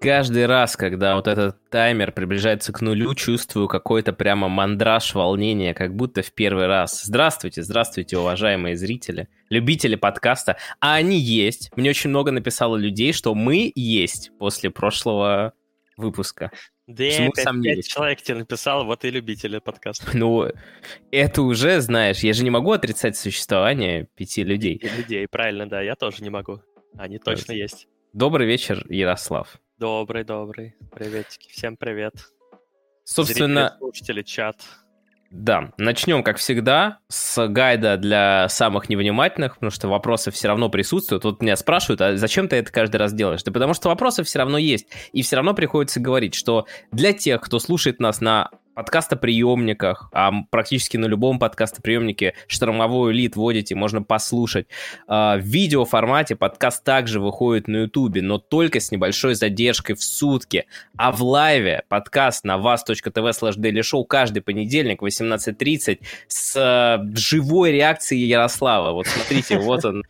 Каждый раз, когда вот этот таймер приближается к нулю, чувствую какой-то прямо мандраж, волнение, как будто в первый раз. Здравствуйте, уважаемые зрители, любители подкаста. А они есть. Мне очень много написало людей, что мы есть после прошлого выпуска. Да, 5 человек тебе написал, вот и любители подкаста. Ну, это уже, знаешь, я же не могу отрицать существование 5 людей. 5 людей, правильно, да, я тоже не могу. Они точно есть. Добрый вечер, Ярослав. Добрый. Приветики. Всем привет. Собственно, зрители, слушатели, чат. Да, начнем, как всегда, с гайда для самых невнимательных, потому что вопросы все равно присутствуют. Вот меня спрашивают, а зачем ты это каждый раз делаешь? Да потому что вопросы все равно есть, и все равно приходится говорить, что для тех, кто слушает нас на подкастоприемниках, а практически на любом подкастоприемнике штормовой элит вводите, можно послушать. В видеоформате подкаст также выходит на Ютубе, но только с небольшой задержкой в сутки. А в лайве подкаст на vas.tv/dailyshow каждый понедельник в 18:30 с живой реакцией Ярослава. Вот смотрите, вот он.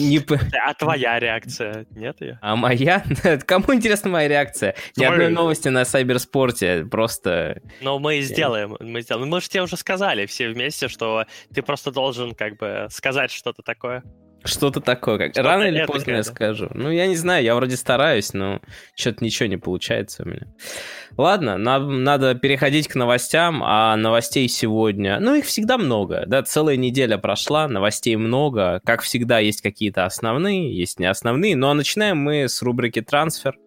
А твоя реакция? Нет ее? А моя? Кому интересна моя реакция? Ни одной новости на Сайберспорте, просто... Но мы сделаем. Мы же тебе уже сказали все вместе, что ты просто должен как бы сказать что-то такое. Что-то такое. Рано или поздно я скажу. Ну, я не знаю, я вроде стараюсь, но что-то ничего не получается у меня. Ладно, надо переходить к новостям, а новостей сегодня... Ну, их всегда много, да, целая неделя прошла, новостей много. Как всегда, есть какие-то основные, есть не основные. Ну, а начинаем мы с рубрики «Трансфер»,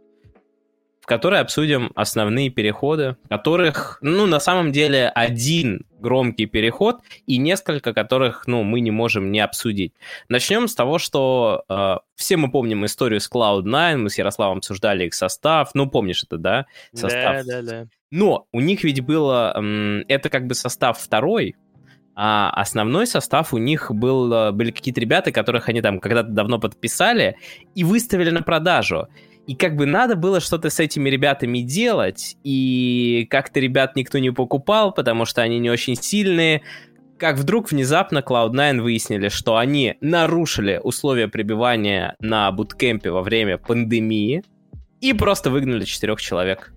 в которой обсудим основные переходы, которых, ну, на самом деле, один громкий переход и несколько, которых, ну, мы не можем не обсудить. Начнем с того, что все мы помним историю с Cloud9, мы с Ярославом обсуждали их состав, ну, помнишь это, да? Состав. Да. Но у них ведь было, это как бы состав второй, а основной состав у них были какие-то ребята, которых они там когда-то давно подписали и выставили на продажу. И как бы надо было что-то с этими ребятами делать, и как-то ребят никто не покупал, потому что они не очень сильные. Как вдруг внезапно Cloud9 выяснили, что они нарушили условия пребывания на буткемпе во время пандемии и просто выгнали 4 человек.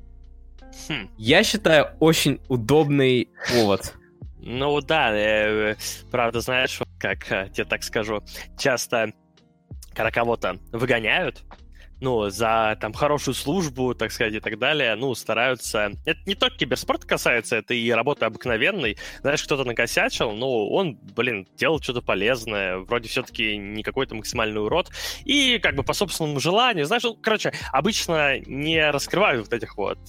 Я считаю, очень удобный повод. Ну да, правда, знаешь, как тебе так скажу, часто, когда кого-то выгоняют, ну, за там хорошую службу, так сказать, и так далее, ну, стараются... Это не только киберспорт касается, это и работа обыкновенной. Знаешь, кто-то накосячил, ну, он, делал что-то полезное, вроде все-таки не какой-то максимальный урод, и как бы по собственному желанию, знаешь, ну, короче, обычно не раскрывают вот этих вот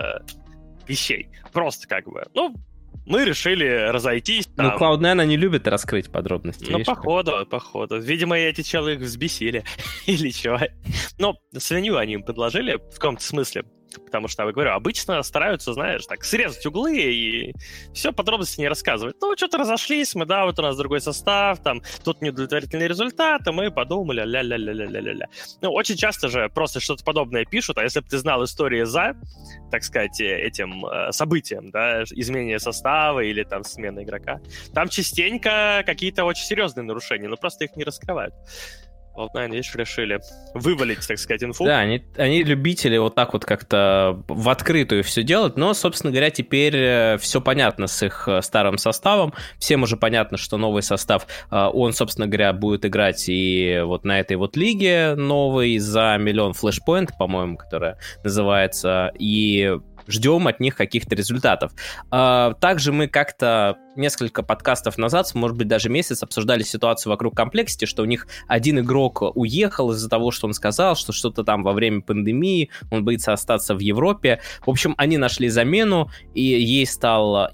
вещей. Просто как бы, ну, мы решили разойтись. Ну, Cloud9 они любят раскрыть подробности. Ну, походу. Видимо, эти челы их взбесили. Или чего. Но свинью они им предложили в каком-то смысле. Потому что, я говорю, обычно стараются, знаешь, так, срезать углы и все подробности не рассказывать. Ну, что-то разошлись мы, да, вот у нас другой состав, там, тут неудовлетворительные результаты, мы подумали, ля-ля-ля-ля-ля-ля. Ну, очень часто же просто что-то подобное пишут, а если бы ты знал истории за, так сказать, этим событием, да, изменение состава или там смена игрока, там частенько какие-то очень серьезные нарушения, но просто их не раскрывают. Cloud9, видишь, решили вывалить, так сказать, инфу. Да, они любители вот так вот как-то в открытую все делать, но, собственно говоря, теперь все понятно с их старым составом. Всем уже понятно, что новый состав, он, собственно говоря, будет играть и вот на этой вот лиге новой за 1 миллион Flashpoint, по-моему, которая называется, и ждем от них каких-то результатов. Также мы как-то несколько подкастов назад, может быть, даже месяц, обсуждали ситуацию вокруг Complexity, что у них один игрок уехал из-за того, что он сказал, что что-то там во время пандемии, он боится остаться в Европе. В общем, они нашли замену, и ей стал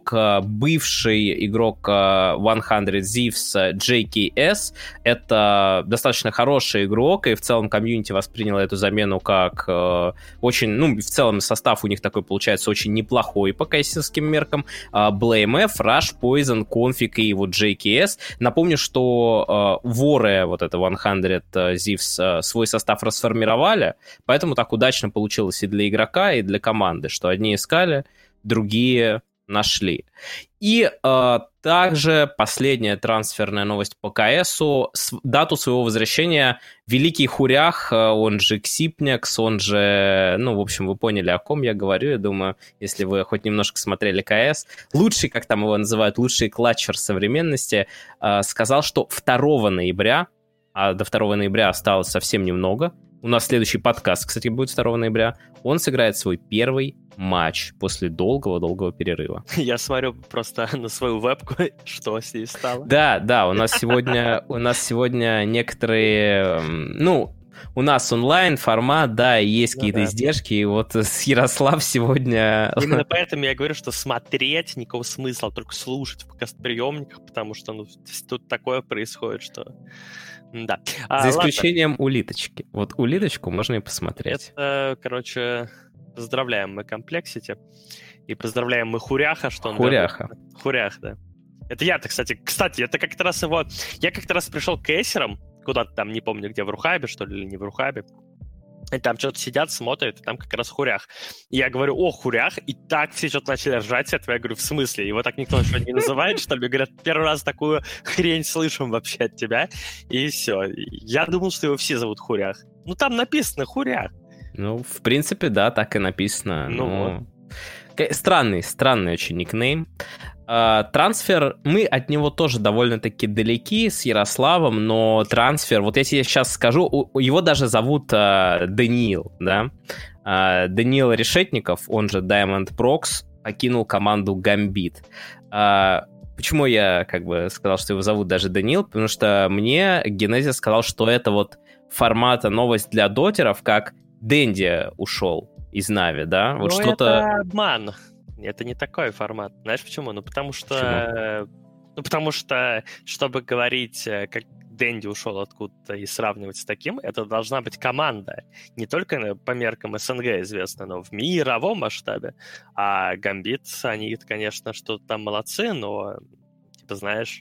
бывший игрок 100 Thieves JKS. Это достаточно хороший игрок, и в целом комьюнити восприняло эту замену как очень, ну, в целом состав у них такой получается очень неплохой по кайсерским меркам. BlameF, Rush, Poison, Config и вот JKS. Напомню, что воры, вот это 100 Thieves, свой состав расформировали, поэтому так удачно получилось и для игрока, и для команды, что одни искали, другие нашли. И Также последняя трансферная новость по КСу. Дату своего возвращения Великий Хурях, он же Ксипнякс, он же... Ну, в общем, вы поняли, о ком я говорю. Я думаю, если вы хоть немножко смотрели КС. Лучший, как там его называют, лучший клатчер современности, сказал, что 2 ноября, а до 2 ноября осталось совсем немного, у нас следующий подкаст, кстати, будет 2 ноября, он сыграет свой первый матч после долгого-долгого перерыва. Я смотрю просто на свою вебку, что с ней стало. Да, у нас сегодня некоторые, ну, у нас онлайн формат, да, и есть какие-то издержки, и вот с Ярослав сегодня... Именно поэтому я говорю, что смотреть никакого смысла, только слушать в подкаст-приемниках, потому что тут такое происходит, что... Да. За исключением улиточки. Вот улиточку можно и посмотреть. Это, короче, поздравляем мы Complexity. И поздравляем мы Хуряха, что он... Хуряха. Хурях, да. Это я-то, кстати, это как-то раз его... Я как-то раз пришел к эйсерам, куда-то там, не помню, где, в Рухабе, что ли, или не в Рухабе. И там что-то сидят, смотрят, и там как раз Хурях. И я говорю, о, Хурях, и так все что-то начали ржать с этого. Я говорю, в смысле? Его так никто что не называет, что ли? Говорят, первый раз такую хрень слышим вообще от тебя. И все. Я думал, что его все зовут Хурях. Ну, там написано Хурях. Ну, в принципе, да, так и написано. Ну, вот. Странный очень никнейм. Трансфер, мы от него тоже довольно-таки далеки с Ярославом, но трансфер, вот я тебе сейчас скажу, его даже зовут Даниил, да? Даниил Решетников, он же Diamond Prox, покинул команду Gambit. Почему я как бы сказал, что его зовут даже Даниил? Потому что мне Генезис сказал, что это вот формата новость для дотеров, как Дэнди ушел из Нави, да? Вот ну, что-то... это обман. Это не такой формат. Знаешь почему? Ну, потому что... потому что, чтобы говорить, как Дэнди ушел откуда-то и сравнивать с таким, это должна быть команда. Не только по меркам СНГ известна, но в мировом масштабе. А Гамбит, они, конечно, что-то там молодцы, но, типа, знаешь...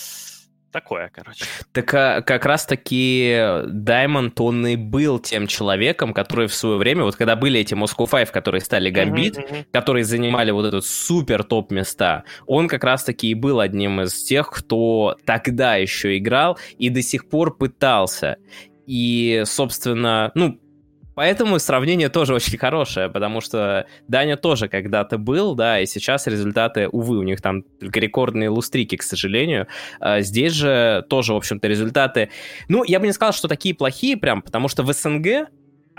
Такое, короче. Так как раз-таки Diamond, он и был тем человеком, который в свое время, вот когда были эти Moscow Five, которые стали Gambit, которые занимали вот этот супер топ места, он как раз-таки и был одним из тех, кто тогда еще играл и до сих пор пытался. И, собственно, ну, поэтому сравнение тоже очень хорошее, потому что Даня тоже когда-то был, да, и сейчас результаты, увы, у них там только рекордные лустрики, к сожалению. Здесь же тоже, в общем-то, результаты... Ну, я бы не сказал, что такие плохие прям, потому что в СНГ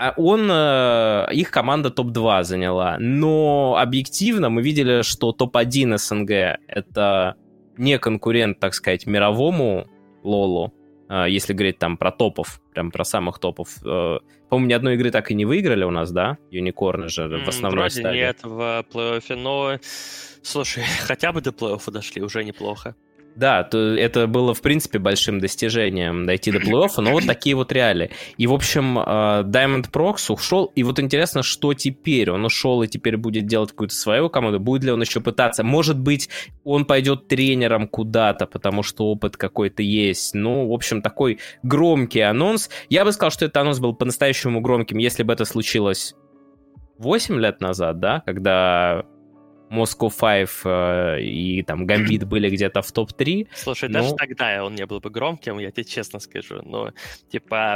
их команда топ-2 заняла, но объективно мы видели, что топ-1 СНГ — это не конкурент, так сказать, мировому лолу, если говорить там про топов, прям про самых топов. По-моему, ни одной игры так и не выиграли у нас, да? Юникорны же в основной стадии. Вроде нет в плей-оффе, но... Слушай, хотя бы до плей-оффа дошли, уже неплохо. Да, это было, в принципе, большим достижением дойти до плей-оффа, но вот такие вот реалии. И, в общем, Diamond Prox ушел, и вот интересно, что теперь? Он ушел и теперь будет делать какую-то свою команду? Будет ли он еще пытаться? Может быть, он пойдет тренером куда-то, потому что опыт какой-то есть. Ну, в общем, такой громкий анонс. Я бы сказал, что этот анонс был по-настоящему громким, если бы это случилось 8 лет назад, да, когда... Moscow Five и там Gambit были где-то в топ-3. Слушай, даже тогда он не был бы громким, я тебе честно скажу. Но, типа,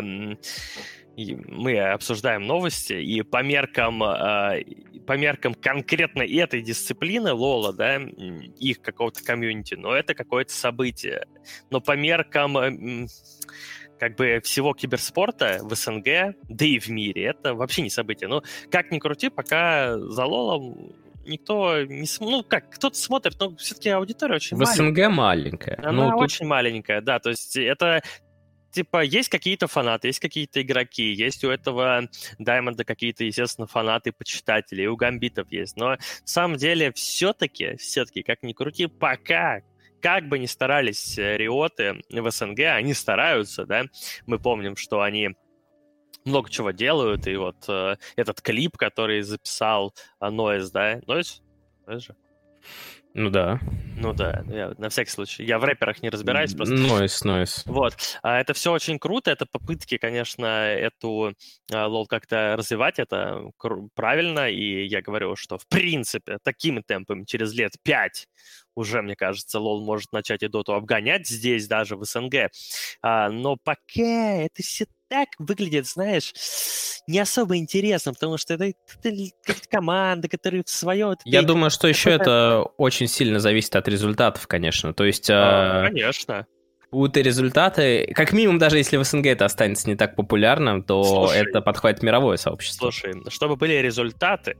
мы обсуждаем новости, и по меркам конкретно этой дисциплины, Лола, да, их какого-то комьюнити, но это какое-то событие. Но по меркам... как бы всего киберспорта в СНГ, да и в мире, это вообще не событие. Но как ни крути, пока за Лолом никто не... Ну, как, кто-то смотрит, но все-таки аудитория очень маленькая. В СНГ маленькая. Она очень маленькая, да, то есть это... Типа, есть какие-то фанаты, есть какие-то игроки, есть у этого Даймонда какие-то, естественно, фанаты, почитатели, и у Гамбитов есть. Но на самом деле все-таки, как ни крути, пока... Как бы ни старались риоты в СНГ, они стараются, да. Мы помним, что они много чего делают, и вот этот клип, который записал Noise, да? Noise же? Ну да. Ну да, я, на всякий случай. Я в рэперах не разбираюсь просто. Noise. Вот. Это все очень круто, это попытки, конечно, эту лол как-то развивать, это правильно, и я говорю, что в принципе такими темпами через лет 5 уже, мне кажется, LoL может начать и Доту обгонять здесь, даже в СНГ. Но пока это все так выглядит, знаешь, не особо интересно, потому что это какие-то команды, которые в своем... Я думаю, что еще это очень сильно зависит от результатов, конечно. То есть... Конечно. Будут и результаты, как минимум, даже если в СНГ это останется не так популярным, то это подхватит мировое сообщество. Слушай, чтобы были результаты,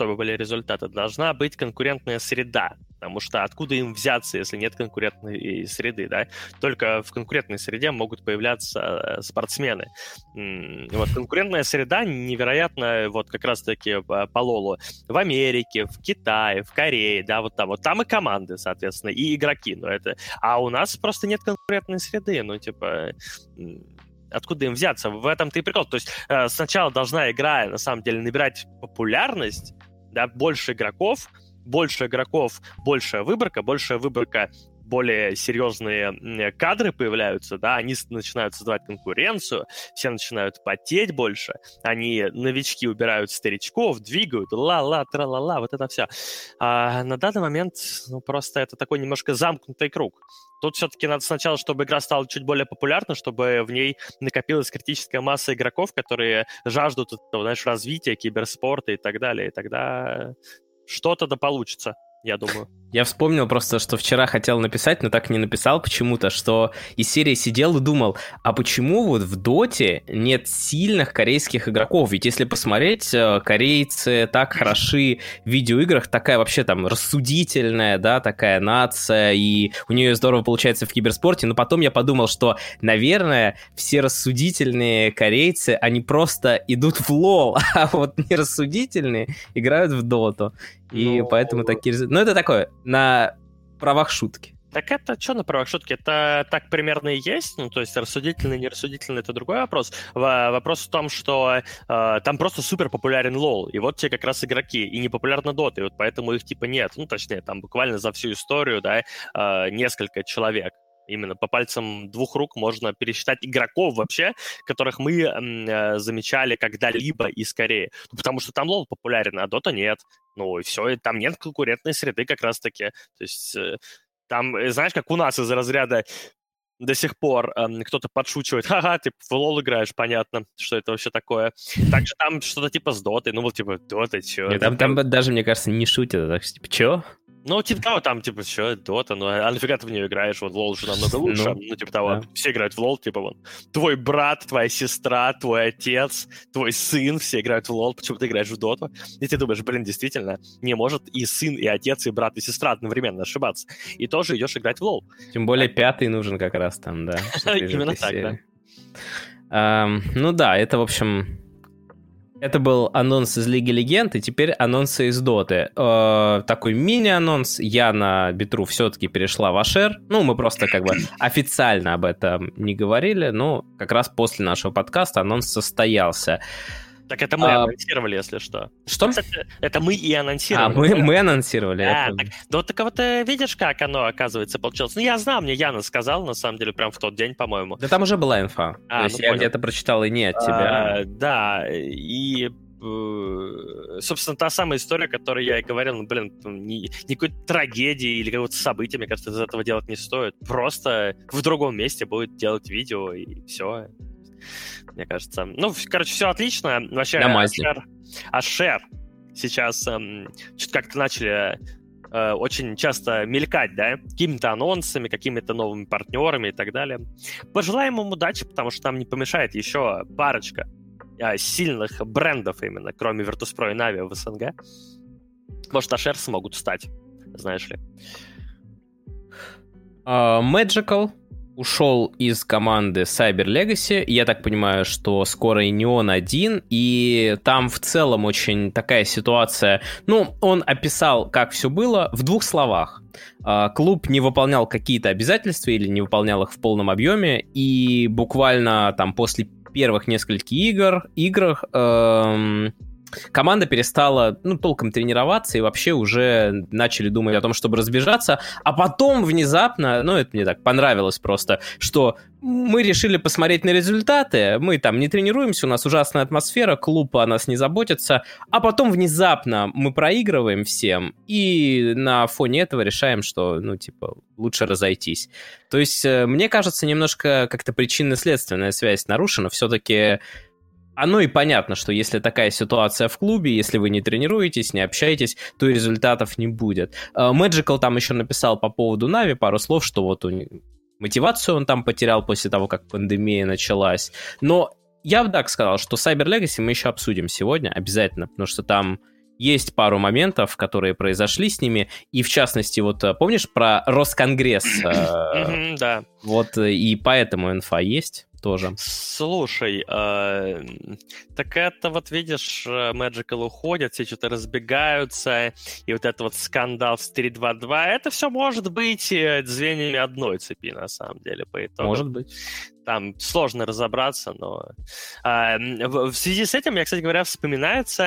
должна быть конкурентная среда. Потому что откуда им взяться, если нет конкурентной среды, да? Только в конкурентной среде могут появляться спортсмены. Вот конкурентная среда невероятно, вот как раз-таки по Лолу, в Америке, в Китае, в Корее, да, вот там и команды, соответственно, и игроки, но это... А у нас просто нет конкурентной среды, ну, типа... Откуда им взяться? В этом-то и прикол. То есть сначала должна игра, на самом деле, набирать популярность, да, больше игроков, большая выборка, более серьезные кадры появляются, да, они начинают создавать конкуренцию, все начинают потеть больше, они, новички, убирают старичков, двигают, ла-ла, тра-ла-ла, вот это все. А на данный момент, ну, просто это такой немножко замкнутый круг. Тут все-таки надо сначала, чтобы игра стала чуть более популярна, чтобы в ней накопилась критическая масса игроков, которые жаждут этого, знаешь, развития киберспорта и так далее, и тогда что-то да получится, я думаю. Я вспомнил просто, что вчера хотел написать, но так и не написал почему-то, что из серии сидел и думал, а почему вот в Доте нет сильных корейских игроков? Ведь если посмотреть, корейцы так хороши в видеоиграх, такая вообще там рассудительная, да, такая нация, и у нее здорово получается в киберспорте, но потом я подумал, что, наверное, все рассудительные корейцы, они просто идут в лол, а вот нерассудительные играют в Доту. И поэтому такие результаты. Ну, это такое, на правах шутки. Так это что на правах шутки? Это так примерно и есть. Ну, то есть рассудительный, нерассудительный — это другой вопрос. Вопрос в том, что там просто супер популярен лол. И вот те как раз игроки. И не популярна дота. И вот поэтому их типа нет. Ну, точнее, там буквально за всю историю, да, несколько человек. Именно по пальцам двух рук можно пересчитать игроков вообще, которых мы замечали когда-либо и скорее. Ну, потому что там лол популярен, а дота нет. Ну, и все, и там нет конкурентной среды как раз-таки. То есть там, знаешь, как у нас из разряда до сих пор кто-то подшучивает, ха-ха, ты в лол играешь, понятно, что это вообще такое. Также там что-то типа с дотой, ну вот типа, дота, чё? Нет, там даже, мне кажется, не шутят, так типа, чё? Ну, типа того, там, типа, что, дота, ну, а нафига ты в нее играешь? Вот лол же намного лучше. Ну, типа того, все играют в лол, типа, вон, твой брат, твоя сестра, твой отец, твой сын, все играют в лол, почему ты играешь в доту? И ты думаешь, блин, действительно, не может и сын, и отец, и брат, и сестра одновременно ошибаться. И тоже идешь играть в лол. Тем более пятый нужен как раз там, да. Именно так, да. Ну да, это, в общем... Это был анонс из Лиги Легенд, и теперь анонсы из Доты. Такой мини-анонс. Яна Битру все-таки перешла в Ашер. Ну, мы просто как бы официально об этом не говорили, но как раз после нашего подкаста анонс состоялся. Так это мы анонсировали, если что. Что? Кстати, это мы и анонсировали. Мы анонсировали. Так вот видишь, как оно, оказывается, получилось? Ну, я знал, мне Яна сказал, на самом деле, прям в тот день, по-моему. Да там уже была инфа. То есть я где-то прочитал и не от тебя. Да, и... собственно, та самая история, которую я и говорил, ну, блин, никакой трагедии или какого-то события, мне кажется, из этого делать не стоит. Просто в другом месте будет делать видео, и все. Мне кажется. Ну, короче, все отлично. Вообще, Ашер сейчас что-то как-то начали очень часто мелькать, да, какими-то анонсами, какими-то новыми партнерами и так далее. Пожелаем им удачи, потому что нам не помешает еще парочка сильных брендов именно, кроме Virtus.pro и Na'Vi в СНГ. Может, Ашер смогут стать, знаешь ли. Magical ушел из команды Cyber Legacy. Я так понимаю, что скоро и не он один. И там в целом очень такая ситуация. Ну, он описал, как все было в 2 словах. Клуб не выполнял какие-то обязательства или не выполнял их в полном объеме. И буквально там после первых нескольких игр команда перестала, толком тренироваться и вообще уже начали думать о том, чтобы разбежаться, а потом внезапно, это мне так понравилось просто, что мы решили посмотреть на результаты, мы там не тренируемся, у нас ужасная атмосфера, клуб о нас не заботится, а потом внезапно мы проигрываем всем, и на фоне этого решаем, что, лучше разойтись. То есть, мне кажется, немножко как-то причинно-следственная связь нарушена, все-таки оно и понятно, что если такая ситуация в клубе, если вы не тренируетесь, не общаетесь, то и результатов не будет. Magical там еще написал по поводу Нави пару слов, что вот мотивацию он там потерял после того, как пандемия началась. Но я бы так сказал, что Cyber Legacy мы еще обсудим сегодня обязательно, потому что там есть пару моментов, которые произошли с ними, и в частности, вот помнишь про Росконгресс? Да. Вот и поэтому инфа есть тоже. Слушай, так это вот видишь, Magical уходят, все что-то разбегаются, и вот это вот скандал в 3.2.2, это все может быть звеньями одной цепи, на самом деле, по итогу. Может быть. Там сложно разобраться, но... в связи с этим, кстати говоря, вспоминается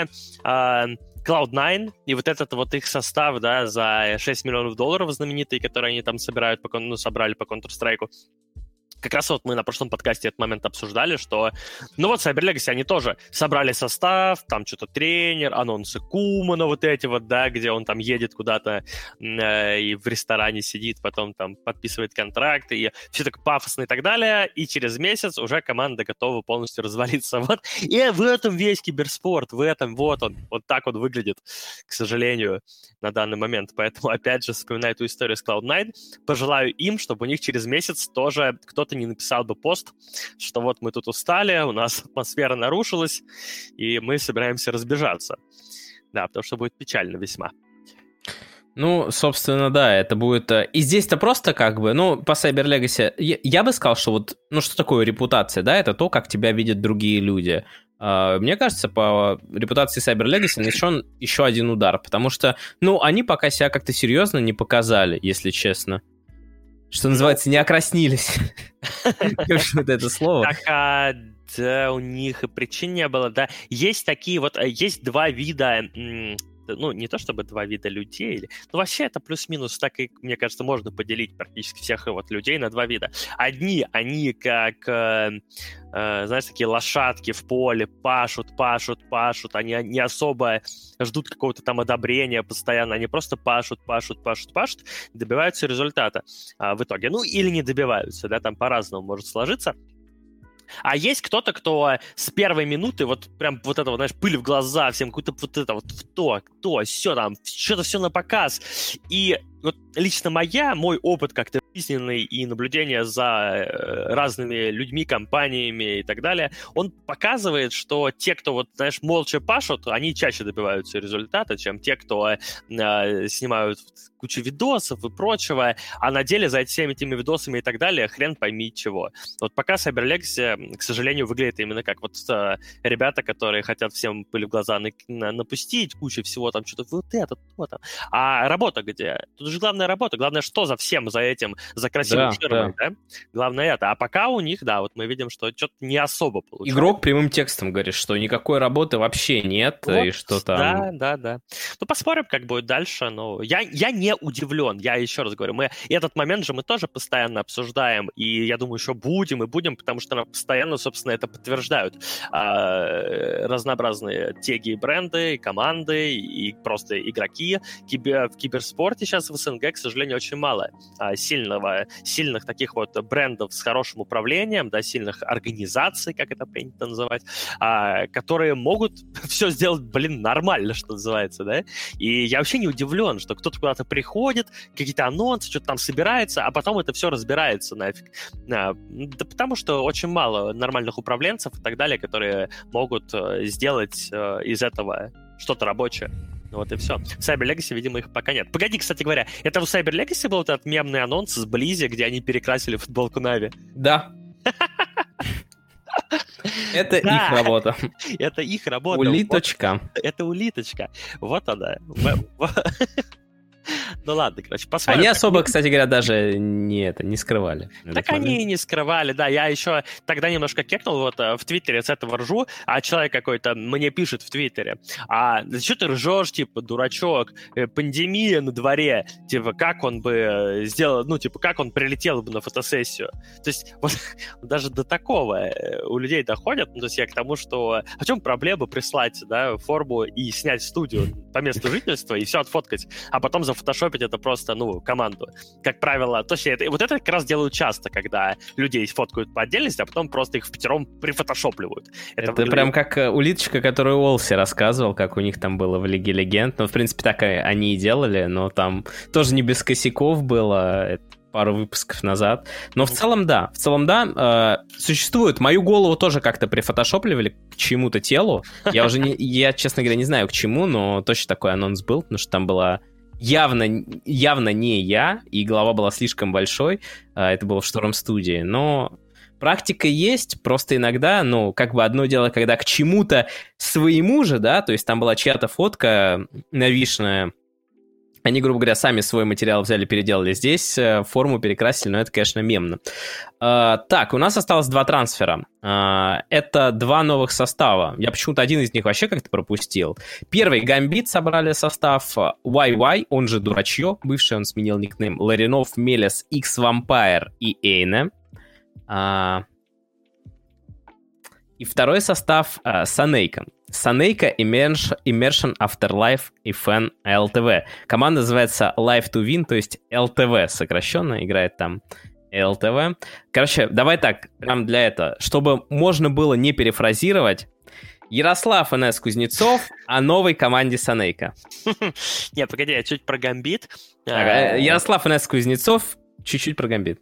Cloud9 и вот этот вот их состав, да, за $6 миллионов знаменитый, который они там собрали по Counter-Strike. Как раз вот мы на прошлом подкасте этот момент обсуждали, что, Cyber Legacy, они тоже собрали состав, там что-то тренер, анонсы Кумана вот эти вот, да, где он там едет куда-то и в ресторане сидит, потом там подписывает контракт, и все так пафосно и так далее, и через месяц уже команда готова полностью развалиться. Вот. И в этом весь киберспорт, в этом, вот он, вот так он выглядит, к сожалению, на данный момент. Поэтому, опять же, вспоминаю эту историю с Cloud9, пожелаю им, чтобы у них через месяц тоже кто-то не написал бы пост, что вот мы тут устали, у нас атмосфера нарушилась, и мы собираемся разбежаться. Да, потому что будет печально весьма. Собственно, да, это будет... И здесь-то просто по Cyber Legacy, я бы сказал, что вот, что такое репутация, да, это то, как тебя видят другие люди. Мне кажется, по репутации Cyber Legacy нанесен еще один удар, потому что, они пока себя как-то серьезно не показали, если честно. Что называется, не окраснились. Вот это слово. Так, да, у них и причин не было, да. Есть такие вот, есть два вида, не то чтобы два вида людей, вообще это плюс-минус, так и, мне кажется, можно поделить практически всех вот людей на два вида. Одни, они как, знаешь, такие лошадки в поле, пашут, они не особо ждут какого-то там одобрения постоянно, они просто пашут, добиваются результата в итоге. Или не добиваются, да, там по-разному может сложиться. А есть кто-то, кто с первой минуты вот прям вот это вот, знаешь, пыль в глаза, всем какую-то вот это вот кто, все там, что-то все на показ. И вот лично мой опыт как-то жизненный и наблюдение за разными людьми, компаниями и так далее, он показывает, что те, кто вот, знаешь, молча пашут, они чаще добиваются результата, чем те, кто снимают кучу видосов и прочего, а на деле за всеми этими видосами и так далее хрен пойми чего. Вот пока Cyber Legacy, к сожалению, выглядит именно как вот ребята, которые хотят всем пыль в глаза напустить, куча всего там, что-то вот это, то там. А работа где? Тут же главная работа, главное, что за всем, за этим, за красивым ширмой, да? Главное это. А пока у них, да, вот мы видим, что что-то не особо получается. Игрок прямым текстом говорит, что никакой работы вообще нет, вот, и что там... Да. Посмотрим, как будет дальше, но я не удивлен, я еще раз говорю, этот момент же мы тоже постоянно обсуждаем, и я думаю, еще будем, потому что нам постоянно, собственно, это подтверждают разнообразные теги и бренды, и команды, и просто игроки. В киберспорте сейчас в СНГ, к сожалению, очень мало сильных таких вот брендов с хорошим управлением, да, сильных организаций, как это принято называть, которые могут все сделать, нормально, что называется, да, и я вообще не удивлен, что кто-то куда-то приходит, какие-то анонсы, что-то там собирается, а потом это все разбирается нафиг. Да, потому что очень мало нормальных управленцев и так далее, которые могут сделать из этого что-то рабочее. Вот и все. В Cyber Legacy, видимо, их пока нет. Погоди, кстати говоря, это в Cyber Legacy был этот мемный анонс с Близи, где они перекрасили футболку Нави? Да. Это их работа. Это их работа. Улиточка. Это улиточка. Вот она. Ну ладно, короче, посмотрим. Они особо, кстати говоря, даже не скрывали. Так они и не скрывали, да. Я еще тогда немножко кекнул, вот в Твиттере с этого ржу, а человек какой-то мне пишет в Твиттере: что ты ржешь, типа, дурачок, пандемия на дворе, типа, как он бы сделал, ну, типа, как он прилетел бы на фотосессию. То есть вот даже до такого у людей доходят, ну, то есть я к тому, что в чем проблема прислать, да, форму и снять студию по месту жительства и все отфоткать, а потом зафотошопить это просто, ну, команду. Как правило, точнее, вот это как раз делают часто, когда людей фоткают по отдельности, а потом просто их впятером прифотошопливают. Это прям как улиточка, которую Олси рассказывал, как у них там было в Лиге Легенд. Ну, в принципе, так они и делали, но там тоже не без косяков было, пару выпусков назад. Но в целом, да. Существует. Мою голову тоже как-то прифотошопливали к чему-то телу. Я, честно говоря, не знаю к чему, но точно такой анонс был, потому что там была явно не я, и голова была слишком большой. Это было в Шторм-студии. Но практика есть, просто иногда, ну, как бы одно дело, когда к чему-то своему же, да, то есть там была чья-то фотка навишенная, они, грубо говоря, сами свой материал взяли, переделали здесь, форму перекрасили, но это, конечно, мемно. Так, у нас осталось 2 трансфера. Это 2 новых состава. Я почему-то один из них вообще как-то пропустил. Первый, Гамбит собрали состав YY, он же Дурачье, бывший, он сменил никнейм, Ларинов, Мелес, X-Vampire и Эйне. И второй состав Санейка. Санейка Immersion Afterlife и Fan LTV. Команда называется Life to Win, то есть LTV сокращенно, играет там LTV. Короче, давай так, прям для этого, чтобы можно было не перефразировать, Ярослав НС Кузнецов о новой команде Санейка. Не, погоди, я чуть про Гамбит. Ярослав НС Кузнецов, чуть-чуть про Гамбит.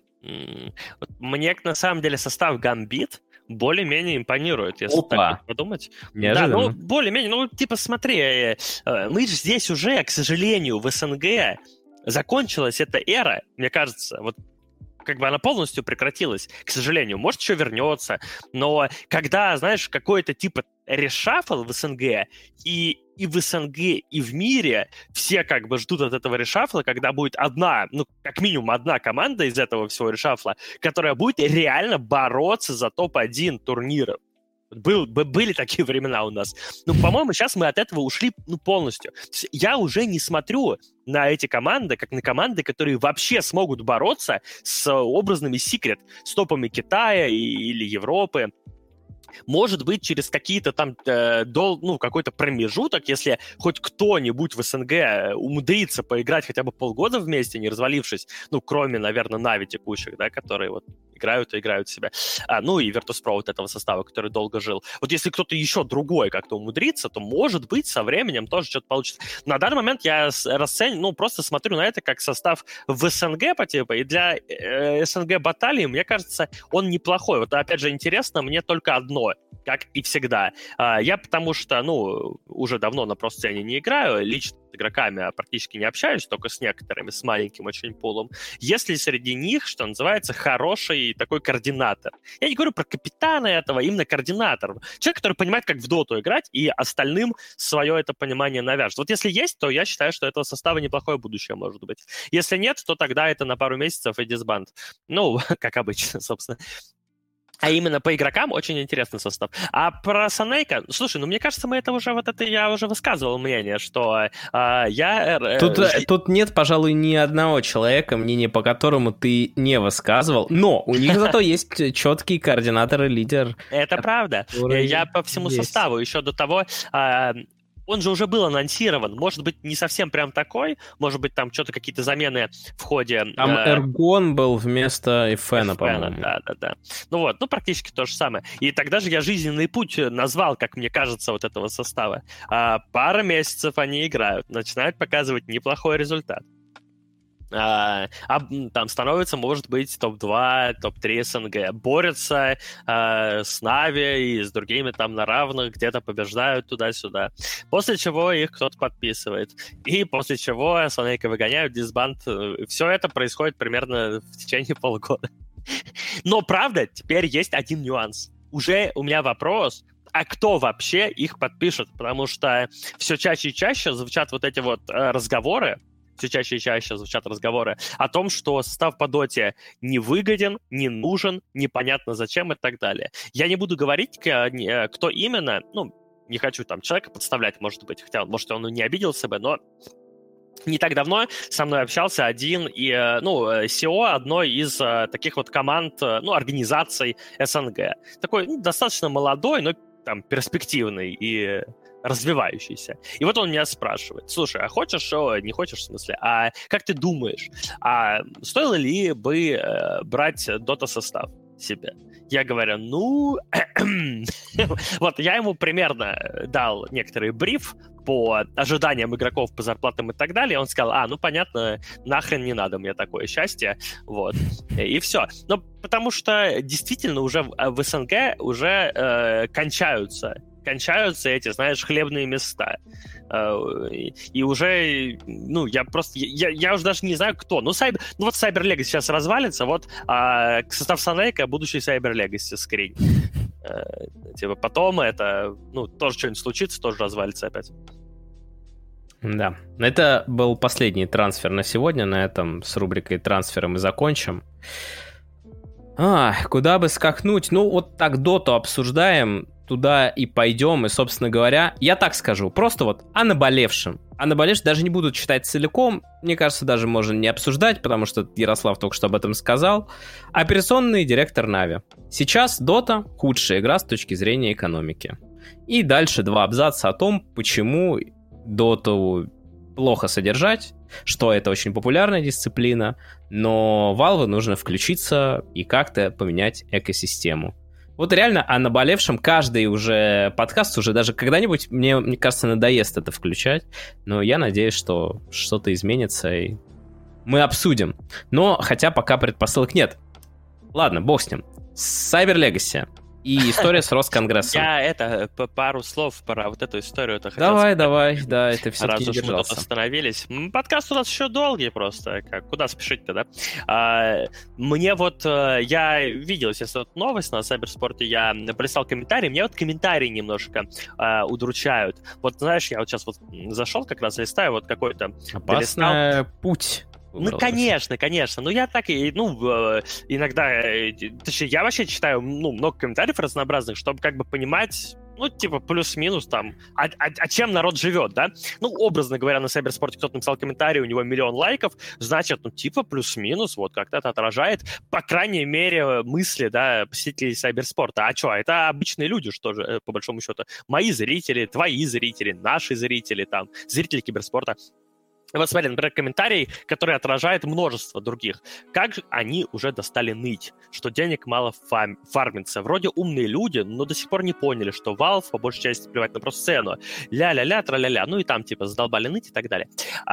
Мне, на самом деле, состав Гамбит более-менее импонирует, если так подумать. Неожиданно. Да, ну, более-менее, ну, типа, смотри, мы же здесь уже, к сожалению, в СНГ закончилась эта эра, мне кажется, вот как бы она полностью прекратилась, к сожалению. Может, еще вернется, но когда, знаешь, какой-то типа решафл в СНГ, и в СНГ, и в мире все как бы ждут от этого решафла, когда будет одна, ну, как минимум одна команда из этого всего решафла, которая будет реально бороться за топ-1 турниров. Были такие времена у нас. Ну, по-моему, сейчас мы от этого ушли, ну, полностью. Я уже не смотрю на эти команды, как на команды, которые вообще смогут бороться с образными Secret, с топами Китая или Европы. Может быть, через какие-то там, какой-то промежуток, если хоть кто-нибудь в СНГ умудрится поиграть хотя бы полгода вместе, не развалившись, ну, кроме, наверное, Нави текущих, да, которые вот играют и играют себя. Ну, и Virtus.pro вот этого состава, который долго жил. Вот если кто-то еще другой как-то умудрится, то, может быть, со временем тоже что-то получится. На данный момент я просто смотрю на это как состав в СНГ по типу, и для СНГ баталии, мне кажется, он неплохой. Вот, опять же, интересно мне только одно, как и всегда. Я потому что, ну, уже давно на про-сцене не играю, лично с игроками практически не общаюсь, только с некоторыми, с маленьким очень пулом. Если среди них, что называется, хороший такой координатор. Я не говорю про капитана этого, именно координатор. Человек, который понимает, как в доту играть, и остальным свое это понимание навяжет. Вот если есть, то я считаю, что этого состава неплохое будущее может быть. Если нет, то тогда это на пару месяцев и дисбанд. Ну, как обычно, собственно. А именно по игрокам очень интересный состав. А про Санейка, слушай, ну мне кажется, я уже высказывал мнение, что Тут нет, пожалуй, ни одного человека, мнение по которому ты не высказывал, но у них зато есть четкий координатор и лидер. Это правда. Я по всему составу еще до того... Он же уже был анонсирован. Может быть, не совсем прям такой. Может быть, там что-то какие-то замены в ходе... Там Эргон был вместо Эфена, по-моему. Да. Ну вот, ну практически то же самое. И тогда же я жизненный путь назвал, как мне кажется, вот этого состава. Пара месяцев они играют. Начинают показывать неплохой результат. Там становится, может быть, топ-2, топ-3 СНГ. Борются с Нави и с другими там на равных, где-то побеждают туда-сюда. После чего их кто-то подписывает. И после чего Санейка выгоняют, дисбанд. Все это происходит примерно в течение полгода. Но, правда, теперь есть один нюанс. Уже у меня вопрос, а кто вообще их подпишет? Потому что все чаще и чаще звучат вот эти вот разговоры, все чаще и чаще звучат разговоры о том, что состав по доте не выгоден, не нужен, непонятно зачем и так далее. Я не буду говорить, кто именно, не хочу там человека подставлять, может быть, хотя, может, он и не обиделся бы, но не так давно со мной общался один CEO одной из таких вот команд, организаций СНГ. Такой достаточно молодой, но там перспективный и развивающийся. И вот он меня спрашивает: слушай, а хочешь, не хочешь, в смысле, а как ты думаешь, а стоило ли бы брать дота-состав себе? Я говорю, вот я ему примерно дал некоторый бриф по ожиданиям игроков, по зарплатам и так далее. Он сказал, понятно, нахрен не надо мне такое счастье, вот, и все. Но потому что действительно уже в СНГ уже кончаются эти, знаешь, хлебные места. И уже, я уже даже не знаю, кто. Вот Cyber Legacy сейчас развалится, вот состав Санейка, будущий Cyber Legacy, скринь. Потом это, тоже что-нибудь случится, тоже развалится опять. Да, это был последний трансфер на сегодня, на этом с рубрикой «Трансферы» мы закончим. Куда бы скакнуть? Вот так доту обсуждаем, туда и пойдем, и, собственно говоря, я так скажу, просто вот о наболевшем. О наболевшем даже не буду читать целиком, мне кажется, даже можно не обсуждать, потому что Ярослав только что об этом сказал. Операционный директор Нави. Сейчас Dota — худшая игра с точки зрения экономики. И дальше 2 абзаца о том, почему Доту плохо содержать, что это очень популярная дисциплина, но Valve нужно включиться и как-то поменять экосистему. Вот реально о наболевшем каждый уже подкаст уже даже когда-нибудь, мне кажется, надоест это включать, но я надеюсь, что что-то изменится и мы обсудим. Но хотя пока предпосылок нет. Ладно, бог с ним. Cyber Legacy и история с Росконгрессом. Я пару слов про вот эту историю-то хотел Давай, да, это все-таки не держался. Раз уж мы тут остановились. Подкаст у нас еще долгий просто, куда спешить-то, да? Мне я видел, естественно, новость на Сайберспорте, я прислал комментарии, мне комментарии немножко удручают. Вот, знаешь, я сейчас зашел, как раз листаю, какой-то... Опасный путь. Конечно. Но я так и, иногда... Точнее, я вообще читаю, много комментариев разнообразных, чтобы как бы понимать, плюс-минус там, чем народ живет, да? Образно говоря, на Сайберспорте кто-то написал комментарий, у него 1 миллион лайков, значит, плюс-минус, как-то это отражает, по крайней мере, мысли, да, посетителей Сайберспорта. А что, это обычные люди, что же, по большому счету. Мои зрители, твои зрители, наши зрители, там, зрители киберспорта. Вот смотри, например, комментарий, который отражает множество других. Как же они уже достали ныть, что денег мало фармится. Вроде умные люди, но до сих пор не поняли, что Valve по большей части плевать на просцену. Ля-ля-ля, тра-ля-ля. И там задолбали ныть и так далее.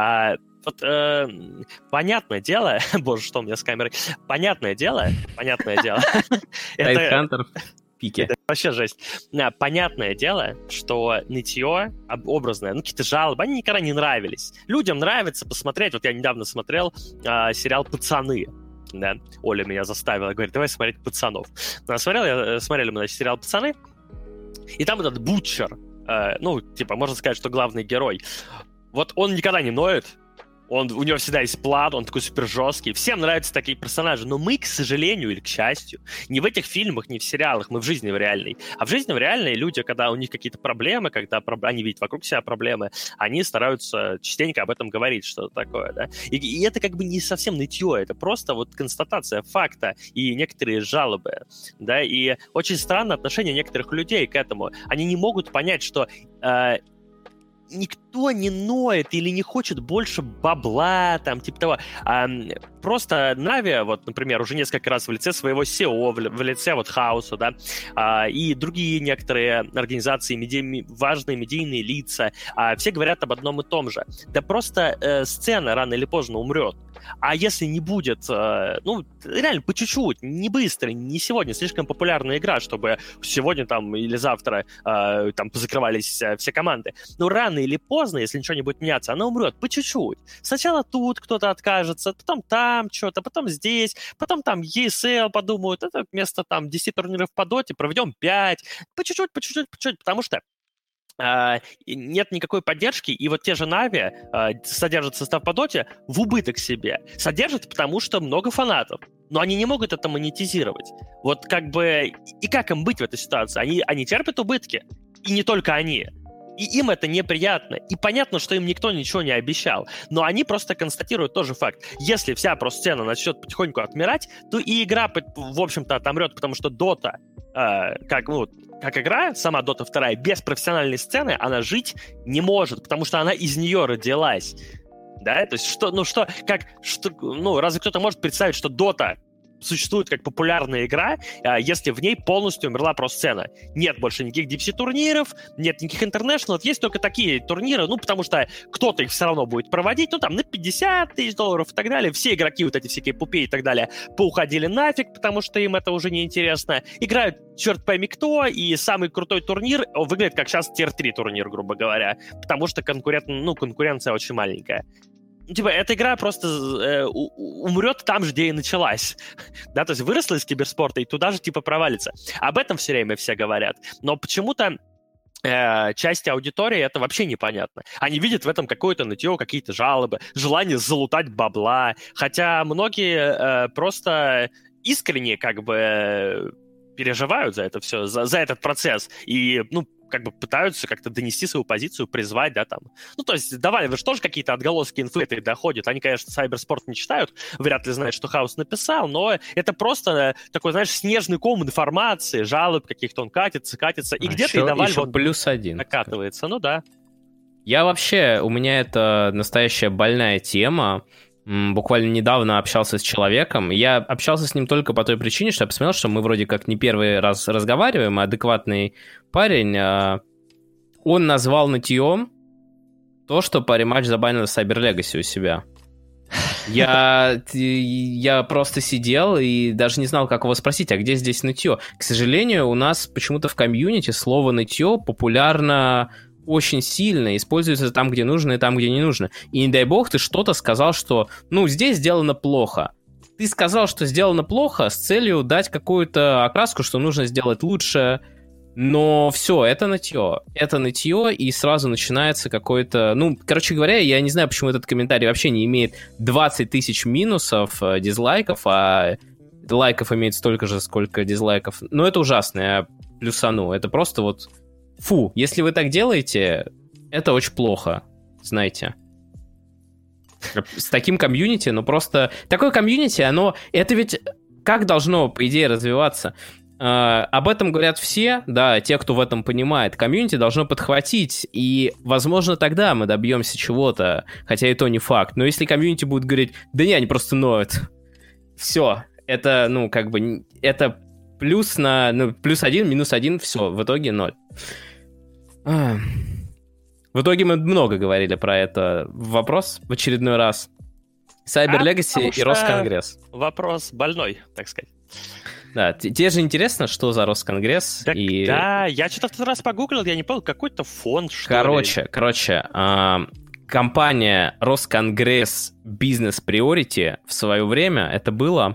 Понятное дело... Боже, что у меня с камерой? Понятное дело... Тайтхантер пике. Это вообще жесть. Понятное дело, что нытье образное, какие-то жалобы, они никогда не нравились. Людям нравится посмотреть, я недавно смотрел сериал «Пацаны», да, Оля меня заставила, говорит, давай смотреть «Пацанов». Смотрели мы, сериал «Пацаны», и там этот Бутчер, можно сказать, что главный герой, он никогда не ноет, у него всегда есть план, он такой супер жесткий. Всем нравятся такие персонажи, но мы, к сожалению или к счастью, не в этих фильмах, не в сериалах, мы в жизни в реальной. А в жизни в реальной люди, когда у них какие-то проблемы, когда они видят вокруг себя проблемы, они стараются частенько об этом говорить, что-то такое, да. И это как бы не совсем нытье, это просто констатация факта и некоторые жалобы, да. И очень странное отношение некоторых людей к этому. Они не могут понять, что... никто не ноет или не хочет больше бабла, типа того. Просто Na'Vi, например, уже несколько раз в лице своего SEO, в лице Хаоса, да, и другие некоторые организации, важные медийные лица, все говорят об одном и том же. Да просто сцена рано или поздно умрет. А если не будет, реально по чуть-чуть, не быстро, не сегодня, слишком популярная игра, чтобы сегодня или завтра позакрывались все команды. Но рано или поздно, если ничего не будет меняться, она умрет по чуть-чуть. Сначала тут кто-то откажется, потом там что-то, потом здесь, потом там ESL подумают, это вместо 10 турниров по доте проведем 5, по чуть-чуть, потому что нет никакой поддержки, и вот те же Na'Vi содержат состав по доте в убыток себе. Содержат, потому что много фанатов. Но они не могут это монетизировать. Вот как бы... И как им быть в этой ситуации? Они терпят убытки. И не только они. И им это неприятно. И понятно, что им никто ничего не обещал. Но они просто констатируют тоже факт. Если вся просто-сцена начнет потихоньку отмирать, то и игра, в общем-то, отомрет, потому что Dota, как игра, сама Dota 2, без профессиональной сцены, она жить не может, потому что она из нее родилась. Да, то есть разве кто-то может представить, что Dota существует как популярная игра, если в ней полностью умерла про-сцена? Нет больше никаких DPC-турниров, нет никаких интернешнлов, есть только такие турниры, потому что кто-то их все равно будет проводить, там на $50 тысяч и так далее. Все игроки, вот эти всякие пупеи и так далее, поуходили нафиг, потому что им это уже не интересно. Играют черт пойми кто, и самый крутой турнир выглядит как сейчас тир-3 турнир, грубо говоря, потому что конкуренция очень маленькая. Эта игра просто умрет там же, где и началась. Да, то есть выросла из киберспорта и туда же провалится. Об этом все время все говорят. Но почему-то части аудитории это вообще непонятно. Они видят в этом какое-то нытье, какие-то жалобы, желание залутать бабла. Хотя многие просто искренне переживают за это все, за этот процесс. И, пытаются как-то донести свою позицию, призвать, да, там. То есть, давай, вы же тоже какие-то отголоски инфы этой доходят. Они, конечно, Cybersport не читают, вряд ли знают, что Хаус написал, но это просто такой, знаешь, снежный ком информации, жалоб каких-то, он катится, и где-то и давай еще +1 накатывается, да. У меня это настоящая больная тема. Буквально недавно общался с человеком. Я общался с ним только по той причине, что я посмотрел, что мы вроде как не первый раз разговариваем, а адекватный парень. Он назвал нытьем то, что Parimatch забанил Cyber Legacy у себя. Я просто сидел и даже не знал, как его спросить, а где здесь нытье? К сожалению, у нас почему-то в комьюнити слово нытье популярно очень сильно, используется там, где нужно, и там, где не нужно. И не дай бог ты что-то сказал, что, здесь сделано плохо. Ты сказал, что сделано плохо с целью дать какую-то окраску, что нужно сделать лучше, но все, это нытье. Это нытье, и сразу начинается какой-то... короче говоря, я не знаю, почему этот комментарий вообще не имеет 20 тысяч минусов, дизлайков, а лайков имеет столько же, сколько дизлайков. Но это ужасно, я плюсану. Это просто фу, если вы так делаете, это очень плохо, знаете. С таким комьюнити, просто... Такое комьюнити, это ведь как должно, по идее, развиваться? Об этом говорят все, да, те, кто в этом понимает. Комьюнити должно подхватить, и, возможно, тогда мы добьемся чего-то, хотя и то не факт. Но если комьюнити будет говорить, да не, они просто ноют, все, это, это плюс на... +1, -1, все, в итоге 0. В итоге мы много говорили про это. Вопрос в очередной раз. Cyber Legacy и Росконгресс. Вопрос больной, так сказать. Да, тебе же интересно, что за Росконгресс? Да, я что-то в тот раз погуглил, я не понял, какой-то фонд, что ли. Короче, компания Росконгресс Business Priority в свое время, это было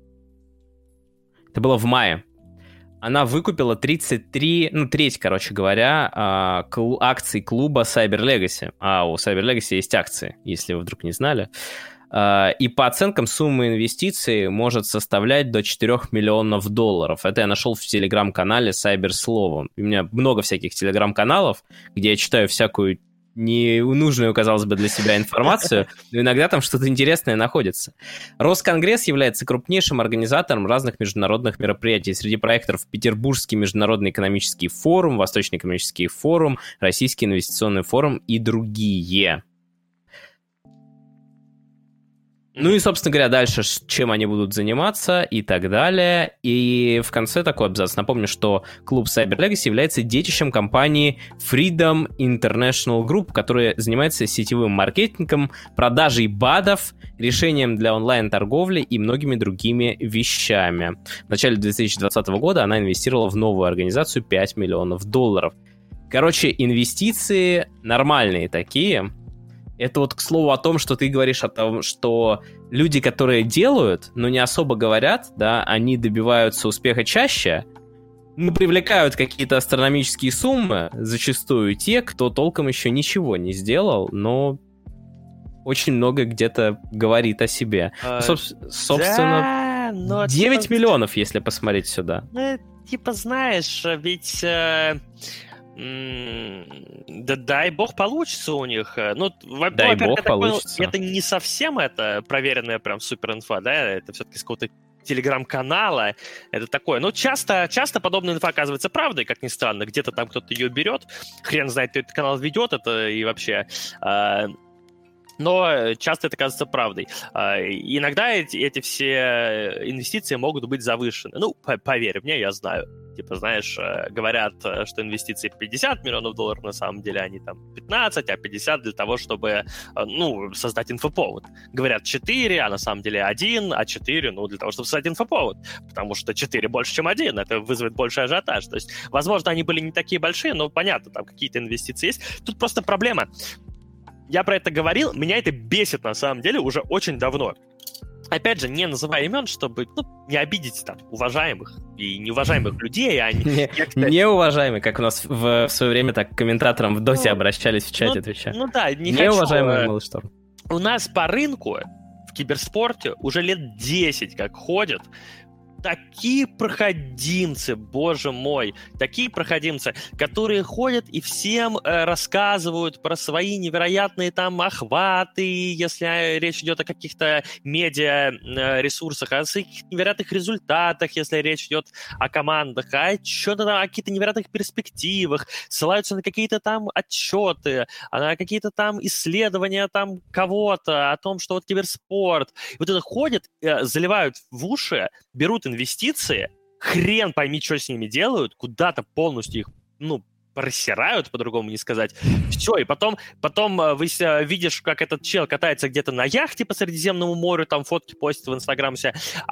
в мае. Она выкупила tреть, короче говоря, акций клуба Cyber Legacy. А у Cyber Legacy есть акции, если вы вдруг не знали. И по оценкам сумма инвестиций может составлять до $4 миллионов. Это я нашел в телеграм-канале Cyberslov. У меня много всяких телеграм-каналов, где я читаю всякую ненужную, казалось бы, для себя информацию, но иногда там что-то интересное находится. Росконгресс является крупнейшим организатором разных международных мероприятий. Среди проектов Петербургский международный экономический форум, Восточный экономический форум, Российский инвестиционный форум и другие. И, собственно говоря, дальше, чем они будут заниматься и так далее. И в конце такой абзац. Напомню, что клуб Cyber Legacy является детищем компании Freedom International Group, которая занимается сетевым маркетингом, продажей БАДов, решением для онлайн-торговли и многими другими вещами. В начале 2020 года она инвестировала в новую организацию $5 миллионов. Короче, инвестиции нормальные такие. Это к слову о том, что ты говоришь о том, что люди, которые делают, но не особо говорят, да, они добиваются успеха чаще. привлекают какие-то астрономические суммы, зачастую те, кто толком еще ничего не сделал, но очень много где-то говорит о себе. Собственно, да, 9 миллионов, если посмотреть сюда. Типа, знаешь, ведь... Да дай бог получится у них. Ну, дай бог получится. Это не совсем это проверенная прям суперинфа, да? Это все-таки с какого-то телеграм-канала. Это такое. Ну, часто подобная инфа оказывается правдой, как ни странно. Где-то там кто-то ее берет. Хрен знает, кто этот канал ведет это и вообще... Но часто это оказывается правдой. Иногда эти все инвестиции могут быть завышены. Ну, поверь мне, я знаю. Типа, знаешь, говорят, что инвестиции 50 миллионов долларов, на самом деле они там 15, а 50 для того, чтобы, ну, создать инфоповод. Говорят 4, а на самом деле 1, а 4, ну, для того, чтобы создать инфоповод. Потому что 4 больше, чем 1, это вызовет больший ажиотаж. То есть, возможно, они были не такие большие, но понятно, там какие-то инвестиции есть. Тут просто проблема. Я про это говорил, меня это бесит, на самом деле, уже очень давно. Опять же, не называя имен, чтобы не обидеть там уважаемых и неуважаемых людей. Неуважаемые, как у нас в свое время так к комментаторам в Доте обращались в чате, отвечая. Ну да, не хочу. Неуважаемые Малышторм. У нас по рынку в киберспорте уже лет 10 как ходят такие проходимцы, боже мой, такие проходимцы, которые ходят и всем рассказывают про свои невероятные там охваты, если речь идет о каких-то медиа-ресурсах, о своих невероятных результатах, если речь идет о командах, о каких-то невероятных перспективах, ссылаются на какие-то там отчеты, на какие-то там исследования там кого-то, о том, что вот киберспорт. И вот это ходят, заливают в уши, берут инвестиции, хрен пойми, что с ними делают, куда-то полностью их, просирают, по-другому не сказать. Все, и потом вы видишь, как этот чел катается где-то на яхте по Средиземному морю, там фотки постит в Инстаграм все,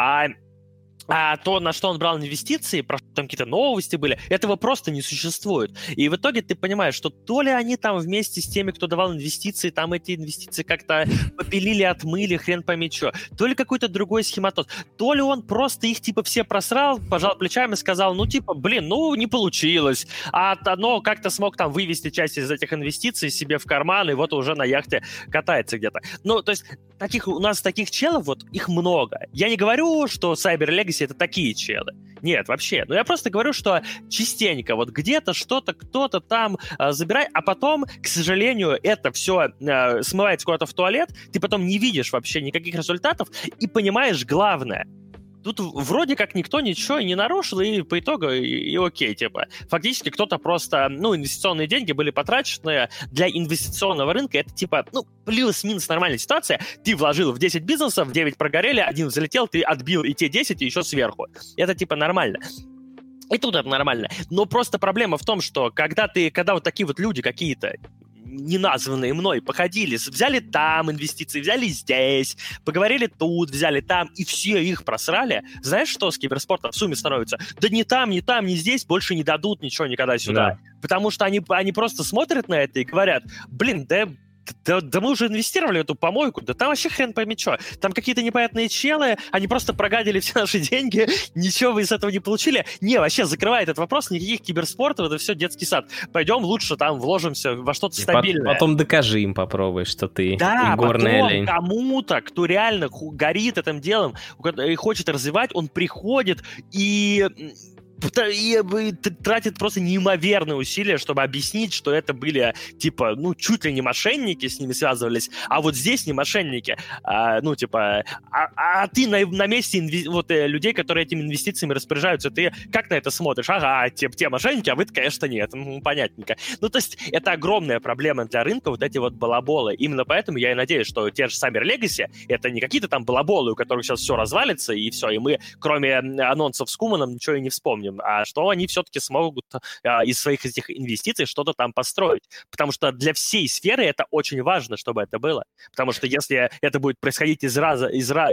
а то, на что он брал инвестиции, про что там какие-то новости были, этого просто не существует. И в итоге ты понимаешь, что то ли они там вместе с теми, кто давал инвестиции, там эти инвестиции как-то попилили, отмыли, хрен пойми что, то ли какой-то другой схематоз, то ли он просто их типа все просрал, пожал плечами и сказал, не получилось, но как-то смог там вывести часть из этих инвестиций себе в карман, и вот уже на яхте катается где-то. То есть у нас таких челов, вот их много. Я не говорю, что Cyber Legacy это такие челы. Нет, вообще. Я просто говорю, что частенько вот где-то что-то кто-то там забирает, а потом, к сожалению, это все смывается куда-то в туалет, ты потом не видишь вообще никаких результатов и понимаешь главное. Тут вроде как никто ничего не нарушил, и по итогу и окей, типа. Фактически кто-то просто, инвестиционные деньги были потрачены для инвестиционного рынка. Это типа, плюс-минус нормальная ситуация. Ты вложил в 10 бизнесов, 9 прогорели, 1 взлетел, ты отбил и те 10, и еще сверху. Это типа нормально. И тут это нормально. Но просто проблема в том, что когда вот такие вот люди какие-то, не названные мной, походили, взяли там инвестиции, взяли здесь, поговорили тут, взяли там, и все их просрали. Знаешь, что с киберспортом в сумме становится? Да ни там, ни здесь больше не дадут ничего никогда сюда. Да. Потому что они просто смотрят на это и говорят, да мы уже инвестировали в эту помойку, да там вообще хрен пойми что. Там какие-то непонятные челы, они просто прогадили все наши деньги, ничего вы из этого не получили. Не, вообще закрывай этот вопрос, никаких киберспортов, это все детский сад. Пойдем лучше там вложимся во что-то стабильное. Потом докажи им, попробуй, что ты горная лень. Кому-то, кто реально горит этим делом и хочет развивать, он приходит и тратит просто неимоверные усилия, чтобы объяснить, что это были, типа, чуть ли не мошенники с ними связывались, а вот здесь не мошенники. Ты на месте людей, которые этими инвестициями распоряжаются, ты как на это смотришь? Ага, те мошенники, а вы-то, конечно, нет. Понятненько. То есть это огромная проблема для рынка, вот эти вот балаболы. Именно поэтому я и надеюсь, что те же Cyber Legacy, это не какие-то там балаболы, у которых сейчас все развалится, и все, и мы, кроме анонсов с Куманом, ничего и не вспомним. А что они все-таки смогут из своих этих инвестиций что-то там построить. Потому что для всей сферы это очень важно, чтобы это было. Потому что если это будет происходить из раза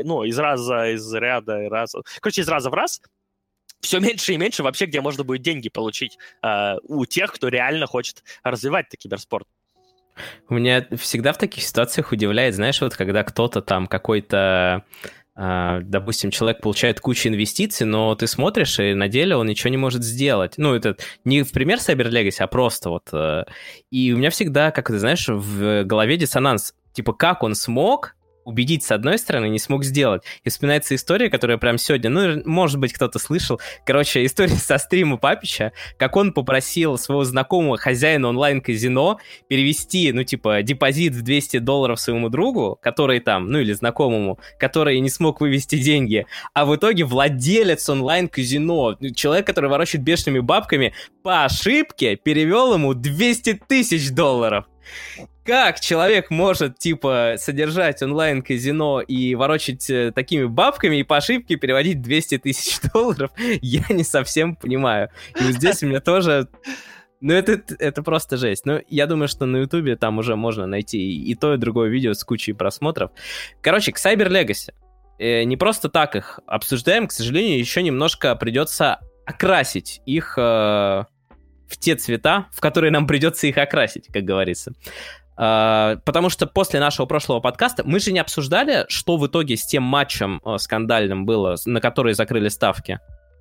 в раз, все меньше и меньше вообще, где можно будет деньги получить у тех, кто реально хочет развивать киберспорт. У меня всегда в таких ситуациях удивляет, знаешь, вот когда кто-то там какой-то допустим, человек получает кучу инвестиций, но ты смотришь, и на деле он ничего не может сделать. Ну, это не в пример Cyber Legacy, а просто вот. И у меня всегда, как ты знаешь, в голове диссонанс. Типа, как он смог убедить, с одной стороны, не смог сделать. И вспоминается история, которая прям сегодня, ну, может быть, кто-то слышал. Короче, история со стрима Папича, как он попросил своего знакомого хозяина онлайн-казино перевести, ну, типа, депозит в $200 своему другу, который там, ну, или знакомому, который не смог вывести деньги. А в итоге владелец онлайн-казино, человек, который ворочает бешеными бабками, по ошибке перевел ему $200 000. Как человек может, типа, содержать онлайн-казино и ворочать такими бабками и по ошибке переводить $200 000, я не совсем понимаю. И вот здесь у меня тоже... Ну, это просто жесть. Но я думаю, что на Ютубе там уже можно найти и то, и другое видео с кучей просмотров. Короче, к Cyber Legacy. Не просто так их обсуждаем, к сожалению, еще немножко придется окрасить их в те цвета, в которые нам придется их окрасить, как говорится. Потому что после нашего прошлого подкаста мы же не обсуждали, что в итоге с тем матчем скандальным было, на который закрыли ставки.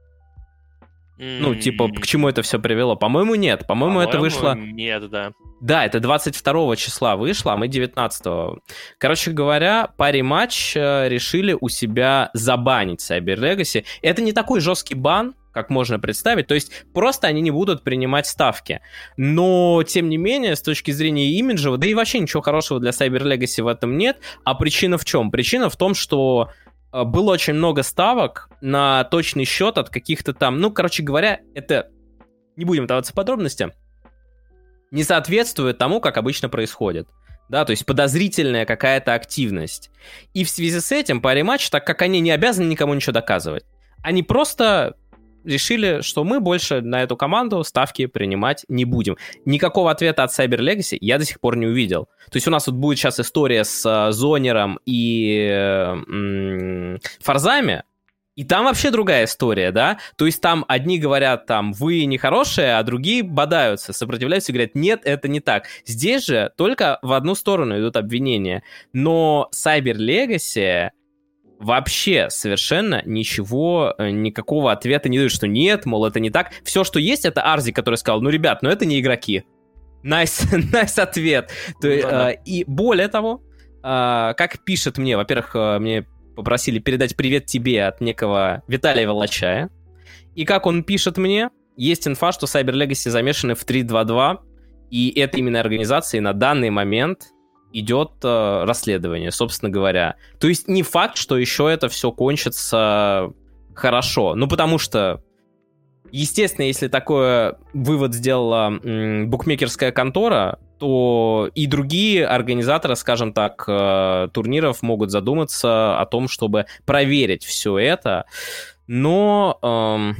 Ну, типа, к чему это все привело? По-моему, нет. По-моему, это вышло... Нет, да. Да, это 22 числа вышло, а мы 19-го. Короче говоря, пари-матч решили у себя забанить Cyber Legacy. Это не такой жесткий бан, как можно представить. То есть просто они не будут принимать ставки. Но, тем не менее, с точки зрения имиджевого, да и вообще ничего хорошего для Cyber Legacy в этом нет. А причина в чем? Причина в том, что было очень много ставок на точный счет от каких-то там... Ну, короче говоря, это... Не будем вдаваться в подробности. Не соответствует тому, как обычно происходит. Да, то есть подозрительная какая-то активность. И в связи с этим пари-матч, так как они не обязаны никому ничего доказывать, они просто решили, что мы больше на эту команду ставки принимать не будем. Никакого ответа от Cyber Legacy я до сих пор не увидел. То есть у нас вот будет сейчас история с Зонером и Форзами, и там вообще другая история, да? То есть там одни говорят, там, вы нехорошие, а другие бодаются, сопротивляются и говорят, нет, это не так. Здесь же только в одну сторону идут обвинения. Но Cyber Legacy вообще совершенно ничего, никакого ответа не дают, что нет, мол, это не так. Все, что есть, это Арзи, который сказал, ну, ребят, ну это не игроки. Nice ответ. И более того, как пишет мне, во-первых, мне попросили передать привет тебе от некого Виталия Волочая. И как он пишет мне, есть инфа, что Cyber Legacy замешаны в 3.2.2, и этой именно организации на данный момент идет расследование, собственно говоря. То есть не факт, что еще это все кончится хорошо. Ну, потому что, естественно, если такой вывод сделала букмекерская контора, то и другие организаторы, скажем так, турниров могут задуматься о том, чтобы проверить все это. Но,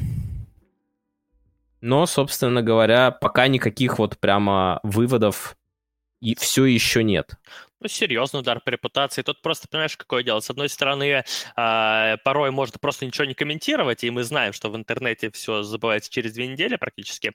собственно говоря, пока никаких вот прямо выводов и все еще нет. Ну, серьезный удар по репутации. Тут просто, понимаешь, какое дело? С одной стороны, порой можно просто ничего не комментировать, и мы знаем, что в интернете все забывается через 2 недели практически.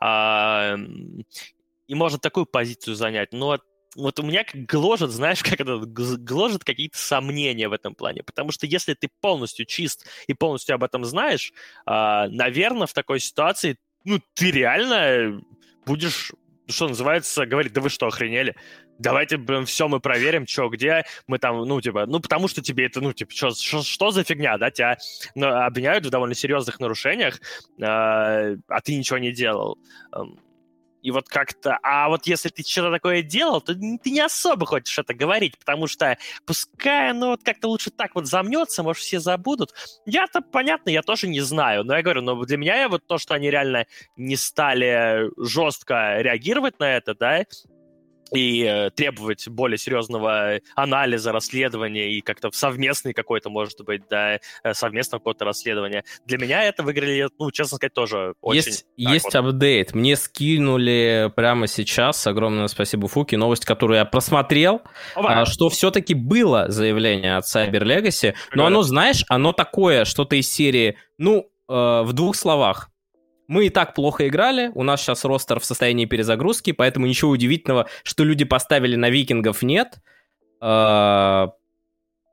И можно такую позицию занять. Но вот у меня гложет, знаешь, как это, гложет какие-то сомнения в этом плане. Потому что если ты полностью чист и полностью об этом знаешь, наверное, в такой ситуации, ну, ты реально будешь... что называется, говорит, да вы что, охренели? Давайте, блин, все мы проверим, что, где, мы там, ну, типа, ну, потому что тебе это, ну, типа, что за фигня, да, тебя обвиняют в довольно серьезных нарушениях, а ты ничего не делал. И вот как-то... А вот если ты что-то такое делал, то ты не особо хочешь это говорить, потому что пускай оно вот как-то лучше так вот замнется, может, все забудут. Я-то, понятно, я тоже не знаю, но я говорю, но для меня вот то, что они реально не стали жестко реагировать на это, да, и требовать более серьезного анализа, расследования и как-то совместный какой-то, может быть, да, совместного какого-то расследования. Для меня это выглядит, ну, честно сказать, тоже очень... Есть апдейт. Мне скинули прямо сейчас, огромное спасибо Фуки, новость, которую я просмотрел, что все-таки было заявление от Cyber Legacy, но оно, знаешь, оно такое, что-то из серии, ну, в 2 словах. Мы и так плохо играли, у нас сейчас ростер в состоянии перезагрузки, поэтому ничего удивительного, что люди поставили на викингов, нет.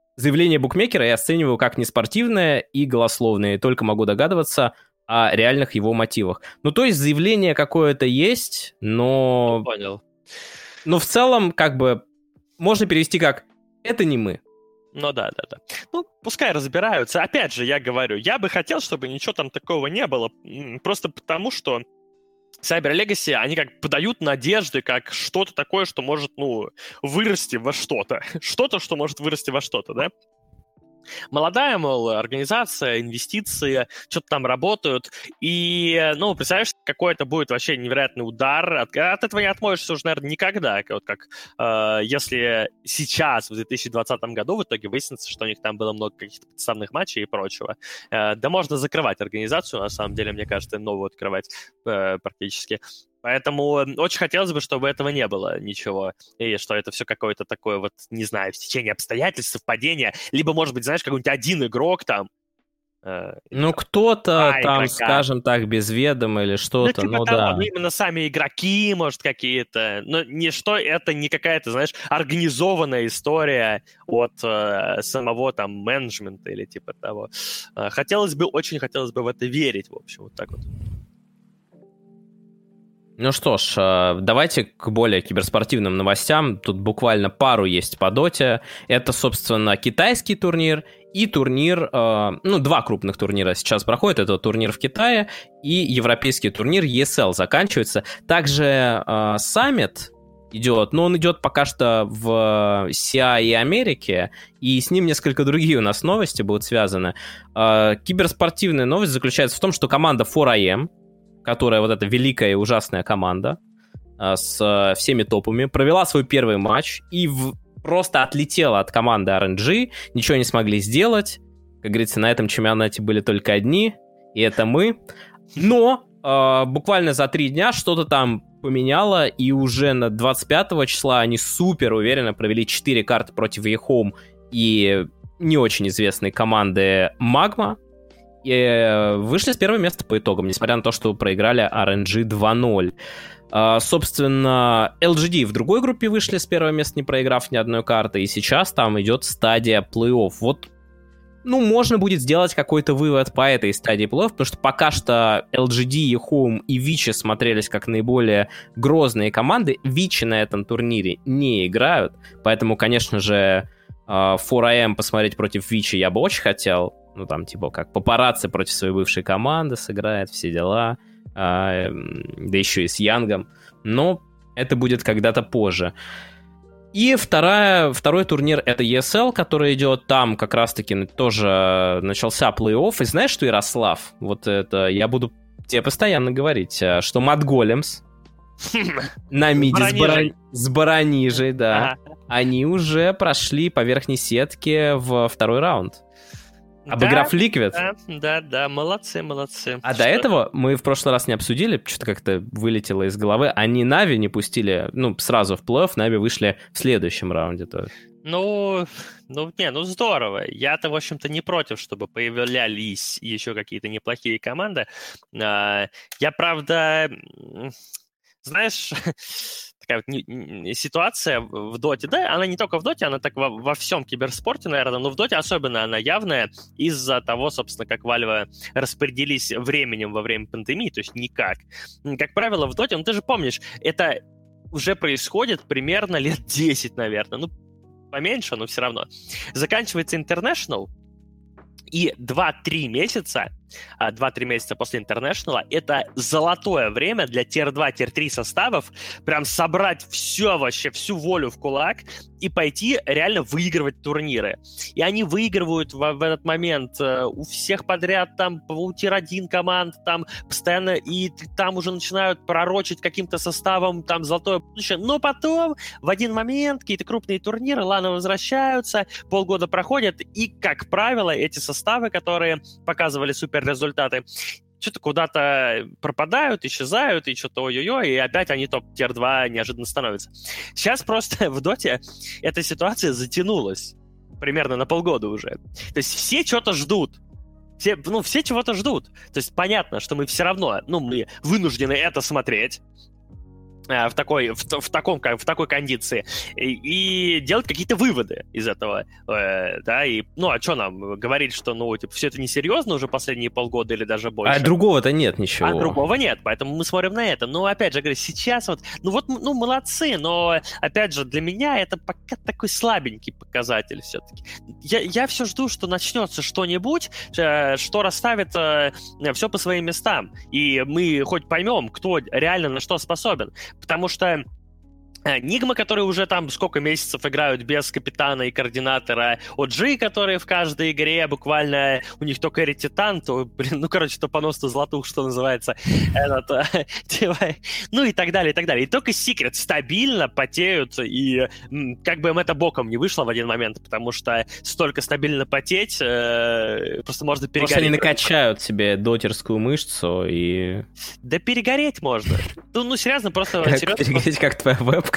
заявление букмекера я оцениваю как неспортивное и голословное, и только могу догадываться о реальных его мотивах. Ну, то есть заявление какое-то есть, но... Понял. Но в целом, как бы, можно перевести как «это не мы». Ну да. Ну, пускай разбираются. Опять же, я говорю, я бы хотел, чтобы ничего там такого не было, просто потому что Cyber Legacy, они как подают надежды, как что-то такое, что может, вырасти во что-то. Что-то, что может вырасти во что-то, да? Молодая, мол, организация, инвестиции, что-то там работают, и, представляешь, какой это будет вообще невероятный удар, от этого не отмоешься уже, наверное, никогда, вот как если сейчас, в 2020 году, в итоге выяснится, что у них там было много каких-то подставных матчей и прочего, да можно закрывать организацию, на самом деле, мне кажется, новую открывать практически. Поэтому очень хотелось бы, чтобы этого не было ничего, и что это все какое-то такое вот, не знаю, стечение обстоятельств, совпадение, либо, может быть, знаешь, какой-нибудь один игрок там. Кто-то там, скажем так, без ведома или что-то, да. Именно сами игроки, может, какие-то, но ничто это не какая-то, знаешь, организованная история от самого там менеджмента или типа того. Очень хотелось бы в это верить, в общем, вот так вот. Ну что ж, давайте к более киберспортивным новостям. Тут буквально пару есть по доте. Это, собственно, китайский турнир и турнир... два крупных турнира сейчас проходят. Это турнир в Китае и европейский турнир ESL заканчивается. Также саммит идет, но он идет пока что в CI и Америке, и с ним несколько другие у нас новости будут связаны. Киберспортивная новость заключается в том, что команда 4AM, которая вот эта великая и ужасная команда с всеми топами, провела свой первый матч и просто отлетела от команды RNG, ничего не смогли сделать. Как говорится, на этом чемпионате были только одни, и это мы. Но буквально за 3 дня что-то там поменяло, и уже на 25 числа они супер уверенно провели 4 карты против eHome и не очень известной команды Magma, и вышли с первого места по итогам, несмотря на то, что проиграли RNG 2-0. Собственно, LGD в другой группе вышли с первого места, не проиграв ни одной карты, и сейчас там идет стадия плей-офф. Вот, можно будет сделать какой-то вывод по этой стадии плей-офф, потому что пока что LGD, eHome и Вичи смотрелись как наиболее грозные команды. Вичи на этом турнире не играют, поэтому, конечно же, 4AM посмотреть против Вичи я бы очень хотел. Как папарацци против своей бывшей команды сыграет, все дела, да еще и с Янгом, но это будет когда-то позже. И второй турнир — это ESL, который идет, там как раз-таки тоже начался плей-офф, и знаешь, что, Ярослав, вот это я буду тебе постоянно говорить, что Mad Golems на миде с Баранижей, да, они уже прошли по верхней сетке в второй раунд. Обыграв Liquid? Да, молодцы. До этого мы в прошлый раз не обсудили, что-то как-то вылетело из головы. Они Нави не пустили, сразу в плей-офф, Нави вышли в следующем раунде тоже. Здорово. Я-то, в общем-то, не против, чтобы появлялись еще какие-то неплохие команды. Я, правда, знаешь... Такая вот ситуация в доте, да, она не только в доте, она так во всем киберспорте, наверное, но в доте особенно она явная из-за того, собственно, как Valve распределились временем во время пандемии, то есть никак. Как правило, в доте, ты же помнишь, это уже происходит примерно лет 10, наверное, поменьше, но все равно. Заканчивается International, и 2-3 месяца после International это золотое время для Tier-2, Tier-3 составов прям собрать всю волю в кулак и пойти реально выигрывать турниры. И они выигрывают в этот момент у всех подряд, там, у Tier-1 команд, там, постоянно, и там уже начинают пророчить каким-то составом, там, золотое будущее. Но потом, в один момент, какие-то крупные турниры, ланы возвращаются, полгода проходят, и, как правило, эти составы, которые показывали супер результаты, что-то куда-то пропадают, исчезают, и что-то ой-ой-ой, и опять они топ-тир-2 неожиданно становятся. Сейчас просто в доте эта ситуация затянулась примерно на полгода уже. То есть все что-то ждут. Все чего-то ждут. То есть понятно, что мы все равно, мы вынуждены это смотреть. в такой кондиции и делать какие-то выводы из этого, да, и, ну, а что нам говорить, что, ну, типа, все это несерьезно уже последние полгода или даже больше? А другого-то нет ничего. А другого нет, поэтому мы смотрим на это. Но, опять же, говорю, сейчас вот, ну, молодцы, но, опять же, для меня это пока такой слабенький показатель все-таки. Я все жду, что начнется что-нибудь, что расставит все по своим местам, и мы хоть поймем, кто реально на что способен. Потому что Нигма, которые уже там сколько месяцев играют без капитана и координатора, OG, которые в каждой игре буквально, у них то Кэрри Титан, то, блин, ну, короче, то понос, то золотух, что называется, ну и так далее, и так далее. И только Secret стабильно потеют, и как бы им это боком не вышло в один момент, потому что столько стабильно потеть, просто можно перегореть. Просто они накачают себе дотерскую мышцу и... Да перегореть можно. Ну, серьезно, просто... Перегореть, как твоя вебка.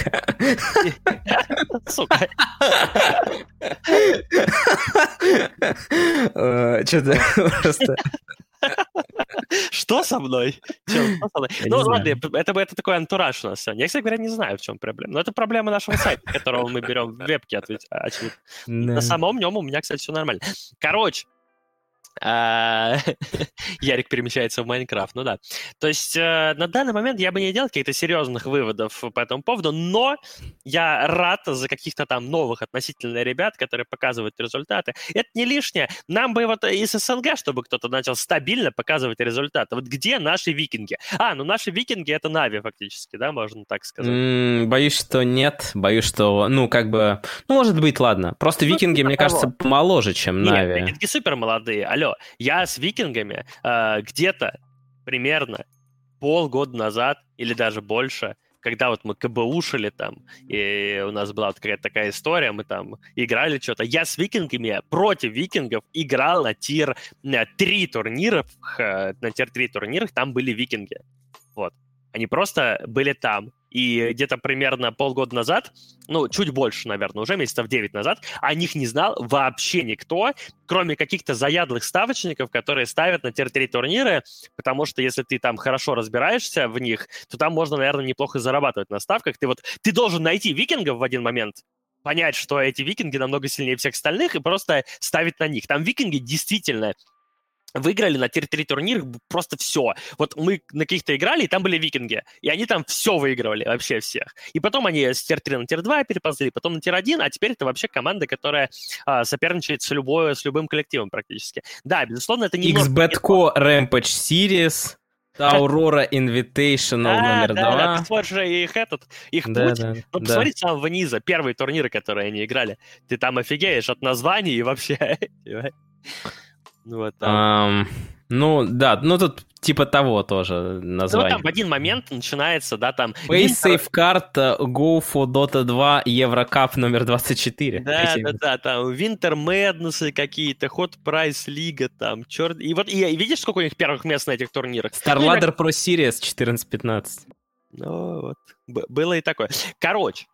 Сука. Что-то просто... Что со мной? Ну, ладно, это такой антураж у нас сегодня. Я, кстати говоря, не знаю, в чем проблема. Но это проблема нашего сайта, которого мы берем в вебке, очевидно. На самом нем у меня, кстати, все нормально. Короче, Ярик перемещается в Майнкрафт, ну да. То есть на данный момент я бы не делал каких-то серьезных выводов по этому поводу, но я рад за каких-то там новых относительно ребят, которые показывают результаты. Это не лишнее. Нам бы вот из СНГ, чтобы кто-то начал стабильно показывать результаты. Вот где наши викинги? Ну наши викинги — это Нави фактически, да, можно так сказать. Боюсь, что нет. Боюсь, что, ну, как бы... Ну, может быть, ладно. Просто викинги, мне кажется, моложе, чем Нави. Нет, викинги супер молодые. Алло, я с викингами где-то примерно полгода назад или даже больше, когда вот мы КБУшили там, и у нас была вот какая-то такая история, мы там играли что-то, я с викингами против викингов играл на тир-3 турнирах, там были викинги. Вот. Они просто были там. И где-то примерно полгода назад, ну, чуть больше, наверное, уже месяцев 9 назад, о них не знал вообще никто, кроме каких-то заядлых ставочников, которые ставят на тир-3 турниры, потому что если ты там хорошо разбираешься в них, то там можно, наверное, неплохо зарабатывать на ставках. Ты должен найти викингов в один момент, понять, что эти викинги намного сильнее всех остальных, и просто ставить на них. Там викинги действительно... выиграли на тир-3 турнирах просто все. Вот мы на каких-то играли, и там были викинги. И они там все выигрывали, вообще всех. И потом они с тир-3 на тир-2 переползли, потом на тир-1, а теперь это вообще команда, которая соперничает с любым коллективом практически. Да, безусловно, это не... XBETCO Rampage Series, Aurora Invitational номер 2. Да, ты смотришь их путь. Ну, посмотри с самого низа, первые турниры, которые они играли. Ты там офигеешь от названий и вообще... Вот ну, да, ну тут типа того тоже название. Ну, там в один момент начинается, да, там... Base Safeguard, Go for Dota 2, Еврокап номер 24. Да, там Winter Madness какие-то, Hot Prize Лига, там, черт... И вот, и видишь, сколько у них первых мест на этих турнирах? StarLadder Pro Series 14-15. Ну, вот, было и такое. Короче,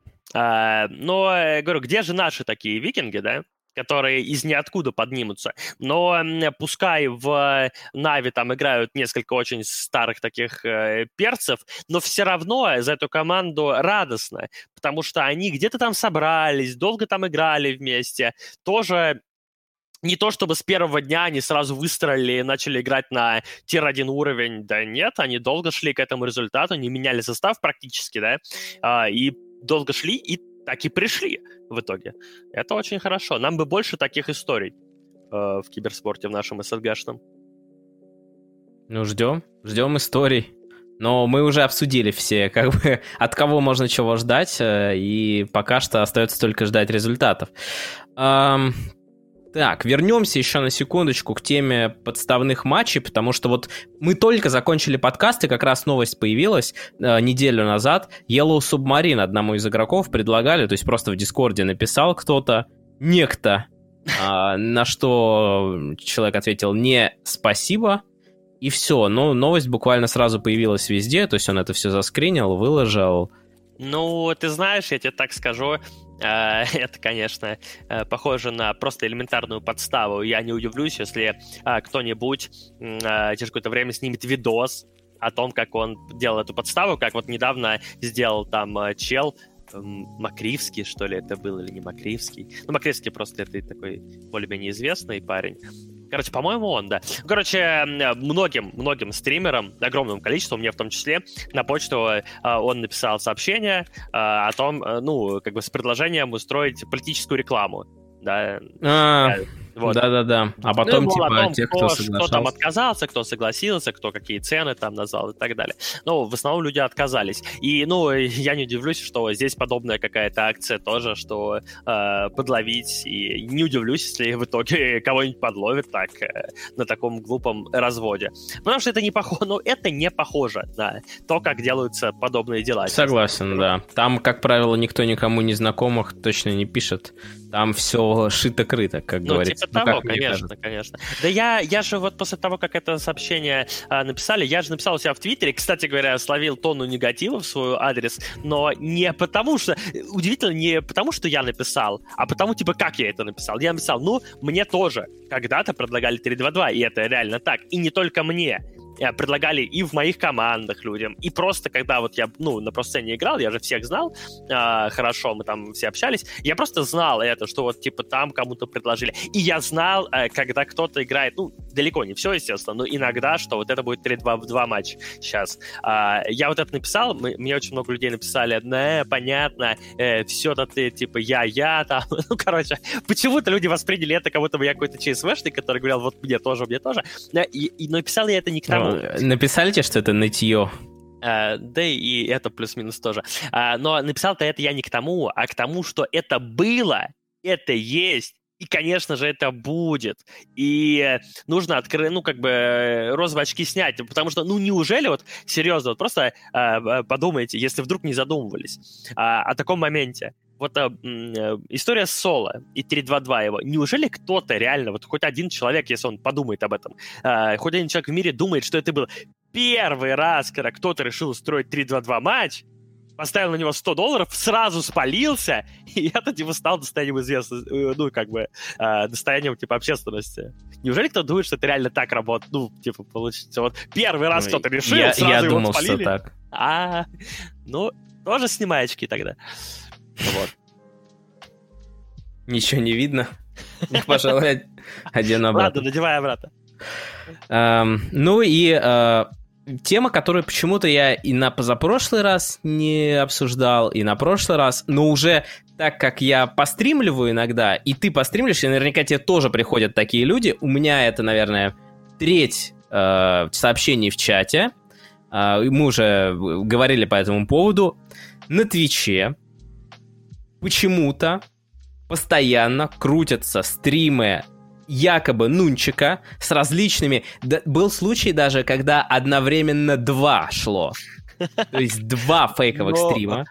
но, говорю, где же наши такие викинги, да? Которые из ниоткуда поднимутся. Но пускай в Нави там играют несколько очень старых таких перцев, но все равно за эту команду радостно, потому что они где-то там собрались, долго там играли вместе. Тоже не то, чтобы с первого дня они сразу выстрелили и начали играть на тир-1 уровень. Да нет, они долго шли к этому результату, не меняли состав практически, да, и долго шли, и так и пришли в итоге. Это очень хорошо. Нам бы больше таких историй в киберспорте в нашем СНГшном. Ну, ждем историй. Но мы уже обсудили все, как бы, от кого можно чего ждать, и пока что остается только ждать результатов. Так, вернемся еще на секундочку к теме подставных матчей, потому что вот мы только закончили подкаст, и как раз новость появилась неделю назад. Yellow Submarine одному из игроков предлагали, то есть просто в Дискорде написал кто-то, некто, на что человек ответил «не, спасибо», и все. Но новость буквально сразу появилась везде, то есть он это все заскринил, выложил. Ну, ты знаешь, я тебе так скажу, это, конечно, похоже на просто элементарную подставу. Я не удивлюсь, если кто-нибудь через какое-то время снимет видос о том, как он делал эту подставу, как вот недавно сделал там чел, Макривский, что ли, это был, или не Макривский. Ну, Макривский просто это такой более-менее известный парень. Короче, по-моему, он, да. Короче, многим стримерам, огромному количеству, мне в том числе, на почту он написал сообщение о том, ну, как бы с предложением устроить политическую рекламу. Да. Вот. Да. А потом, ну, типа, том, те, кто соглашался. Кто там отказался, кто согласился, кто какие цены там назвал и так далее. Ну, в основном люди отказались. И, ну, я не удивлюсь, что здесь подобная какая-то акция тоже, что подловить. И не удивлюсь, если в итоге кого-нибудь подловят так, на таком глупом разводе. Потому что это не похоже, ну, это не похоже на то, как делаются подобные дела. Согласен, да. Там, как правило, никто никому незнакомых точно не пишет. Там все шито-крыто, как говорится. Типа того, конечно. Да я же вот после того, как это сообщение написали, я же написал у себя в Твиттере, кстати говоря, словил тонну негатива в свой адрес, но не потому что, удивительно, не потому что я написал, а потому, типа, как я это написал. Я написал, ну, мне тоже когда-то предлагали 3-2-2, и это реально так, и не только мне. Предлагали и в моих командах людям, и просто когда вот я, ну, на просцене играл, я же всех знал, хорошо, мы там все общались, я просто знал это, что вот, типа, там кому-то предложили. И я знал, когда кто-то играет, ну, далеко не все, естественно, но иногда, что вот это будет 3-2-2 матч сейчас. Я вот это написал, мне очень много людей написали, понятно, все-то ты, типа, я, там, ну, короче, почему-то люди восприняли это, как будто бы я какой-то ЧСВшник, который говорил, вот мне тоже, но написал я это не к тому. Написали тебе, что это нытье? Да и это плюс-минус тоже. Но написал-то это я не к тому, а к тому, что это было, это есть, и, конечно же, это будет. И нужно открыть, ну, как бы, розовые очки снять, потому что, ну, неужели, вот, серьезно, вот просто подумайте, если вдруг не задумывались о таком моменте. Вот история с Соло и 3-2-2 его. Неужели кто-то реально, вот хоть один человек, если он подумает об этом, хоть один человек в мире думает, что это был первый раз, когда кто-то решил устроить 3-2-2 матч, поставил на него $100, сразу спалился, и это, типа, стал достоянием известности, ну, как бы, достоянием, типа, общественности. Неужели кто-то думает, что это реально так работает? Ну, типа, получится, вот первый раз кто-то решил, сразу я его думал, спалили. Что так. Ну, тоже снимай очки тогда. Вот. Ничего не видно. Пожалуй, один обратно. Ладно, надевай обратно. Ну и тема, которую почему-то я и на позапрошлый раз не обсуждал, и на прошлый раз, но уже так как я постримливаю иногда, и ты постримливаешь, и наверняка тебе тоже приходят такие люди. У меня это, наверное, треть сообщений в чате. Мы уже говорили по этому поводу. На Твиче почему-то постоянно крутятся стримы якобы Нунчика с различными... Был случай даже, когда одновременно 2 шло. То есть 2 фейковых стрима.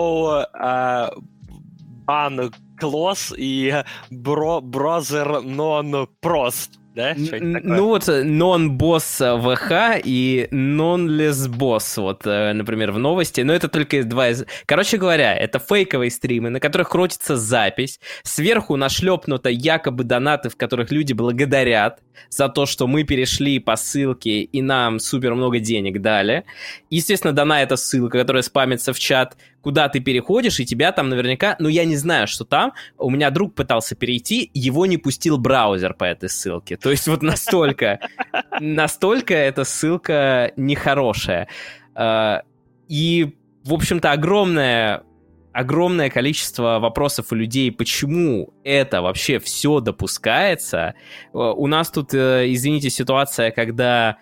Unclose и Brother Non-Prost. Да? Ну вот non-boss ВХ и non-less boss, вот, например, в новости. Но это только 2 из... Короче говоря, это фейковые стримы, на которых крутится запись. Сверху нашлепнуто якобы донаты, в которых люди благодарят за то, что мы перешли по ссылке и нам супер много денег дали. Естественно, дана эта ссылка, которая спамится в чат, куда ты переходишь, и тебя там наверняка... Ну, я не знаю, что там. У меня друг пытался перейти, его не пустил браузер по этой ссылке. То есть вот настолько эта ссылка нехорошая. И, в общем-то, огромное количество вопросов у людей, почему это вообще все допускается. У нас тут, извините, ситуация, когда...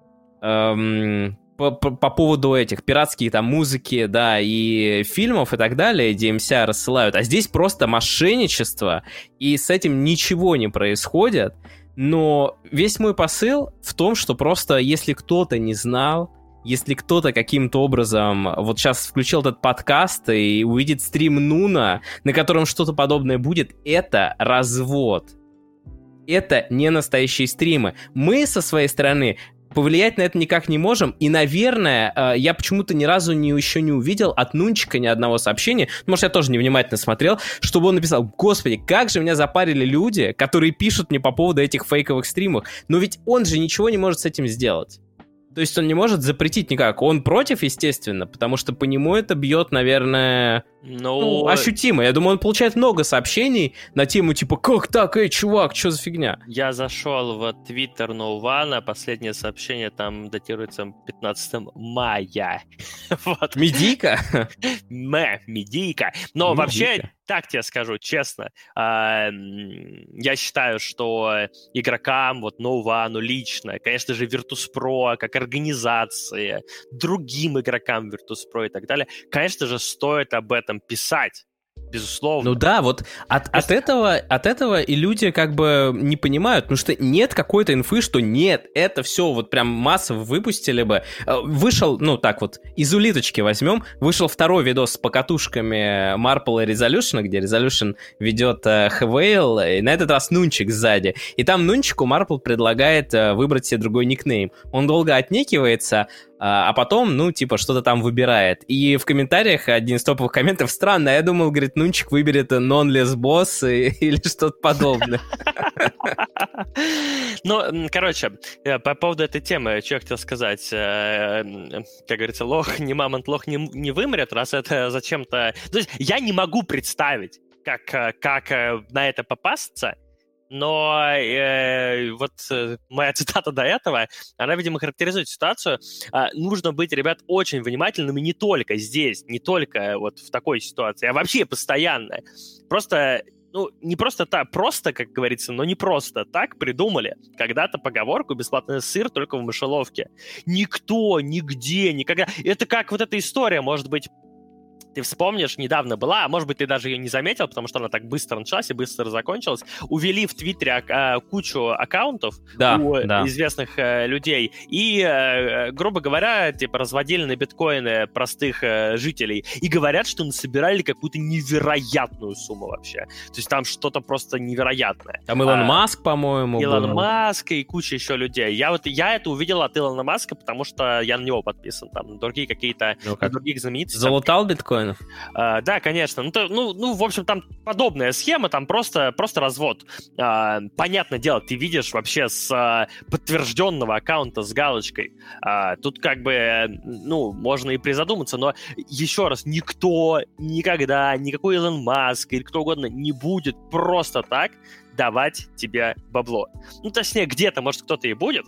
По поводу этих пиратских там музыки, да, и фильмов и так далее, DMCA рассылают, а здесь просто мошенничество, и с этим ничего не происходит, но весь мой посыл в том, что просто если кто-то не знал, если кто-то каким-то образом вот сейчас включил этот подкаст и увидит стрим Нуна, на котором что-то подобное будет, это развод. Это не настоящие стримы. Мы со своей стороны повлиять на это никак не можем, и, наверное, я почему-то ни разу еще не увидел от Нунчика ни одного сообщения, может, я тоже невнимательно смотрел, чтобы он написал: «Господи, как же меня запарили люди, которые пишут мне по поводу этих фейковых стримов, но ведь он же ничего не может с этим сделать». То есть он не может запретить никак. Он против, естественно, потому что по нему это бьет, наверное, ощутимо. Я думаю, он получает много сообщений на тему типа «Как так? Эй, чувак, что за фигня?» Я зашел в Twitter No1, последнее сообщение там датируется 15 мая. Вот. Медийка? Медийка. Но вообще, так тебе скажу, честно, я считаю, что игрокам, вот No1 лично, конечно же, Virtus.pro, как организации, другим игрокам Virtus.pro и так далее, конечно же, стоит об этом писать. Безусловно. Ну да, вот от этого и люди как бы не понимают, потому что нет какой-то инфы, что нет, это все вот прям массово выпустили бы. Вышел, ну так вот, из улиточки возьмем, вышел второй видос с покатушками Marple и Resolution, где Resolution ведет Хвейл, и на этот раз Нунчик сзади. И там Нунчику Marple предлагает выбрать себе другой никнейм. Он долго отнекивается, а потом, ну, типа, что-то там выбирает. И в комментариях один из топовых комментов: странно, я думал, говорит, Нунчик выберет Non-Less Boss или что-то подобное. Ну, короче, по поводу этой темы, что я хотел сказать. Как говорится, лох, не мамонт, лох не вымрет, раз это зачем-то... То есть я не могу представить, как на это попасться, но вот моя цитата до этого, она, видимо, характеризует ситуацию. Нужно быть, ребят, очень внимательными не только здесь, не только вот в такой ситуации, а вообще постоянно. Просто, ну, не просто так, просто, как говорится, но не просто так придумали когда-то поговорку «бесплатный сыр только в мышеловке». Никто, нигде, никогда... Это как вот эта история, может быть, ты вспомнишь, недавно была, а может быть, ты даже ее не заметил, потому что она так быстро началась и быстро закончилась. Увели в Твиттере кучу аккаунтов у известных людей и, грубо говоря, типа разводили на биткоины простых жителей. И говорят, что насобирали какую-то невероятную сумму вообще. То есть там что-то просто невероятное. Там Илон Маск, по-моему, Илон Маск и куча еще людей. Я это увидел от Илона Маска, потому что я на него подписан. Там другие какие-то, других знаменитостей. Залутал биткоин? Да, конечно. Ну, в общем, там подобная схема, там просто развод. Понятное дело, ты видишь вообще с подтвержденного аккаунта с галочкой. Тут как бы, ну, можно и призадуматься, но еще раз, никто никогда, никакой Илон Маск или кто угодно не будет просто так давать тебе бабло. Ну, точнее, где-то, может, кто-то и будет,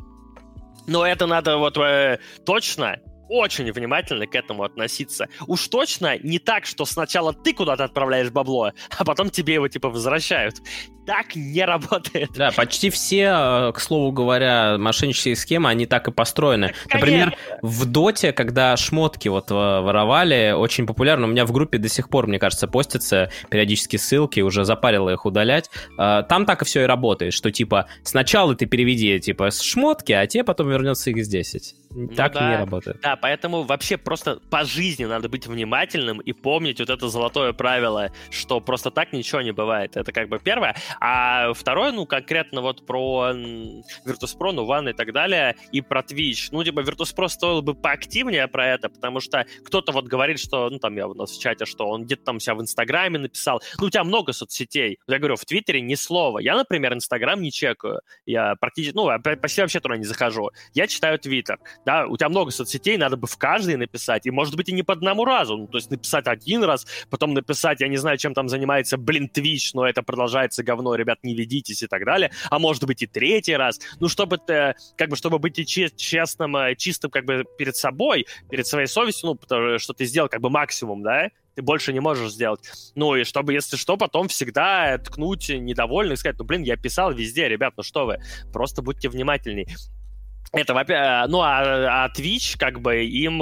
но это надо вот точно... очень внимательно к этому относиться. Уж точно не так, что сначала ты куда-то отправляешь бабло, а потом тебе его типа возвращают. Так не работает. Да, почти все, к слову говоря, мошеннические схемы, они так и построены. Например, в Доте, когда шмотки вот воровали, очень популярно, у меня в группе до сих пор, мне кажется, постятся периодически ссылки, уже запарило их удалять. Там так и все и работает, что типа сначала ты переведи типа шмотки, а тебе потом вернется x10. Так не работает. Да, поэтому вообще просто по жизни надо быть внимательным и помнить вот это золотое правило, что просто так ничего не бывает. Это как бы первое. А второе, ну, конкретно вот про Virtus.pro, No1 и так далее, и про Twitch. Ну, типа, Virtus.pro стоило бы поактивнее про это, потому что кто-то вот говорит, что, ну, там, я у нас в чате, что он где-то там себя в Инстаграме написал. Ну, у тебя много соцсетей. Я говорю, в Твиттере ни слова. Я, например, Инстаграм не чекаю. Я практически, ну, почти вообще туда не захожу. Я читаю Твиттер. Да, у тебя много соцсетей, надо бы в каждой написать, и, может быть, и не по одному разу. Ну, то есть написать один раз, потом написать, я не знаю, чем там занимается, Twitch, но это продолжается говно, ребят, не ведитесь и так далее. А может быть, и третий раз. Ну, чтобы чтобы быть честным, чистым как бы перед собой, перед своей совестью, ну, потому что ты сделал как бы максимум, да, ты больше не можешь сделать. Ну, и чтобы, если что, потом всегда ткнуть недовольных и сказать, ну, блин, я писал везде, ребят, ну что вы, просто будьте внимательней. Это, ну, а Twitch, как бы, им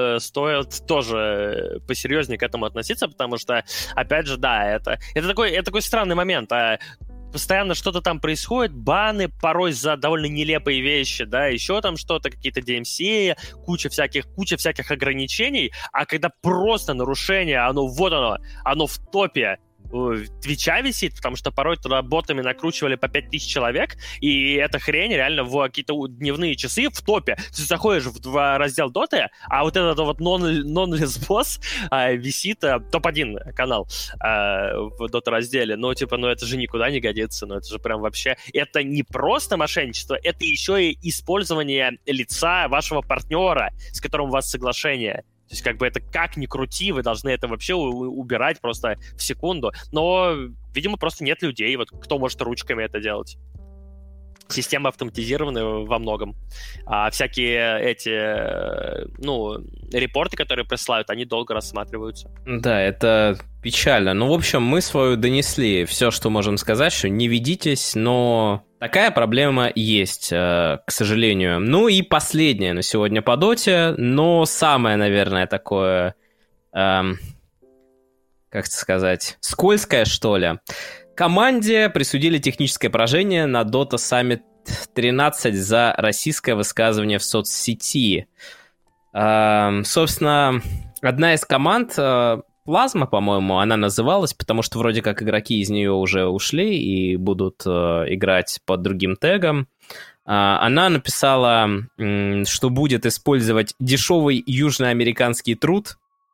стоит тоже посерьезнее к этому относиться, потому что, опять же, да, это такой странный момент. Постоянно что-то там происходит, баны порой за довольно нелепые вещи, да, еще там что-то, какие-то DMCA, куча всяких ограничений, а когда просто нарушение, оно в топе Твича висит, потому что порой туда ботами накручивали по 5000 человек, и эта хрень реально в какие-то дневные часы в топе. Ты заходишь в раздел Доты, а вот этот вот non-less босс висит, топ-1 канал в Дота разделе. Ну, типа, ну это же никуда не годится, ну это же прям вообще... Это не просто мошенничество, это еще и использование лица вашего партнера, с которым у вас соглашение. То есть, как бы это как ни крути, вы должны это вообще убирать просто в секунду. Но, видимо, просто нет людей, вот кто может ручками это делать. Система автоматизирована во многом. А всякие эти, репорты, которые присылают, они долго рассматриваются. Да, это печально. Ну, в общем, мы свою донесли. Все, что можем сказать, что не ведитесь, но такая проблема есть, к сожалению. Ну и последнее на сегодня по доте, но самое, наверное, такое, как сказать, скользкое, что ли. Команде присудили техническое поражение на Dota Summit 13 за российское высказывание в соцсети. Собственно, одна из команд, Плазма, по-моему, она называлась, потому что вроде как игроки из нее уже ушли и будут играть под другим тегом. Она написала, что будет использовать дешевый южноамериканский труд.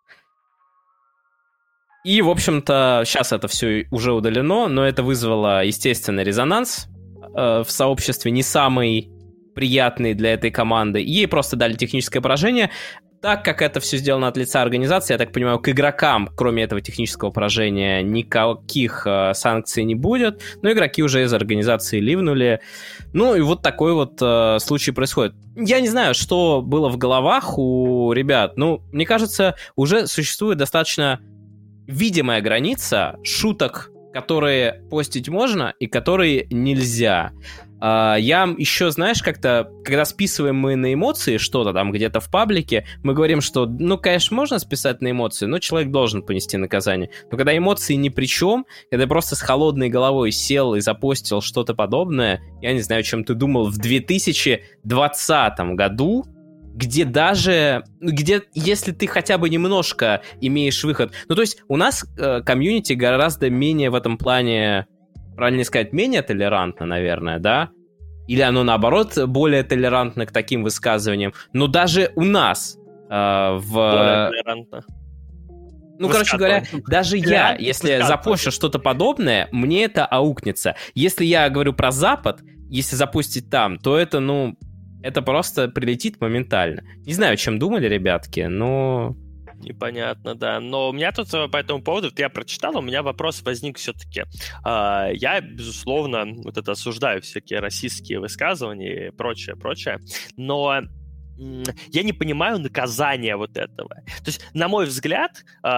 И, в общем-то, сейчас это все уже удалено, но это вызвало, естественно, резонанс в сообществе, не самый приятный для этой команды. Ей просто дали техническое поражение. Так как это все сделано от лица организации, я так понимаю, к игрокам, кроме этого технического поражения, никаких санкций не будет. Но игроки уже из организации ливнули. Ну и вот такой вот случай происходит. Я не знаю, что было в головах у ребят. Ну, мне кажется, уже существует достаточно видимая граница шуток, которые постить можно и которые нельзя. Я еще, знаешь, как-то, когда списываем мы на эмоции что-то там где-то в паблике, мы говорим, что, ну, конечно, можно списать на эмоции, но человек должен понести наказание. Но когда эмоции ни при чем, когда просто с холодной головой сел и запостил что-то подобное, я не знаю, о чем ты думал в 2020 году, где если ты хотя бы немножко имеешь выход... Ну, то есть у нас комьюнити гораздо менее в этом плане, правильно сказать, менее толерантно, наверное, да? Или оно, наоборот, более толерантно к таким высказываниям. Но даже у нас более толерантно. Ну, короче говоря, даже я, если запущу что-то подобное, мне это аукнется. Если я говорю про Запад, если запустить там, то это, это просто прилетит моментально. Не знаю, о чем думали ребятки, но... Непонятно, да. Но у меня тут по этому поводу, я прочитал, у меня вопрос возник все-таки. Я, безусловно, вот это осуждаю всякие российские высказывания и прочее, но я не понимаю наказания вот этого. То есть, на мой взгляд,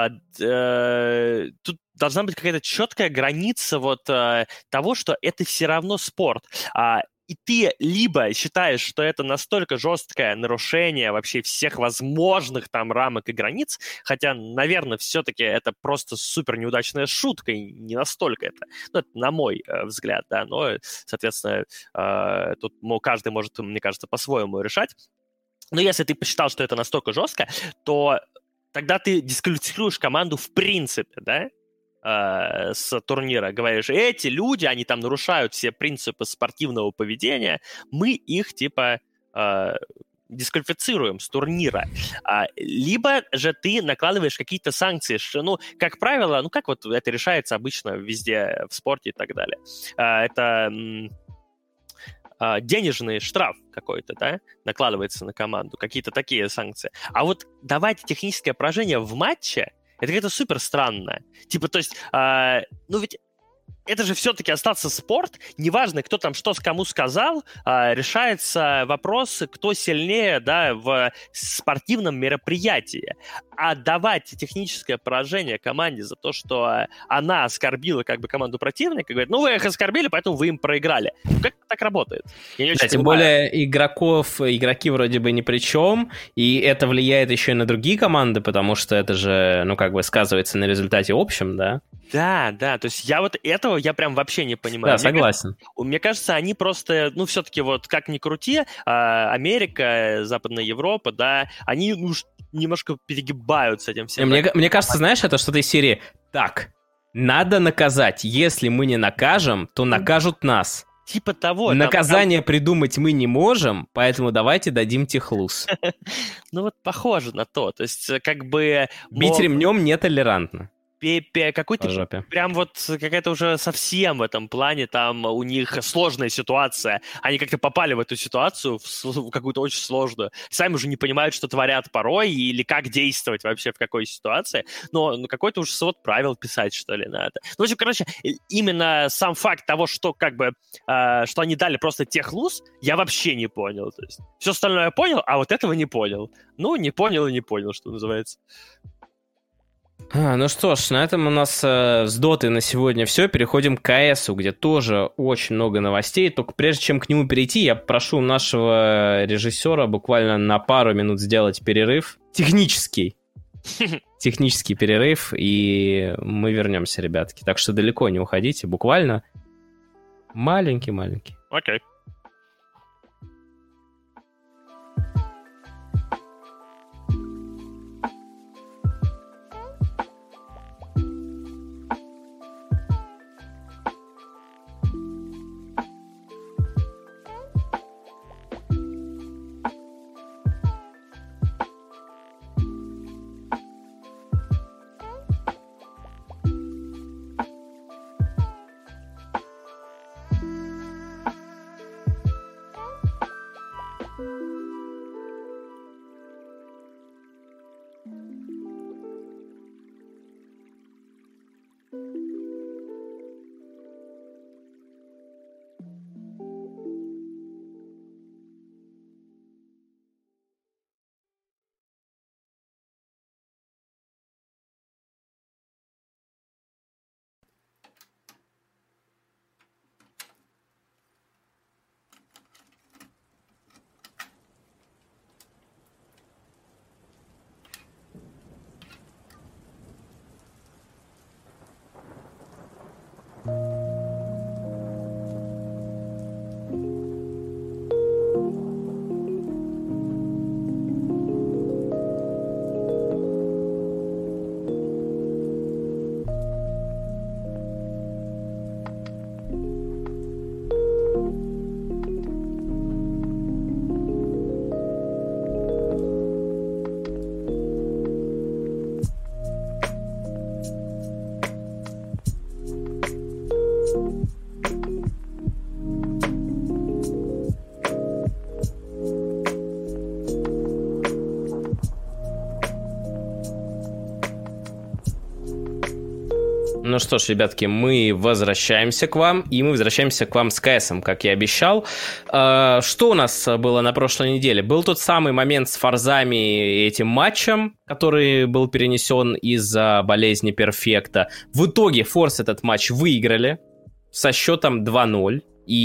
тут должна быть какая-то четкая граница вот того, что это все равно спорт. И ты либо считаешь, что это настолько жесткое нарушение вообще всех возможных там рамок и границ, хотя, наверное, все-таки это просто супер неудачная шутка, и не настолько это. Ну, это на мой взгляд, да, но, соответственно, тут каждый может, мне кажется, по-своему решать. Но если ты посчитал, что это настолько жестко, то тогда ты дисквалифицируешь команду в принципе, да? С турнира, говоришь, эти люди, они там нарушают все принципы спортивного поведения, мы их, типа, дисквалифицируем с турнира. Либо же ты накладываешь какие-то санкции, что, как правило, как вот это решается обычно везде в спорте и так далее. Это денежный штраф какой-то, да, накладывается на команду, какие-то такие санкции. А вот давать техническое поражение в матче, это как-то супер странно. Типа, то есть, ведь это же все-таки остался спорт. Неважно, кто там что кому сказал, решается вопрос, кто сильнее, да, в спортивном мероприятии. А давать техническое поражение команде за то, что она оскорбила как бы команду противника, говорит, вы их оскорбили, поэтому вы им проиграли. Как это так работает? Я не очень тем более игроки вроде бы ни при чем, и это влияет еще и на другие команды, потому что это же, сказывается на результате общем, да? Да, то есть этого я прям вообще не понимаю. Да, согласен. Мне кажется, они просто, все-таки вот как ни крути, Америка, Западная Европа, да, они немножко перегибают с этим всем. Мне кажется, знаешь, это что-то из серии «Так, Надо наказать. Если мы не накажем, то накажут нас. Типа того. Наказание придумать мы не можем, поэтому давайте дадим техлуз. Ну вот похоже на то. То есть как бы... Бить ремнем нетолерантно. Какой-то прям вот какая-то уже совсем в этом плане там у них сложная ситуация. Они как-то попали в эту ситуацию, в какую-то очень сложную. Сами уже не понимают, что творят порой или как действовать вообще в какой ситуации. Но какой-то уже свод правил писать, что ли, надо. Ну, в общем, короче, именно сам факт того, что как бы, что они дали просто техлуз, я вообще не понял. То есть все остальное я понял, а вот этого не понял. Ну, не понял и не понял, что называется. Ну что ж, на этом у нас с Дотой на сегодня все. Переходим к КСу, где тоже очень много новостей. Только прежде чем к нему перейти, я прошу нашего режиссера буквально на пару минут сделать перерыв. Технический перерыв, и мы вернемся, ребятки. Так что далеко не уходите, буквально маленький-маленький. Окей. Ну что ж, ребятки, мы возвращаемся к вам, и мы возвращаемся к вам с КСом, как я обещал. Что у нас было на прошлой неделе? Был тот самый момент с форзами и этим матчем, который был перенесен из-за болезни Перфекта. В итоге Форс этот матч выиграли со счетом 2-0.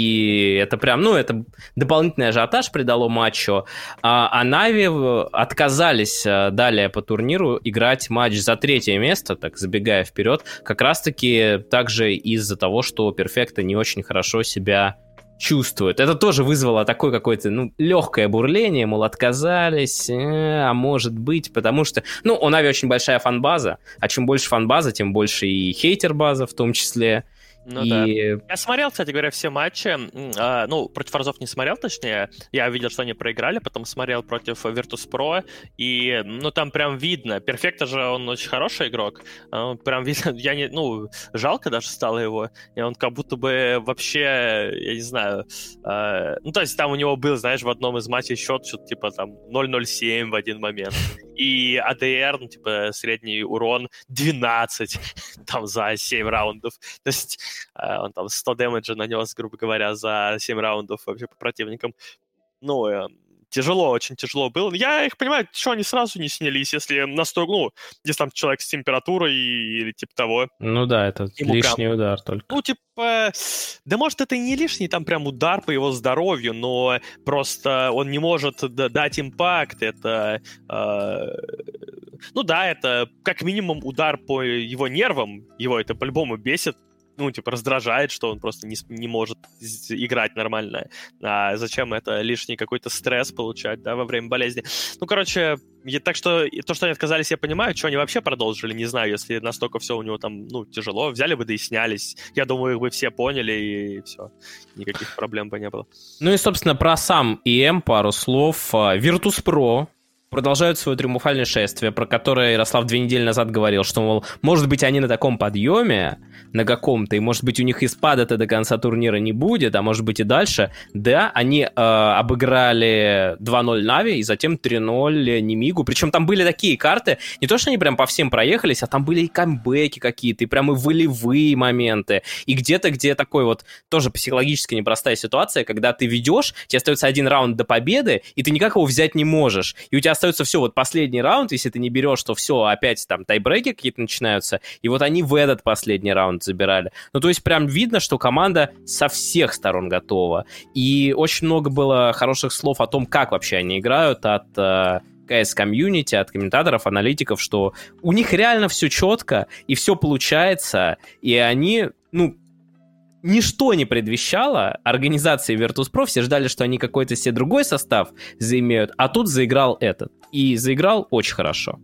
И это прям, это дополнительный ажиотаж придало матчу. А Нави отказались далее по турниру играть матч за третье место, так забегая вперед, как раз-таки также из-за того, что Перфекта не очень хорошо себя чувствует. Это тоже вызвало такое какое-то, легкое бурление, мол, отказались, а может быть, потому что, у Нави очень большая фан-база, а чем больше фан-база, тем больше и хейтер-база в том числе. Да. Я смотрел, кстати говоря, все матчи. Против Форзов не смотрел, точнее. Я видел, что они проиграли, потом смотрел против Virtus.pro. И, там прям видно. Перфекта же, он очень хороший игрок. Прям видно, жалко даже стало его. И он как будто бы вообще, я не знаю... то есть там у него был, знаешь, в одном из матчей счет, что-то типа там 0-0-7 в один момент. И АДР, средний урон 12 там за 7 раундов. То есть он там 100 дэмэджа нанес, грубо говоря, за 7 раундов вообще по противникам. Тяжело, очень тяжело было. Я их понимаю, что они сразу не снялись, если настолько, если там человек с температурой или типа того. Это лишний удар только. Да может это и не лишний там прям удар по его здоровью, но просто он не может дать импакт. Это, это как минимум удар по его нервам, его это по-любому бесит. ну, типа, раздражает, что он просто не может играть нормально. А зачем это лишний какой-то стресс получать, да, во время болезни? Ну, короче, так что то, что они отказались, я понимаю. Что они вообще продолжили, не знаю, если настолько все у него там, ну, тяжело. Взяли бы, да и снялись. Я думаю, их бы все поняли, и все. Никаких проблем бы не было. Ну и, собственно, про сам ИМ пару слов. Virtus.pro продолжают свое триумфальное шествие, про которое Ярослав 2 недели назад говорил, что, мол, может быть, они на таком подъеме, на каком-то, и, может быть, у них и спада-то до конца турнира не будет, а может быть и дальше. Да, они обыграли 2-0 Нави и затем 3-0 Немигу. Причем там были такие карты, не то, что они прям по всем проехались, а там были и камбэки какие-то, и прям и волевые моменты. И где-то, где такой вот тоже психологически непростая ситуация, когда ты ведешь, тебе остается один раунд до победы, и ты никак его взять не можешь. И у тебя остается все, вот последний раунд, если ты не берешь, то все, опять там тайбреки какие-то начинаются, и вот они в этот последний раунд забирали. Ну, то есть прям видно, что команда со всех сторон готова. И очень много было хороших слов о том, как вообще они играют от CS-комьюнити, от комментаторов, аналитиков, что у них реально все четко, и все получается, и они, ну, ничто не предвещало организации Virtus.pro, все ждали, что они какой-то себе другой состав заимеют, а тут заиграл этот. И заиграл очень хорошо.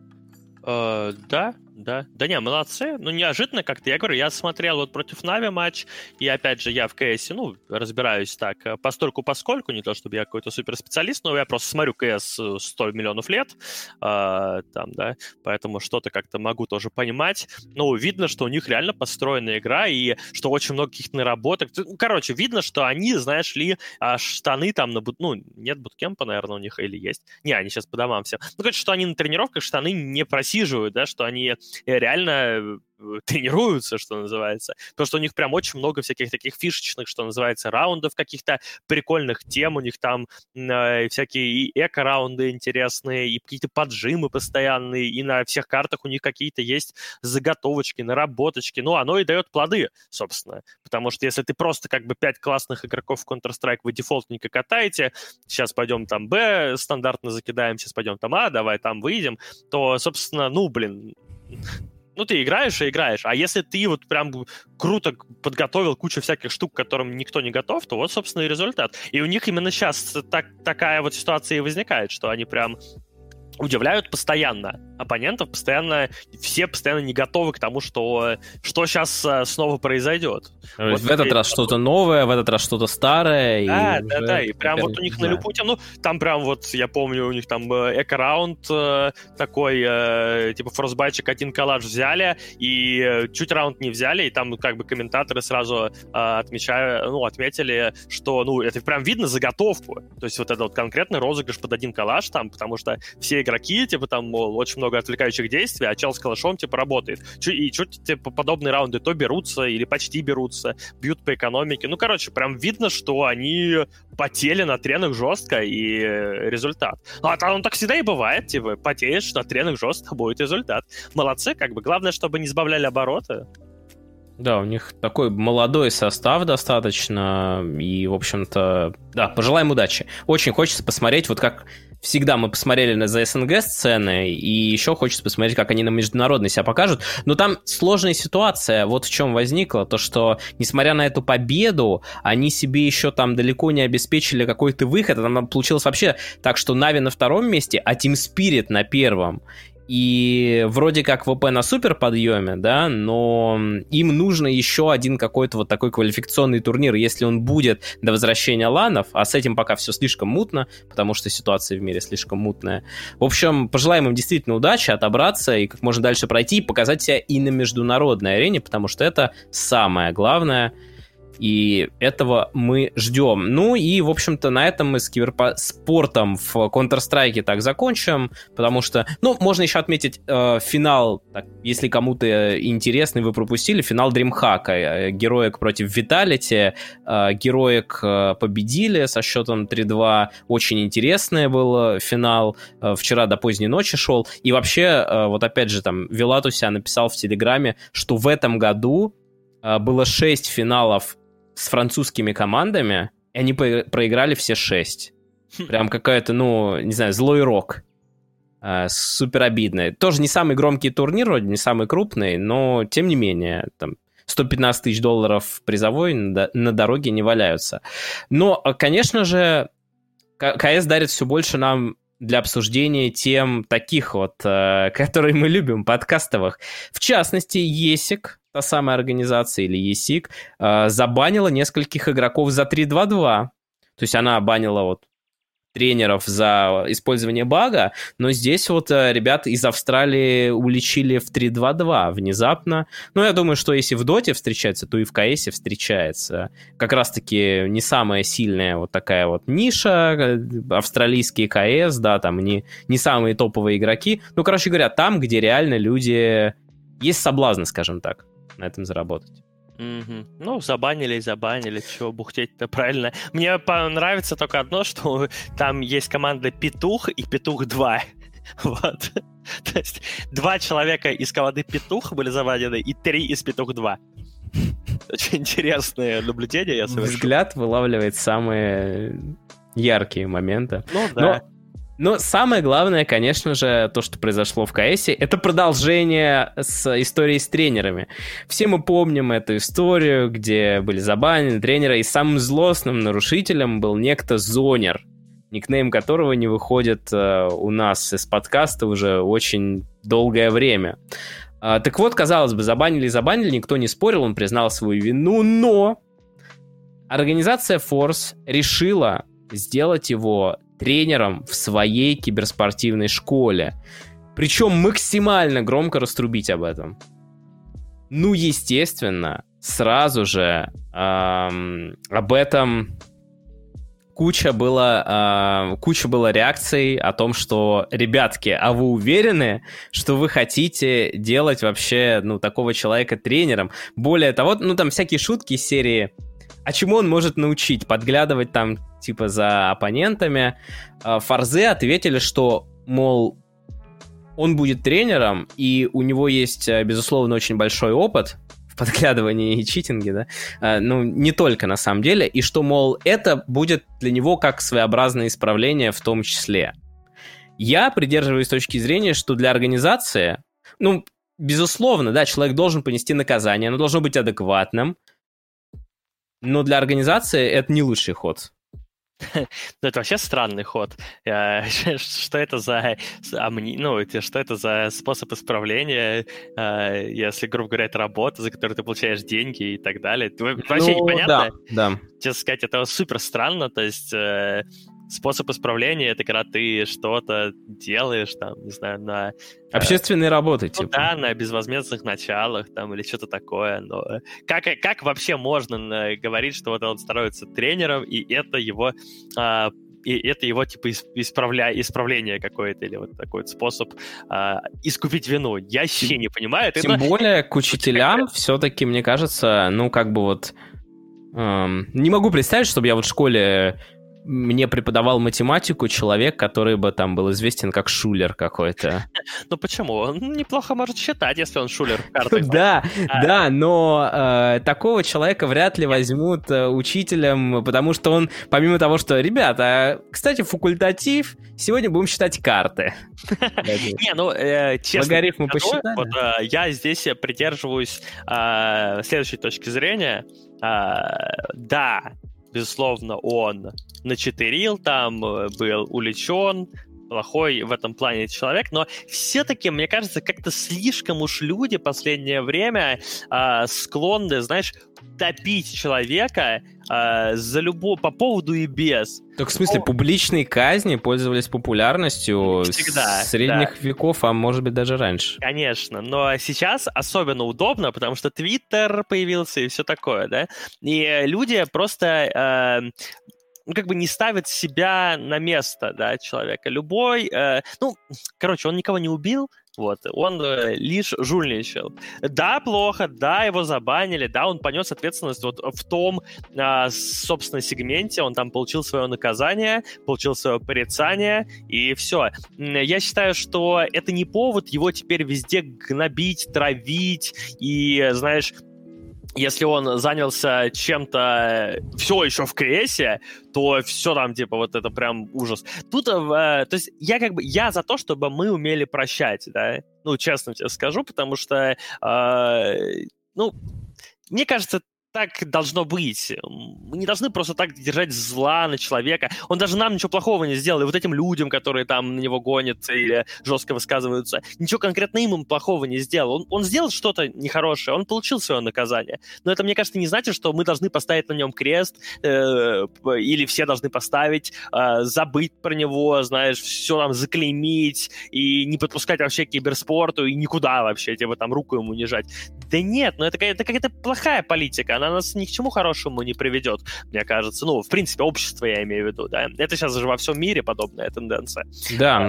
Да. Да не, молодцы. Ну, неожиданно как-то. Я говорю, я смотрел вот против Нави матч, и опять же, я в КС, ну, разбираюсь так, постольку-поскольку, не то чтобы я какой-то суперспециалист, но я просто смотрю КС 100 миллионов лет, там, да, поэтому что-то как-то могу тоже понимать. Ну, видно, что у них реально построена игра, и что очень много каких-то наработок. Короче, видно, что они, знаешь ли, штаны там, ну, нет буткемпа, наверное, у них, или есть. Не, они сейчас по домам все. Ну, короче, что они на тренировках штаны не просиживают, да, что они реально тренируются, что называется. Потому что у них прям очень много всяких таких фишечных, что называется, раундов, каких-то прикольных тем. У них там всякие и эко-раунды интересные, и какие-то поджимы постоянные, и на всех картах у них какие-то есть заготовочки, наработочки. Ну, оно и дает плоды, собственно. Потому что если ты просто как бы 5 классных игроков в Counter-Strike вы дефолтненько катаете, сейчас пойдем там Б стандартно закидаем, сейчас пойдем там А, давай там выйдем, то, собственно, ну, блин, ну, ты играешь и играешь. А если ты вот прям круто подготовил кучу всяких штук, к которым никто не готов, то вот, собственно, и результат. И у них именно сейчас такая вот ситуация и возникает, что они прям удивляют постоянно оппонентов, все постоянно не готовы к тому, что сейчас снова произойдет. Вот в этот раз что-то новое, в этот раз что-то старое. Да, и прям вот у них на любую тему, ну, там прям вот, я помню, у них там эко-раунд такой, типа фростбайчик, один коллаж взяли, и чуть раунд не взяли, и там как бы комментаторы сразу отметили, что, ну, это прям видно заготовку, то есть вот это вот конкретный розыгрыш под один коллаж там, потому что все игроки, типа, там, мол, очень много отвлекающих действий, а чел с калашом, типа, работает. И чуть, типа, подобные раунды то берутся или почти берутся, бьют по экономике. Ну, короче, прям видно, что они потели на тренах жестко, и результат. А там так всегда и бывает, типа, потеешь на тренах жестко, будет результат. Молодцы, как бы. Главное, чтобы не сбавляли обороты. Да, у них такой молодой состав достаточно, и, в общем-то, да, пожелаем удачи. Очень хочется посмотреть, вот как всегда мы посмотрели на СНГ сцены, и еще хочется посмотреть, как они на международной себя покажут. Но там сложная ситуация, вот в чем возникла, то что, несмотря на эту победу, они себе еще там далеко не обеспечили какой-то выход, а там получилось вообще так, что Нави на втором месте, а Team Spirit на первом. И вроде как ВП на супер подъеме, да, но им нужно еще один какой-то вот такой квалификационный турнир, если он будет до возвращения ланов, а с этим пока все слишком мутно, потому что ситуация в мире слишком мутная. В общем, пожелаем им действительно удачи, отобраться и как можно дальше пройти и показать себя и на международной арене, потому что это самое главное. И этого мы ждем. Ну и, в общем-то, на этом мы с киберспортом в Counter-Strike так закончим, потому что, ну, можно еще отметить финал, так, если кому-то интересный, вы пропустили, финал DreamHack. Героик против Vitality. Героик победили со счетом 3-2. Очень интересный был финал. Вчера до поздней ночи шел. И вообще, вот опять же, там, Вилатуся написал в Телеграме, что в этом году было 6 финалов с французскими командами, и они проиграли все 6. Прям какая-то, ну, не знаю, злой рок. Супер обидный. Тоже не самый громкий турнир, вроде не самый крупный, но тем не менее, там 115 тысяч долларов призовой на дороге не валяются. Но, конечно же, КС дарит все больше нам для обсуждения тем таких вот, которые мы любим, подкастовых. В частности, ESIC, та самая организация, или ESIC, забанила нескольких игроков за 3.2.2. То есть она банила вот тренеров за использование бага, но здесь вот ребят из Австралии уличили в 3.2.2 внезапно. Ну, я думаю, что если в Доте встречается, то и в КСе встречается. Как раз-таки не самая сильная вот такая вот ниша, австралийский КС, да, там не самые топовые игроки. Ну, короче говоря, там, где реально люди... Есть соблазны, скажем так, на этом заработать. Mm-hmm. Ну, забанили, чего бухтеть-то, правильно. Мне понравится только одно, что там есть команда Петух и Петух 2. Вот. То есть 2 человека из команды Петух были забанены и 3 из Петух 2. Очень интересное наблюдение, я совершил. Взгляд вылавливает самые яркие моменты. Ну, да. Но самое главное, конечно же, то, что произошло в КСе, это продолжение с историей с тренерами. Все мы помним эту историю, где были забанены тренеры, и самым злостным нарушителем был некто Зонер, никнейм которого не выходит у нас из подкаста уже очень долгое время. Так вот, казалось бы, забанили, никто не спорил, он признал свою вину, но организация Force решила сделать его тренером в своей киберспортивной школе. Причем максимально громко раструбить об этом. Ну, естественно, сразу же об этом куча было реакций о том, что, ребятки, а вы уверены, что вы хотите делать вообще, такого человека тренером? Более того, там всякие шутки из серии... А чему он может научить? Подглядывать там, типа, за оппонентами. Форзе ответили, что, мол, он будет тренером, и у него есть, безусловно, очень большой опыт в подглядывании и читинге, да? Не только, на самом деле. И что, мол, это будет для него как своеобразное исправление в том числе. Я придерживаюсь точки зрения, что для организации, безусловно, да, человек должен понести наказание, оно должно быть адекватным, но для организации это не лучший ход. Это вообще странный ход. Что это за способ исправления, если, грубо говоря, это работа, за которую ты получаешь деньги и так далее? Вообще непонятно. Да. Честно сказать, это супер странно. То есть способ исправления — это когда ты что-то делаешь, там, не знаю, на... Общественные работы, типа. Да, на безвозмездных началах, там, или что-то такое. Но как вообще можно говорить, что вот он становится тренером, и это его... типа исправление какое-то, или вот такой вот способ искупить вину. Я вообще не понимаю. Тем более к учителям все-таки, мне кажется, не могу представить, чтобы я вот в школе мне преподавал математику человек, который бы там был известен как шулер какой-то. Ну почему? Он неплохо может считать, если он шулер в картах. Да, но такого человека вряд ли возьмут учителем, потому что он, помимо того, что, ребята, кстати, факультатив, сегодня будем считать карты. Честно, логарифмы посчитали. Я здесь придерживаюсь следующей точки зрения. Да, безусловно, он начитерил, там был уличен, плохой в этом плане человек, но все-таки, мне кажется, как-то слишком уж люди в последнее время склонны, знаешь, топить человека по поводу и без. Так в смысле, публичные казни пользовались популярностью всегда, с средних веков, а может быть даже раньше. Конечно, но сейчас особенно удобно, потому что Твиттер появился и все такое, да, и люди просто... не ставит себя на место, да, человека. Любой, он никого не убил, вот, он лишь жульничал. Да, плохо, да, его забанили, да, он понес ответственность вот в том, собственно, сегменте, он там получил свое наказание, получил свое порицание, и все. Я считаю, что это не повод его теперь везде гнобить, травить, и, знаешь, если он занялся чем-то все еще в КСе, то все там, типа, вот это прям ужас. Тут, то есть, я за то, чтобы мы умели прощать, да, честно тебе скажу, потому что ну, мне кажется, так должно быть. Мы не должны просто так держать зла на человека. Он даже нам ничего плохого не сделал. И вот этим людям, которые там на него гонят или жестко высказываются, ничего конкретно им плохого не сделал. Он сделал что-то нехорошее, он получил свое наказание. Но это, мне кажется, не значит, что мы должны поставить на нем крест, или все должны поставить, забыть про него, знаешь, все там заклеймить и не подпускать вообще к киберспорту и никуда вообще, типа там руку ему не жать. Да нет, это какая-то плохая политика. Она нас ни к чему хорошему не приведет, мне кажется. Ну, в принципе, общество я имею в виду, да. Это сейчас же во всем мире подобная тенденция. Да,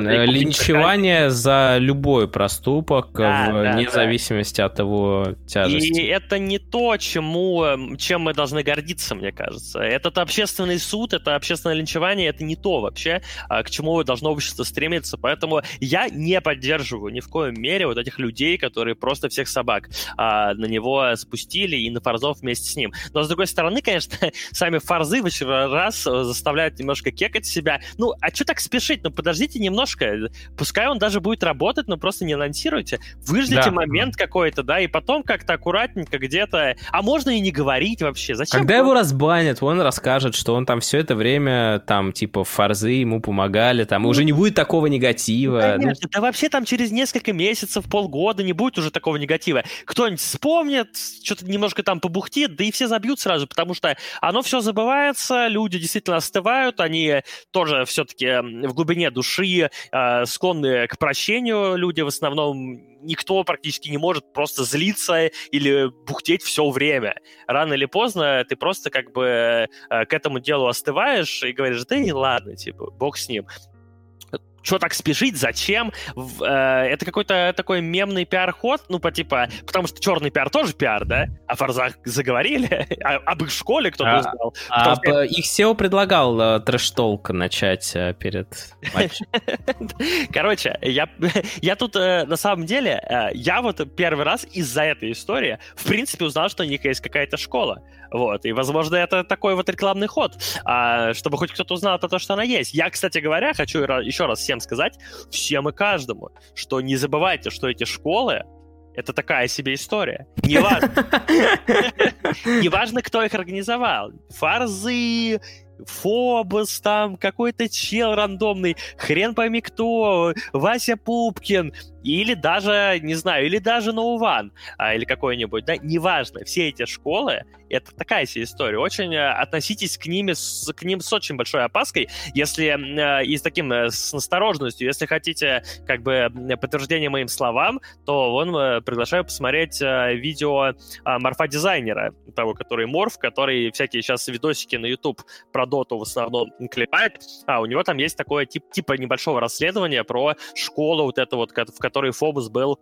линчевание за любой проступок, вне зависимости от его тяжести. И это не то, чем мы должны гордиться, мне кажется. Этот общественный суд, это общественное линчевание, это не то вообще, к чему должно общество стремиться. Поэтому я не поддерживаю ни в коем мере вот этих людей, которые просто всех собак на него спустили и на Фарзов вместе с ним. Но, с другой стороны, конечно, сами Фарзы в очередной раз заставляют немножко кекать себя. Ну, а что так спешить? Ну, подождите немножко. Пускай он даже будет работать, но просто не анонсируйте. Выждите момент какой-то, да, и потом как-то аккуратненько где-то... А можно и не говорить вообще. Зачем? Когда его разбанят, он расскажет, что он там все это время, там, типа, Фарзы ему помогали, там, и уже не будет такого негатива. Конечно, да вообще там через несколько месяцев, полгода не будет уже такого негатива. Кто-нибудь вспомнит, что-то немножко там побухтит, да и все забьют сразу, потому что оно все забывается, люди действительно остывают, они тоже все-таки в глубине души склонны к прощению, люди в основном, никто практически не может просто злиться или бухтеть все время. Рано или поздно ты просто как бы к этому делу остываешь и говоришь, да и ладно, типа, бог с ним. Что так спешить? Зачем? Это какой-то такой мемный пиар-ход, ну, потому что черный пиар тоже пиар, да? О Фарзах заговорили, об их школе кто-то узнал. Их SEO предлагал трэш-толк начать перед матчем. Короче, я тут, на самом деле, я вот первый раз из-за этой истории, в принципе, узнал, что у них есть какая-то школа. Вот, и, возможно, это такой вот рекламный ход, чтобы хоть кто-то узнал о том, что она есть. Я, кстати говоря, хочу еще раз всем сказать, всем и каждому, что не забывайте, что эти школы — это такая себе история. Неважно, кто их организовал. Фарзы, Фобос, там какой-то чел рандомный, хрен пойми кто, Вася Пупкин, или даже, не знаю, или даже Ноуван, или какой-нибудь, да, неважно, все эти школы, это такая себе история, очень относитесь к ним с очень большой опаской, если, и с таким, с осторожностью, если хотите, как бы, подтверждение моим словам, то приглашаю посмотреть видео морфа-дизайнера, того, который Морф, который всякие сейчас видосики на YouTube про доту в основном клепает, у него там есть такое типа небольшого расследования про школу вот эту вот, в которой Фобос был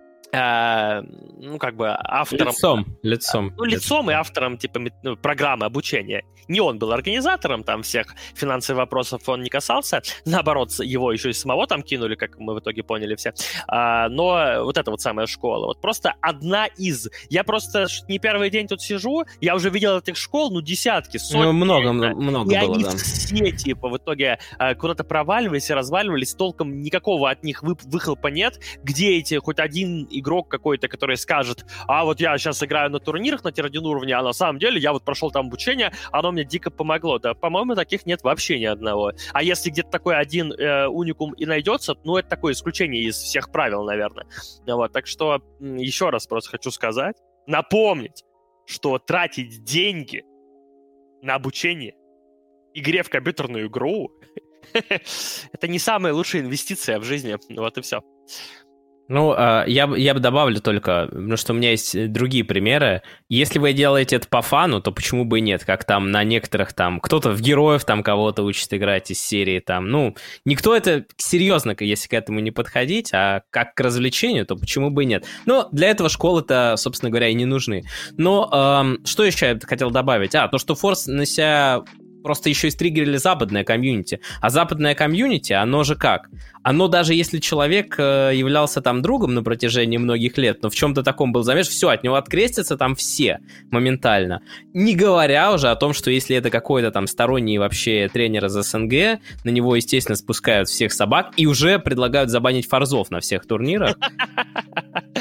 ну, как бы автором... Лицом и автором, типа, программы обучения. Не он был организатором, там, всех финансовых вопросов он не касался. Наоборот, его еще и самого там кинули, как мы в итоге поняли все. Но вот эта вот самая школа. Вот просто одна из... Я просто не первый день тут сижу, я уже видел этих школ, десятки, сотни. Много и было, они да. все, типа, в итоге куда-то проваливались и разваливались, толком никакого от них выхлопа нет. Где эти, хоть один игрок какой-то, который скажет, вот я сейчас играю на турнирах на тир-1 уровне, а на самом деле я вот прошел там обучение, оно мне дико помогло. Да, по-моему, таких нет вообще ни одного. А если где-то такой один уникум и найдется, ну, это такое исключение из всех правил, наверное. Вот, так что еще раз просто хочу сказать, напомнить, что тратить деньги на обучение игре в компьютерную игру это не самая лучшая инвестиция в жизни. Вот и все. Ну, я бы добавлю только, потому что у меня есть другие примеры. Если вы делаете это по фану, то почему бы и нет? Как там на некоторых там, кто-то в героев там кого-то учит играть из серии там. Ну, никто это серьезно, если к этому не подходить, а как к развлечению, то почему бы и нет? Но для этого школы-то, собственно говоря, и не нужны. Но что еще я хотел добавить? То, что Форс на себя... Просто еще и стриггерили западное комьюнити. А западное комьюнити, оно же как? Оно даже если человек являлся там другом на протяжении многих лет, но в чем-то таком был замешан, все, от него открестятся там все моментально. Не говоря уже о том, что если это какой-то там сторонний вообще тренер из СНГ, на него, естественно, спускают всех собак и уже предлагают забанить Фарзов на всех турнирах.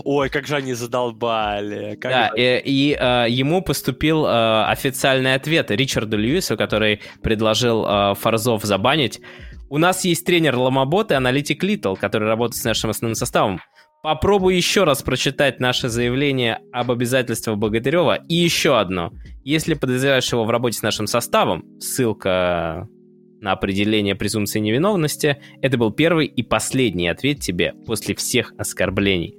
Ой, как же они задолбали. Да, и ему поступил официальный ответ Ричарду Льюису, который предложил Форзов забанить. У нас есть тренер Ломобот и аналитик Литл, который работает с нашим основным составом. Попробуй еще раз прочитать наше заявление об обязательствах Богатырева. И еще одно. Если подозреваешь его в работе с нашим составом, ссылка на определение презумпции невиновности, это был первый и последний ответ тебе после всех оскорблений.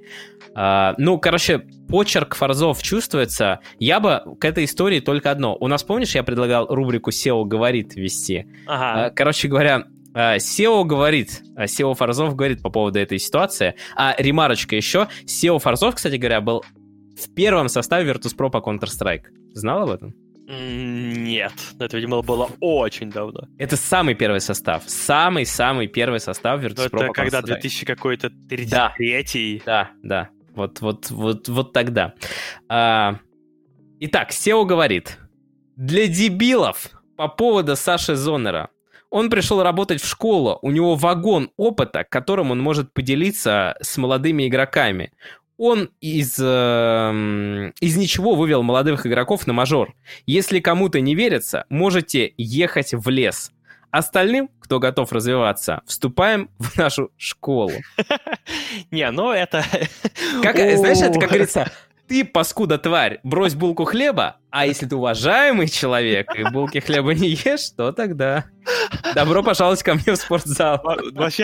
Почерк Форзов чувствуется. Я бы к этой истории только одно. У нас, помнишь, я предлагал рубрику «SEO говорит» ввести? Ага. Короче говоря, SEO говорит, SEO Форзов говорит по поводу этой ситуации. Ремарочка еще. SEO Форзов, кстати говоря, был в первом составе Virtus.pro по Counter-Strike. Знал об этом? Нет, это, видимо, было очень давно. Это самый первый состав. Самый-самый первый состав Virtus.pro по Counter-Strike. Это когда 2000 какой-то 33-й? Да. Вот тогда. Итак, SEO говорит. Для дебилов по поводу Саши Зоннера. Он пришел работать в школу, у него вагон опыта, которым он может поделиться с молодыми игроками. Он из ничего вывел молодых игроков на мажор. Если кому-то не верится, можете ехать в лес. Остальным, кто готов развиваться, вступаем в нашу школу. Не, ну это... Знаешь, это как говорится... Ты, паскуда тварь, брось булку хлеба, а если ты уважаемый человек и булки хлеба не ешь, то тогда добро пожаловать ко мне в спортзал. Вообще,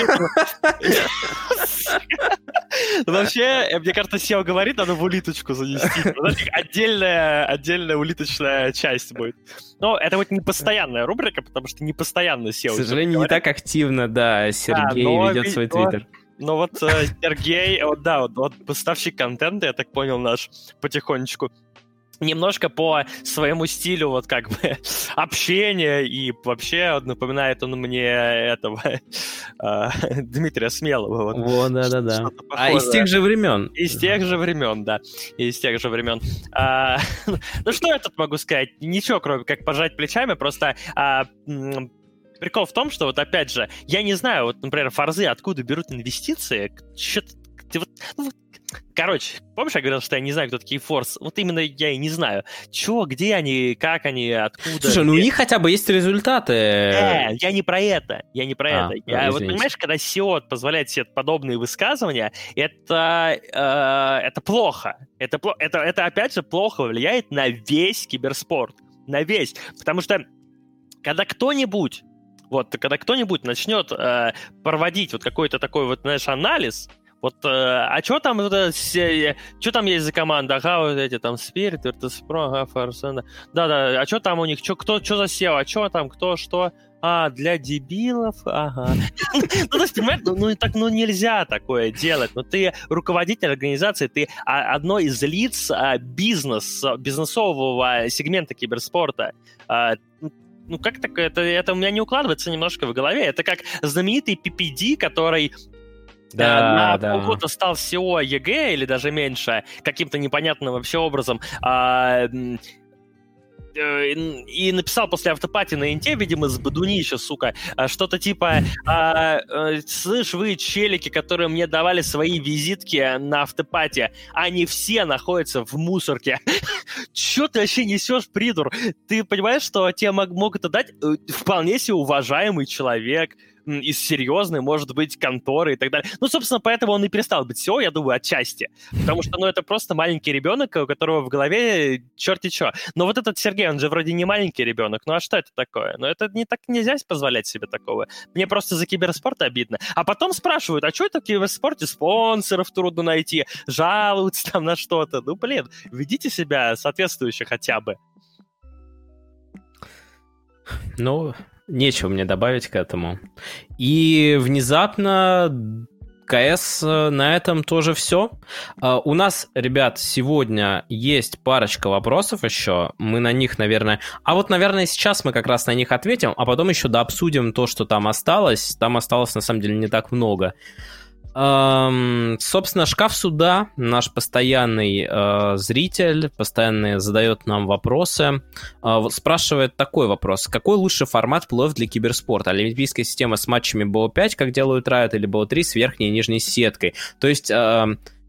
мне кажется, SEO говорит, надо в улиточку занести. Отдельная улиточная часть будет. Но это вот не постоянная рубрика, потому что не постоянно SEO. К сожалению, не так активно, да, Сергей ведет свой твиттер. Ну вот Сергей, вот поставщик контента, я так понял, наш потихонечку, немножко по своему стилю вот как бы общения и вообще напоминает он мне этого Дмитрия Смелого. Вот. Да. Из тех же времен. Из тех же времен, да. Из тех же времен. Ну что я тут могу сказать? Ничего, кроме как пожать плечами, просто... Прикол в том, что вот опять же, я не знаю, вот, например, Форзы откуда берут инвестиции, короче, помнишь, я говорил, что я не знаю, кто такие Форс? Вот именно я и не знаю. Чего, где они, как они, откуда. Слушай, у них хотя бы есть результаты. Я не про это. Вот понимаешь, когда SEO позволяет себе подобные высказывания, это плохо. Это опять же плохо влияет на весь киберспорт. На весь. Потому что когда кто-нибудь начнет проводить вот какой-то такой вот, знаешь, анализ, вот, что там есть за команда? Ага, вот эти там Spirit, Virtus.pro, ага, Force, да, а что там у них, что за SEO, а что там, кто, что? Для дебилов, ага. То есть, понимаешь, нельзя такое делать. Ты руководитель организации, ты одно из лиц бизнесового сегмента киберспорта. Как так? Это у меня не укладывается немножко в голове. Это как знаменитый PPD, который на полгода стал SEO ЕГЭ или даже меньше, каким-то непонятным вообще образом. И написал после автопати на инте, видимо, с Бадунища, сука, что-то типа слышь, вы, челики, которые мне давали свои визитки на автопате, они все находятся в мусорке. Чё ты вообще несешь, придур? Ты понимаешь, что тебе могут отдать вполне себе уважаемый человек из серьезной, может быть, конторы и так далее. Собственно, поэтому он и перестал быть SEO, я думаю, отчасти. Потому что, это просто маленький ребенок, у которого в голове черти чё. Но вот этот Сергей, он же вроде не маленький ребенок. А что это такое? Это не так нельзя позволять себе такого. Мне просто за киберспорт обидно. А потом спрашивают, а что это в киберспорте? Спонсоров трудно найти, жалуются там на что-то. Ведите себя соответствующе хотя бы. Нечего мне добавить к этому. И внезапно КС на этом тоже все. У нас, ребят, сегодня есть парочка вопросов еще. Мы на них, наверное... наверное, сейчас мы как раз на них ответим, а потом еще дообсудим то, что там осталось. Там осталось, на самом деле, не так много. Собственно, Шкаф Суда, наш постоянный зритель, постоянно задает нам вопросы, спрашивает такой вопрос: какой лучший формат плей-офф для киберспорта? Олимпийская система с матчами BO5, как делают Riot, или BO3 с верхней и нижней сеткой? То есть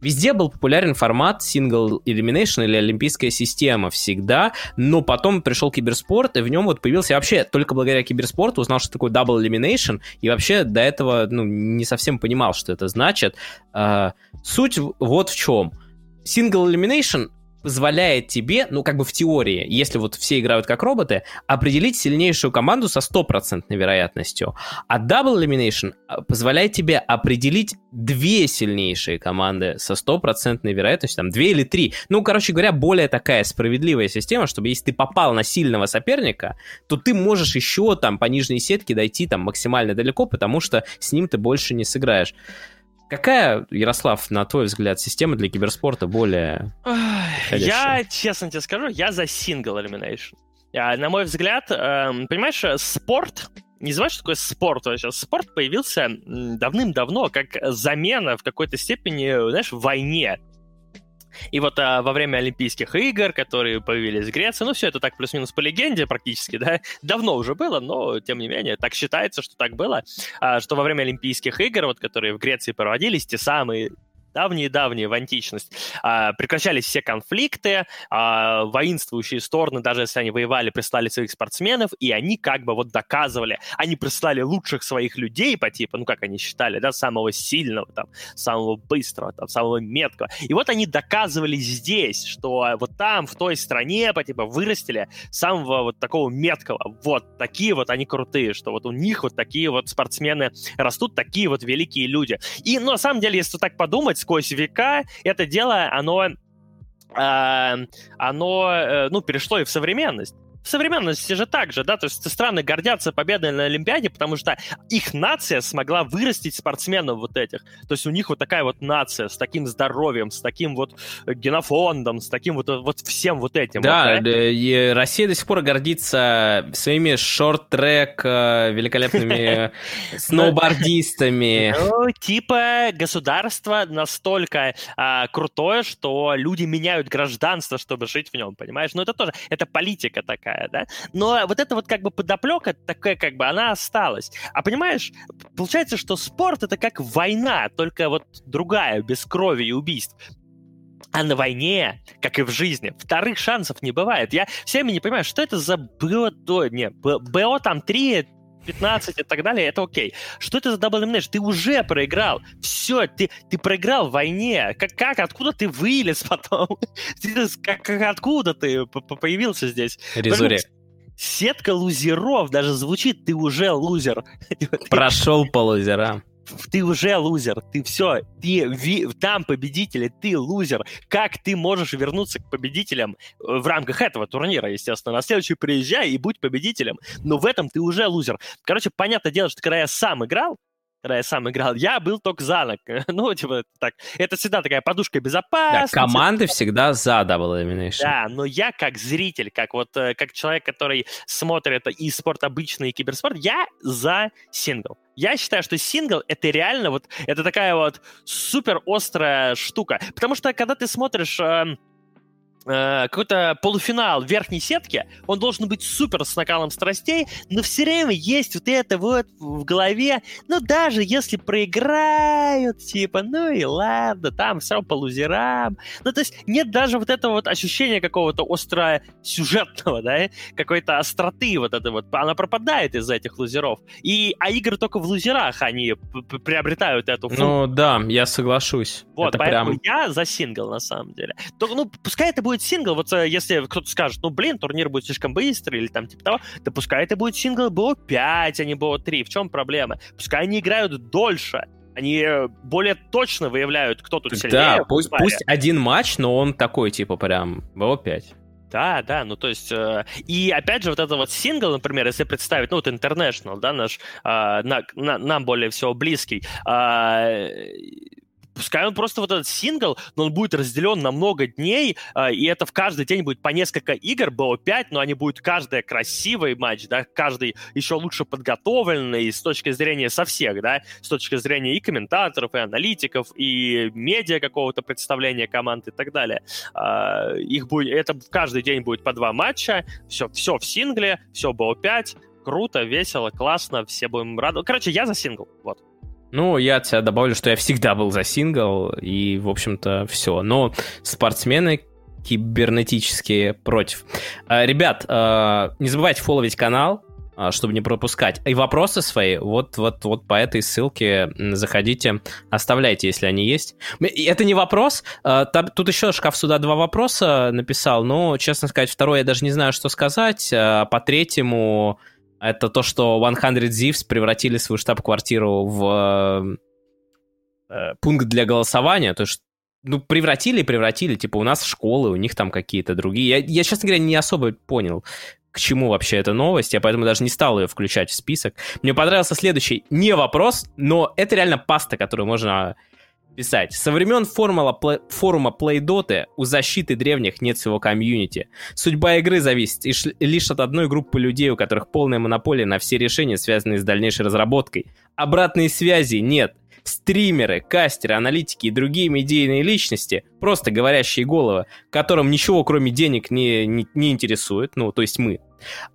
Везде был популярен формат Single Elimination или Олимпийская система всегда, но потом пришел киберспорт, и в нем вот появился... Я вообще только благодаря киберспорту узнал, что такое Double Elimination, и вообще до этого не совсем понимал, что это значит. Суть вот в чем. Single Elimination позволяет тебе, в теории, если вот все играют как роботы, определить сильнейшую команду со 100% вероятностью. А Double Elimination позволяет тебе определить 2 сильнейшие команды со 100% вероятностью, там 2 или 3. Короче говоря, более такая справедливая система, чтобы если ты попал на сильного соперника, то ты можешь еще там по нижней сетке дойти там максимально далеко, потому что с ним ты больше не сыграешь. Какая, Ярослав, на твой взгляд, система для киберспорта более подходящая? Я, честно тебе скажу, я за Single Elimination. На мой взгляд, понимаешь, спорт... Не знаешь, что такое спорт вообще? Спорт появился давным-давно как замена в какой-то степени, знаешь, войне. И вот во время Олимпийских игр, которые появились в Греции, все это так плюс-минус по легенде практически, да, давно уже было, но тем не менее, так считается, что так было, что во время Олимпийских игр, вот, которые в Греции проводились, те самые давние-давние в античность, прекращались все конфликты, воинствующие стороны, даже если они воевали, прислали своих спортсменов, и они как бы вот доказывали, они прислали лучших своих людей по типу, как они считали, да, самого сильного, там, самого быстрого, там, самого меткого. И вот они доказывали здесь, что вот там, в той стране, по типу, вырастили самого вот такого меткого. Вот такие вот они крутые, что вот у них вот такие вот спортсмены растут, такие вот великие люди. И, на самом деле, если так подумать, сквозь века это дело, оно перешло и в современность. В современности же так же, да, то есть страны гордятся победой на Олимпиаде, потому что их нация смогла вырастить спортсменов вот этих. То есть у них вот такая вот нация с таким здоровьем, с таким вот генофондом, с таким вот всем вот этим. Да, вот, и Россия до сих пор гордится своими шорт-трек великолепными сноубордистами. Типа государство настолько крутое, что люди меняют гражданство, чтобы жить в нем, понимаешь? Это тоже, это политика такая. Да? Но вот эта вот как бы подоплека такая, как бы, она осталась. А понимаешь, получается, что спорт — это как война, только вот другая, без крови и убийств. А на войне, как и в жизни, вторых шансов не бывает. Я всеми не понимаю, что это за БО там 3, 15 и так далее, это окей. Что это за Double Elimination? Ты уже проиграл. Все, ты проиграл в войне. Откуда ты вылез потом? Откуда ты появился здесь? Резуре. Сетка лузеров даже звучит, ты уже лузер. Прошел по лузерам. Ты уже лузер, ты все, там победитель, ты лузер. Как ты можешь вернуться к победителям в рамках этого турнира, естественно? На следующий приезжай и будь победителем. Но в этом ты уже лузер. Короче, понятное дело, что когда я сам играл, я был только за ног. Так. Это всегда такая подушка безопасности. Да, команды всегда за Double Elimination. Да, но я как зритель, как человек, который смотрит и спорт обычный, и киберспорт, я за сингл. Я считаю, что сингл — это реально это такая вот супер острая штука. Потому что, когда ты смотришь какой-то полуфинал верхней сетки, он должен быть супер с накалом страстей, но все время есть вот это вот в голове, даже если проиграют, и ладно, там все равно по лузерам. То есть нет даже вот этого вот ощущения какого-то остро-сюжетного, да, какой-то остроты вот этой вот, она пропадает из-за этих лузеров. А игры только в лузерах, они приобретают эту функцию. Да, я соглашусь. Вот, это поэтому я за сингл, на самом деле. Пускай это будет сингл, вот если кто-то скажет, турнир будет слишком быстрый, или там типа того, да пускай это будет сингл BO5, а не BO3. В чем проблема? Пускай они играют дольше. Они более точно выявляют, кто тут сильнее. Да, пусть один матч, но он такой, типа, прям BO5. Да, то есть... И опять же, вот это вот сингл, например, если представить, International, да, наш, нам более всего близкий, пускай он просто вот этот сингл, но он будет разделен на много дней, и это в каждый день будет по несколько игр, BO5, но они будут каждый красивый матч, да, каждый еще лучше подготовленный с точки зрения со всех, да, с точки зрения и комментаторов, и аналитиков, и медиа какого-то представления команд и так далее. Это каждый день будет по 2 матча, все в сингле, все BO5, круто, весело, классно, все будем рады. Короче, я за сингл, вот. Ну, я от себя добавлю, что я всегда был за сингл, и, в общем-то, все. Но спортсмены кибернетические против. Ребят, не забывайте фолловить канал, чтобы не пропускать. И вопросы свои вот по этой ссылке заходите, оставляйте, если они есть. Это не вопрос. Тут еще Шкаф Суда 2 вопроса написал, но, честно сказать, второй я даже не знаю, что сказать. По третьему... Это то, что 100 Thieves превратили свою штаб-квартиру в пункт для голосования. То есть, превратили, типа у нас школы, у них там какие-то другие. Я, честно говоря, не особо понял, к чему вообще эта новость, я поэтому даже не стал ее включать в список. Мне понравился следующий, не вопрос, но это реально паста, которую можно писать. Со времен форума PlayDota у защиты древних нет своего комьюнити. Судьба игры зависит лишь от одной группы людей, у которых полная монополия на все решения, связанные с дальнейшей разработкой. Обратной связи нет. Стримеры, кастеры, аналитики и другие медийные личности, просто говорящие головы, которым ничего кроме денег не интересует, то есть мы.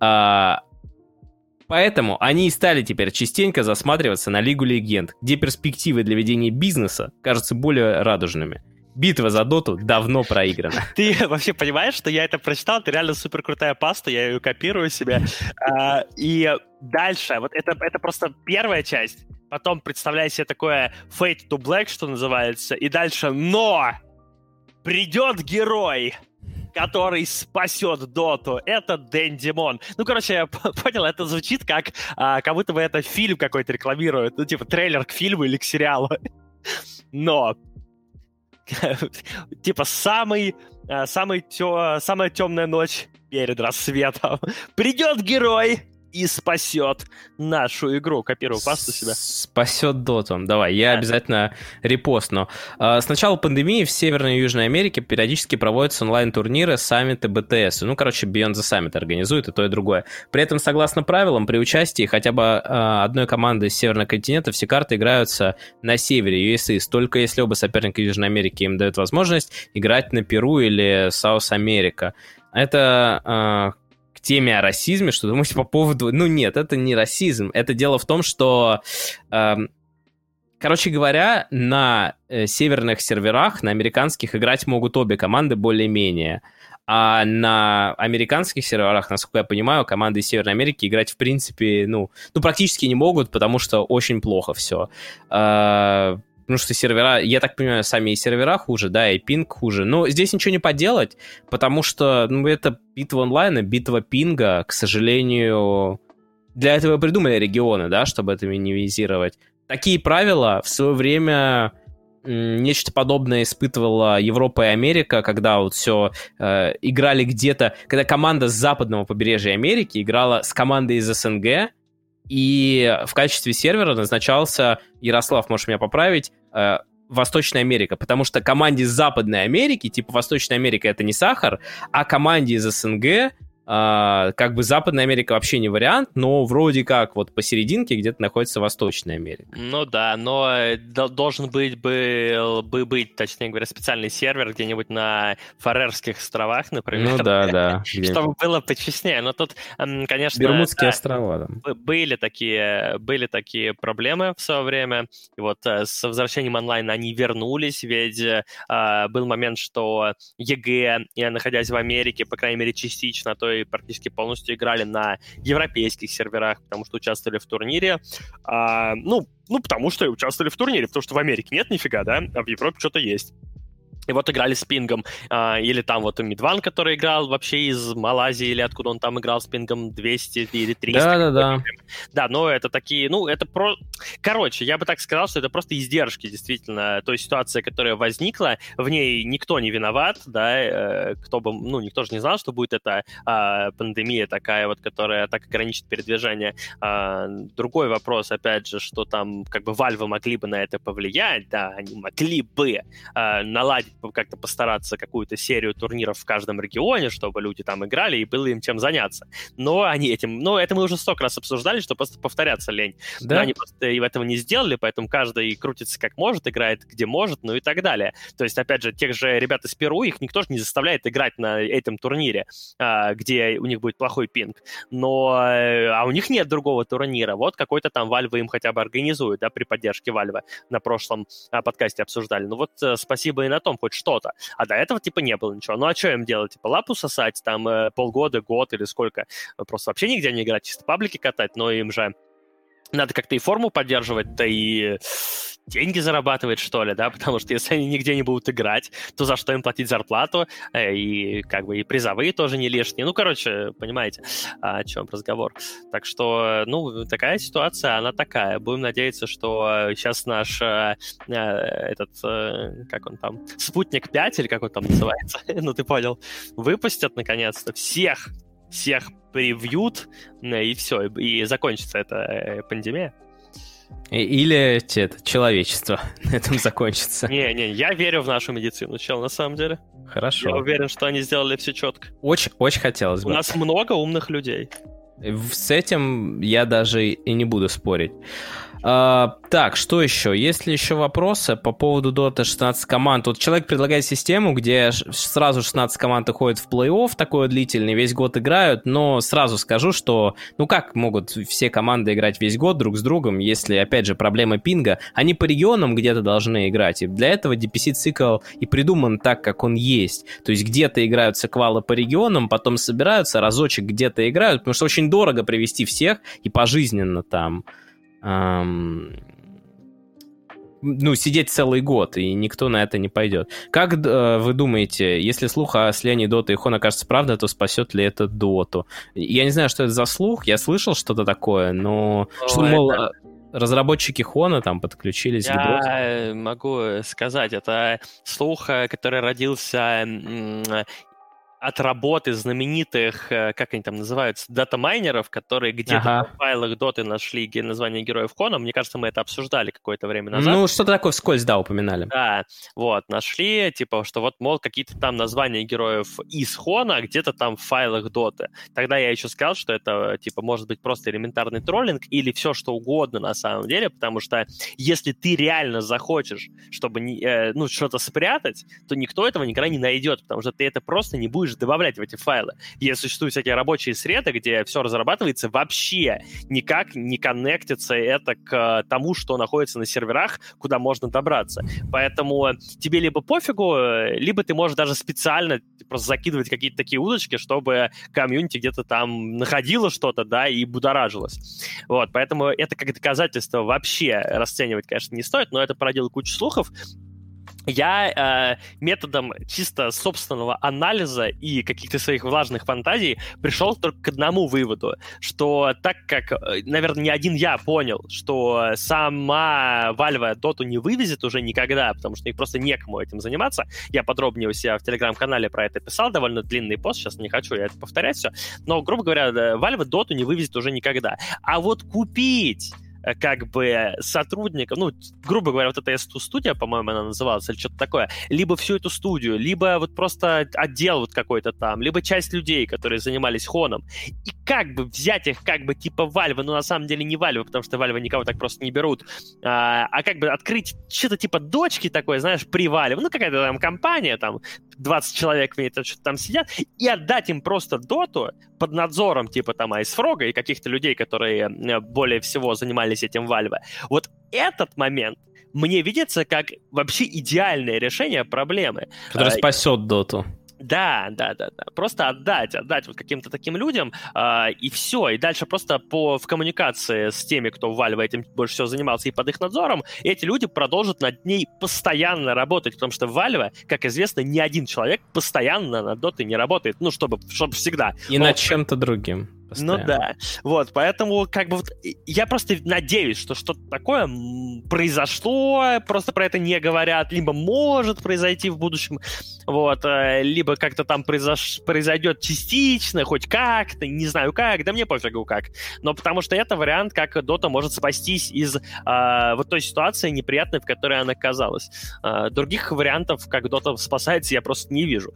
Поэтому они и стали теперь частенько засматриваться на Лигу Легенд, где перспективы для ведения бизнеса кажутся более радужными. Битва за доту давно проиграна. Ты вообще понимаешь, что я это прочитал? Это реально супер крутая паста, я ее копирую себе. И дальше, вот это просто первая часть. Потом представляй себе такое Fade to Black, что называется. И дальше, но придет герой, который спасет доту. Это Дэн Димон. Я понял, это звучит как будто бы это фильм какой-то рекламирует. Типа трейлер к фильму или к сериалу. Но типа самая темная ночь перед рассветом. Придет герой и спасет нашу игру. Копирую пасту себя. Спасет доту. Давай, я обязательно репостну. С начала пандемии в Северной и Южной Америке периодически проводятся онлайн-турниры, саммиты БТС. Beyond the Summit организует и то, и другое. При этом, согласно правилам, при участии хотя бы одной команды из Северного континента все карты играются на севере USA, только если оба соперника Южной Америки им дают возможность играть на Перу или Саус Америка. Это... к теме о расизме, что думаете по поводу... Нет, это не расизм. Это дело в том, что, короче говоря, на северных серверах, на американских, играть могут обе команды более-менее. А на американских серверах, насколько я понимаю, команды из Северной Америки играть, в принципе, практически не могут, потому что очень плохо все. Потому что сервера, я так понимаю, сами и сервера хуже, да, и пинг хуже. Но здесь ничего не поделать, потому что, это битва онлайна, битва пинга, к сожалению, для этого придумали регионы, да, чтобы это минимизировать. Такие правила в свое время нечто подобное испытывала Европа и Америка, когда вот все играли где-то, когда команда с западного побережья Америки играла с командой из СНГ, и в качестве сервера назначался, Ярослав, можешь меня поправить, Восточная Америка, потому что команде из Западной Америки, типа Восточная Америка это не сахар, а команде из СНГ Западная Америка вообще не вариант, но вроде как вот посерединке где-то находится Восточная Америка. Ну да, но должен быть, точнее говоря, специальный сервер где-нибудь на Фарерских островах, например. Ну да. Чтобы было почестнее. Но тут, конечно... Бермудские острова. Да. Были такие проблемы в свое время. И вот с возвращением онлайна они вернулись, ведь был момент, что ЕГЭ, находясь в Америке, по крайней мере, частично, то и практически полностью играли на европейских серверах, потому что участвовали в турнире. Потому что участвовали в турнире, потому что в Америке нет нифига, да, а в Европе что-то есть. И вот играли с пингом. Или там вот Мидван, который играл вообще из Малайзии, или откуда он там играл с пингом 200 или 300. Да. Да, но это такие... Короче, я бы так сказал, что это просто издержки, действительно, той ситуации, которая возникла. В ней никто не виноват, да, никто же не знал, что будет эта пандемия такая вот, которая так ограничит передвижение. Другой вопрос, опять же, что там Valve могли бы на это повлиять, да, они могли бы наладить как-то постараться какую-то серию турниров в каждом регионе, чтобы люди там играли и было им чем заняться. Но они этим... Ну, это мы уже 100 раз обсуждали, что просто повторяться лень. Да? Но они просто и этого не сделали, поэтому каждый крутится как может, играет где может, ну и так далее. То есть, опять же, тех же ребят из Перу, их никто же не заставляет играть на этом турнире, где у них будет плохой пинг. Но... А у них нет другого турнира. Вот какой-то там Valve им хотя бы организует, да, при поддержке Valve. На прошлом подкасте обсуждали. Ну вот спасибо и на том хоть что-то. А до этого типа не было ничего. Ну а что им делать? Типа лапу сосать там полгода, год или сколько? Просто вообще нигде не играть, чисто паблики катать, но им же надо как-то и форму поддерживать, да и деньги зарабатывать, что ли, да, потому что если они нигде не будут играть, то за что им платить зарплату, и как бы и призовые тоже не лишние. Ну, короче, понимаете, о чем разговор. Так что, ну, такая ситуация, она такая. Будем надеяться, что сейчас наш этот, как он там, Спутник 5, или как он там называется, ну, ты понял, выпустят наконец-то всех привьют, и все, и закончится эта пандемия. Или человечество на этом закончится. Не, я верю в нашу медицину, чел, на самом деле. Хорошо. Я уверен, что они сделали все четко. Очень хотелось бы. У нас много умных людей. С этим я даже и не буду спорить. Так, что еще? Есть ли еще вопросы по поводу Dota 16 команд? Вот человек предлагает систему, где сразу 16 команд уходят в плей-офф, такой длительный, весь год играют, но сразу скажу, что ну как могут все команды играть весь год друг с другом, если, опять же, проблема пинга? Они по регионам где-то должны играть, и для этого DPC-цикл и придуман так, как он есть. То есть где-то играют секвалы по регионам, потом собираются, разочек где-то играют, потому что очень дорого привести всех и пожизненно там... ну, сидеть целый год, и никто на это не пойдет. Как вы думаете, если слух о слиянии Dota и Хон окажется правдой, то спасет ли это Доту? Я не знаю, что это за слух, я слышал что-то такое, но... Что, мол, разработчики Хона там подключились к Dota? Я могу сказать, это слух, который родился... от работы знаменитых, как они там называются, дата-майнеров, которые где-то в файлах доты нашли название героев Хона. Мне кажется, мы это обсуждали какое-то время назад. Ну, что-то такое вскользь, да, упоминали. Да, вот, нашли, типа, что вот, мол, какие-то там названия героев из Хона где-то там в файлах доты. Тогда я еще сказал, что это, типа, может быть просто элементарный троллинг или все, что угодно на самом деле, потому что если ты реально захочешь, чтобы, ну, что-то спрятать, то никто этого никогда не найдет, потому что ты это просто не будешь добавлять в эти файлы. И существуют всякие рабочие среды, где все разрабатывается, вообще никак не коннектится это к тому, что находится на серверах, куда можно добраться. Поэтому тебе либо пофигу, либо ты можешь даже специально просто закидывать какие-то такие удочки, чтобы комьюнити где-то там находило что-то, да, и будоражилось. Вот, поэтому это как доказательство вообще расценивать, конечно, не стоит, но это породило кучу слухов. Я методом чисто собственного анализа и каких-то своих влажных фантазий пришел только к одному выводу, что так как, наверное, не один я понял, что сама Valve Доту не вывезет уже никогда, потому что их просто некому этим заниматься. Я подробнее у себя в Телеграм-канале про это писал, довольно длинный пост, сейчас не хочу я это повторять все, но, грубо говоря, Valve Доту не вывезет уже никогда. А вот купить как бы сотрудников, ну, грубо говоря, вот эта S2-студия, по-моему, она называлась, или что-то такое, либо всю эту студию, либо вот просто отдел вот какой-то там, либо часть людей, которые занимались Хоном, и как бы взять их как бы типа Valve, но на самом деле не Valve, потому что Valve никого так просто не берут, а как бы открыть что-то типа дочки такое, знаешь, при Valve, ну, какая-то там компания, там, 20 человек в ней что-то там сидят, и отдать им просто доту под надзором типа там Айсфрога и каких-то людей, которые более всего занимались этим Valve. Вот этот момент мне видится как вообще идеальное решение проблемы. Которое спасет доту. Да. Просто отдать вот каким-то таким людям, и все. И дальше просто в коммуникации с теми, кто в Valve этим больше всего занимался, и под их надзором, эти люди продолжат над ней постоянно работать, потому что в Valve, как известно, ни один человек постоянно над дотой не работает, ну, чтобы всегда. И над чем-то другим. постоянно. Ну да. Вот, поэтому как бы вот я просто надеюсь, что что-то такое произошло, просто про это не говорят, либо может произойти в будущем, вот, либо как-то там произойдет частично, хоть как-то, не знаю как, да мне пофигу как. Но потому что это вариант, как Dota может спастись из вот той ситуации неприятной, в которой она оказалась. Других вариантов, как Dota спасается, я просто не вижу.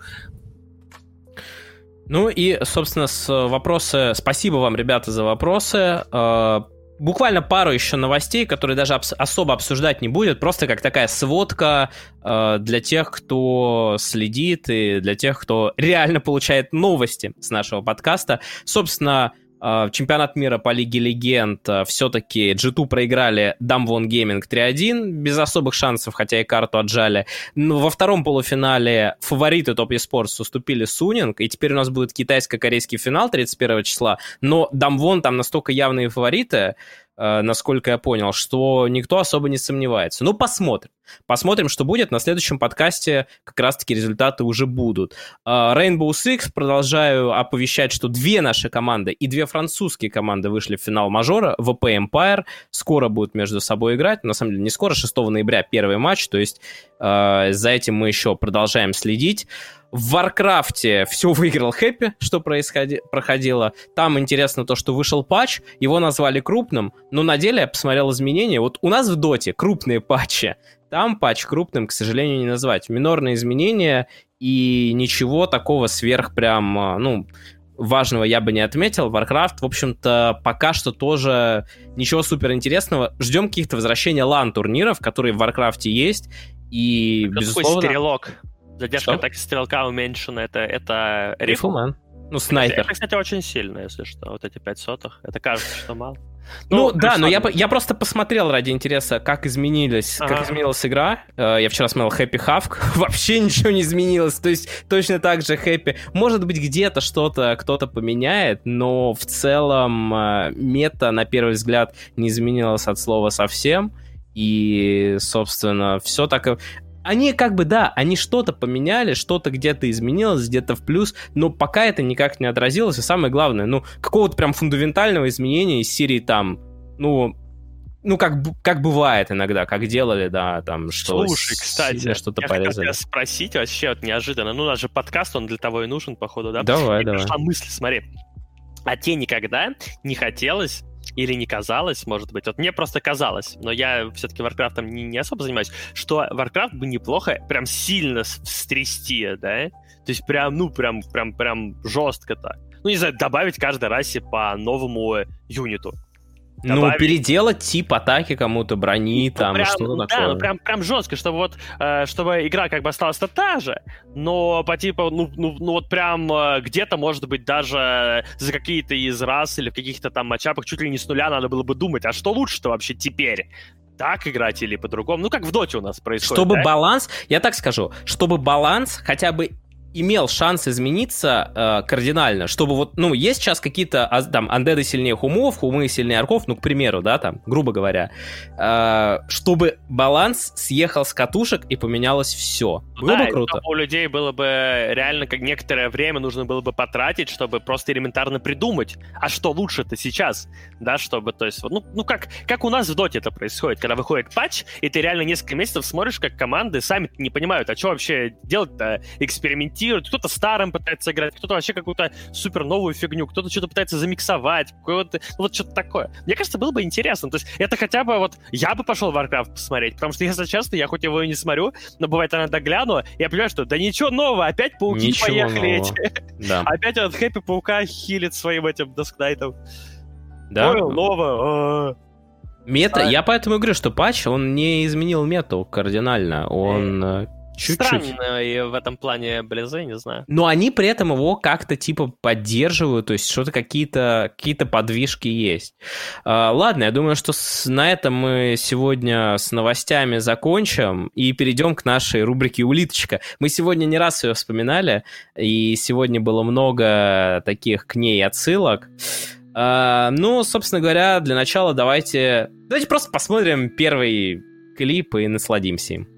Ну и, собственно, спасибо вам, ребята, за вопросы. Буквально пару еще новостей, которые даже особо обсуждать не будет, просто как такая сводка для тех, кто следит, и для тех, кто реально получает новости с нашего подкаста. Собственно, чемпионат мира по Лиге Легенд все-таки G2 проиграли Damwon Gaming 3-1, без особых шансов, хотя и карту отжали. Но во втором полуфинале фавориты Top Esports уступили Suning, и теперь у нас будет китайско-корейский финал 31 числа, но Damwon там настолько явные фавориты, насколько я понял, что никто особо не сомневается. Ну, посмотрим. Посмотрим, что будет. На следующем подкасте как раз-таки результаты уже будут. Rainbow Six, продолжаю оповещать, что 2 наши команды и 2 французские команды вышли в финал мажора. VP Empire скоро будут между собой играть. На самом деле, не скоро, 6 ноября первый матч. То есть за этим мы еще продолжаем следить. В Варкрафте все выиграл Хэппи, что проходило. Там интересно то, что вышел патч, его назвали крупным, но на деле я посмотрел изменения. Вот у нас в Доте крупные патчи, там патч крупным, к сожалению, не назвать. Минорные изменения и ничего такого сверх прям, важного я бы не отметил. Warcraft, в общем-то, пока что тоже ничего суперинтересного. Ждем каких-то возвращения LAN-турниров, которые в Warcraft есть. И, безусловно... Стрелок. Задержка атаки стрелка уменьшена. Это Rifleman. Ну, снайпер. Это, кстати, очень сильно, если что. Вот эти 5 сотых. Это кажется, что мало. Да, но я просто посмотрел ради интереса, как изменилась игра. Я вчера смотрел Happy Havk. Вообще ничего не изменилось. То есть точно так же Happy. Может быть, где-то что-то кто-то поменяет, но в целом мета, на первый взгляд, не изменилась от слова совсем. И, собственно, все так... Они они что-то поменяли, что-то где-то изменилось, где-то в плюс, но пока это никак не отразилось, и самое главное, какого-то прям фундаментального изменения из серии там, как бывает иногда, как делали, да, там, что... Слушай, кстати, что-то я порезали. хотел спросить вообще вот неожиданно, у нас же подкаст, он для того и нужен, походу, да? Давай. Пришла мысль, смотри, а тебе никогда не хотелось или не казалось, может быть, вот мне просто казалось, но я все-таки Warcraft'ом не особо занимаюсь, что Warcraft бы неплохо прям сильно встрясти, да? То есть прям жестко так. Не знаю, добавить каждой расе по новому юниту. Переделать тип атаки кому-то, брони, что-то такое. Да, прям жестко, чтобы чтобы игра как бы осталась та же, но по типу, вот прям где-то, может быть, даже за какие-то из рас или в каких-то там матчапах чуть ли не с нуля надо было бы думать, а что лучше-то вообще теперь? Так играть или по-другому? Как в Доте у нас происходит. Чтобы баланс, я так скажу, чтобы баланс хотя бы имел шанс измениться кардинально, чтобы есть сейчас какие-то там андеды сильнее хумов, хумы сильнее арков, к примеру, да, там, грубо говоря, чтобы баланс съехал с катушек и поменялось все. Было бы круто. У людей было бы реально как некоторое время нужно было бы потратить, чтобы просто элементарно придумать, а что лучше-то сейчас, да, чтобы, то есть, как у нас в Доте это происходит, когда выходит патч, и ты реально несколько месяцев смотришь, как команды сами не понимают, а что вообще делать-то, экспериментировать. Кто-то старым пытается играть, кто-то вообще какую-то супер новую фигню, кто-то что-то пытается замиксовать, вот что-то такое. Мне кажется, было бы интересно. То есть это хотя бы я бы пошел в Warcraft посмотреть, потому что, если честно, я хоть его и не смотрю, но бывает иногда гляну, я понимаю, что да ничего нового, опять пауки ничего поехали нового. эти. Да. Опять этот Хэппи паука хилит своим этим дескнайтом. Да. Нового. Мета, я поэтому и говорю, что патч, он не изменил мету кардинально, он... Чуть-чуть. Странно в этом плане Близы, не знаю. Но они при этом его как-то поддерживают, то есть что-то какие-то подвижки есть. Ладно, я думаю, что на этом мы сегодня с новостями закончим и перейдем к нашей рубрике «Улиточка». Мы сегодня не раз ее вспоминали, и сегодня было много таких к ней отсылок. Собственно говоря, для начала давайте просто посмотрим первый клип и насладимся им.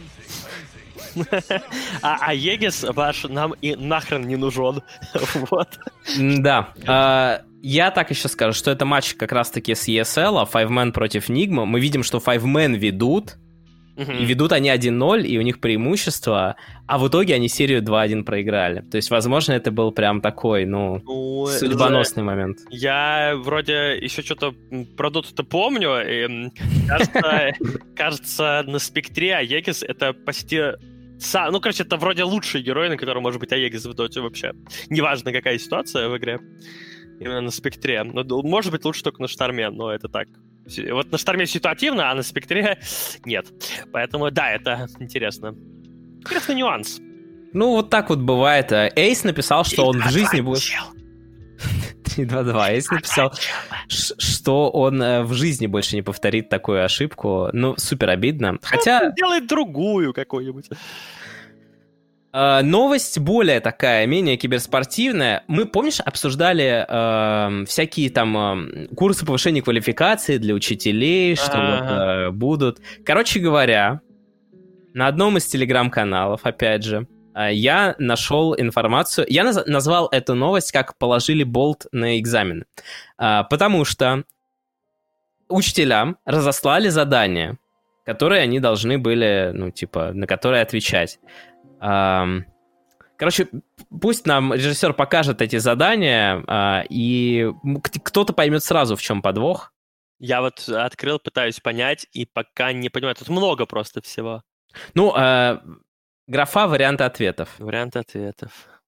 А Егис ваш нам и нахрен не нужен. Вот. Да. Я так еще скажу, что это матч как раз-таки с ESL, Fiveman против Nigma. Мы видим, что Fiveman ведут, и ведут они 1-0, и у них преимущество, а в итоге они серию 2-1 проиграли. То есть, возможно, это был прям такой, судьбоносный момент. Я вроде еще что-то про Доту-то помню, и кажется, на спектре Аегис это почти... это вроде лучший герой, на котором может быть Аегис в Доте вообще. Неважно, какая ситуация в игре. Именно на спектре. Может быть, лучше только на Шторме, но это так. Вот на Шторме ситуативно, а на спектре нет. Поэтому, да, это интересно. Интересный нюанс. Вот так вот бывает. Эйс написал, что он в жизни будет... 3-2-2. Эйс написал, что он в жизни больше не повторит такую ошибку. Супер обидно. Хотя... Делает другую какую-нибудь. Новость более такая, менее киберспортивная. Мы, помнишь, обсуждали всякие там курсы повышения квалификации для учителей, что будут. Короче говоря, на одном из телеграм-каналов, опять же, я нашел информацию. Я назвал эту новость как «Положили болт на экзамены». Потому что учителям разослали задания, которые они должны были, на которые отвечать. Короче, пусть нам режиссер покажет эти задания, и кто-то поймет сразу, в чем подвох. Я вот открыл, пытаюсь понять, и пока не понимаю. Тут много просто всего. Графа «Варианты ответов». Варианты ответов.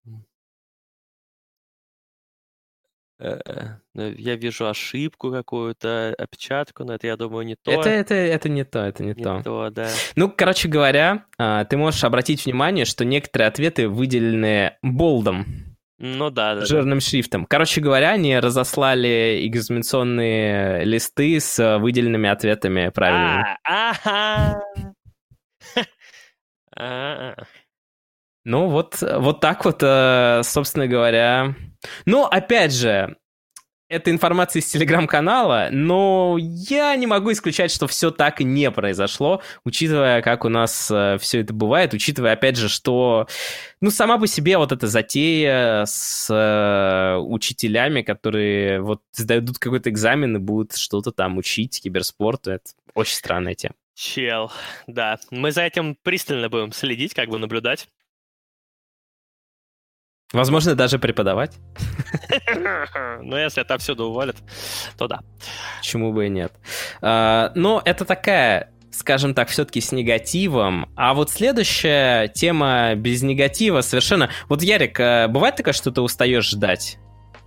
Я вижу ошибку какую-то, опечатку, но это, я думаю, не то. Это не то, это не то. Не то, да. Короче говоря, ты можешь обратить внимание, что некоторые ответы выделены болдом. Да. Жирным шрифтом. Короче говоря, они разослали экзаменационные листы с выделенными ответами правильными. Вот так вот, собственно говоря. Опять же, это информация из телеграм-канала, но я не могу исключать, что все так и не произошло, учитывая, как у нас все это бывает, учитывая, опять же, что, сама по себе вот эта затея с учителями, которые вот сдадут какой-то экзамен и будут что-то там учить киберспорту, это очень странная тема. Чел, да. Мы за этим пристально будем следить, как бы наблюдать. Возможно, даже преподавать. Если отовсюду уволят, то да. Почему бы и нет. Но это такая, скажем так, все-таки с негативом. А вот следующая тема без негатива совершенно... Вот, Ярик, бывает такое, что ты устаешь ждать?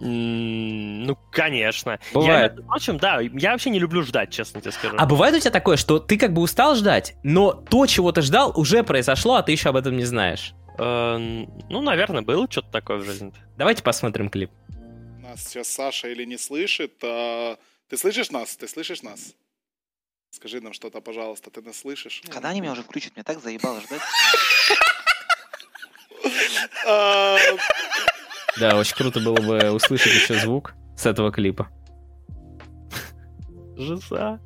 Конечно. Бывает. Впрочем, да, я вообще не люблю ждать, честно тебе скажу. А бывает у тебя такое, что ты как бы устал ждать, но то, чего ты ждал, уже произошло, а ты еще об этом не знаешь? Наверное, было что-то такое в жизни. Давайте посмотрим клип. Нас сейчас Саша или не слышит. Ты слышишь нас? Ты слышишь нас? Скажи нам что-то, пожалуйста, ты нас слышишь? Когда они меня уже включат? Мне так заебало ждать. Да, очень круто было бы услышать еще звук с этого клипа. Жиза.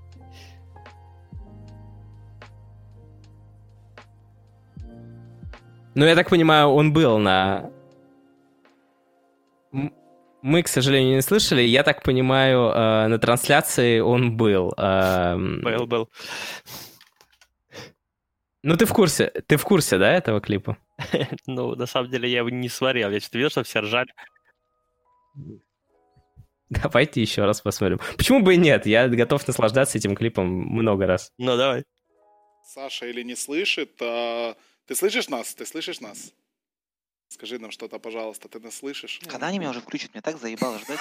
Я так понимаю, он был на... Мы, к сожалению, не слышали. Я так понимаю, на трансляции он был. Был. Ты в курсе, да, этого клипа? На самом деле, я его не смотрел. Я что-то видел, что все ржали. Давайте еще раз посмотрим. Почему бы и нет? Я готов наслаждаться этим клипом много раз. Давай. Саша или не слышит. Ты слышишь нас? Ты слышишь нас? Скажи нам что-то, пожалуйста, ты нас слышишь? Когда они меня уже включат? Мне так заебало ждать.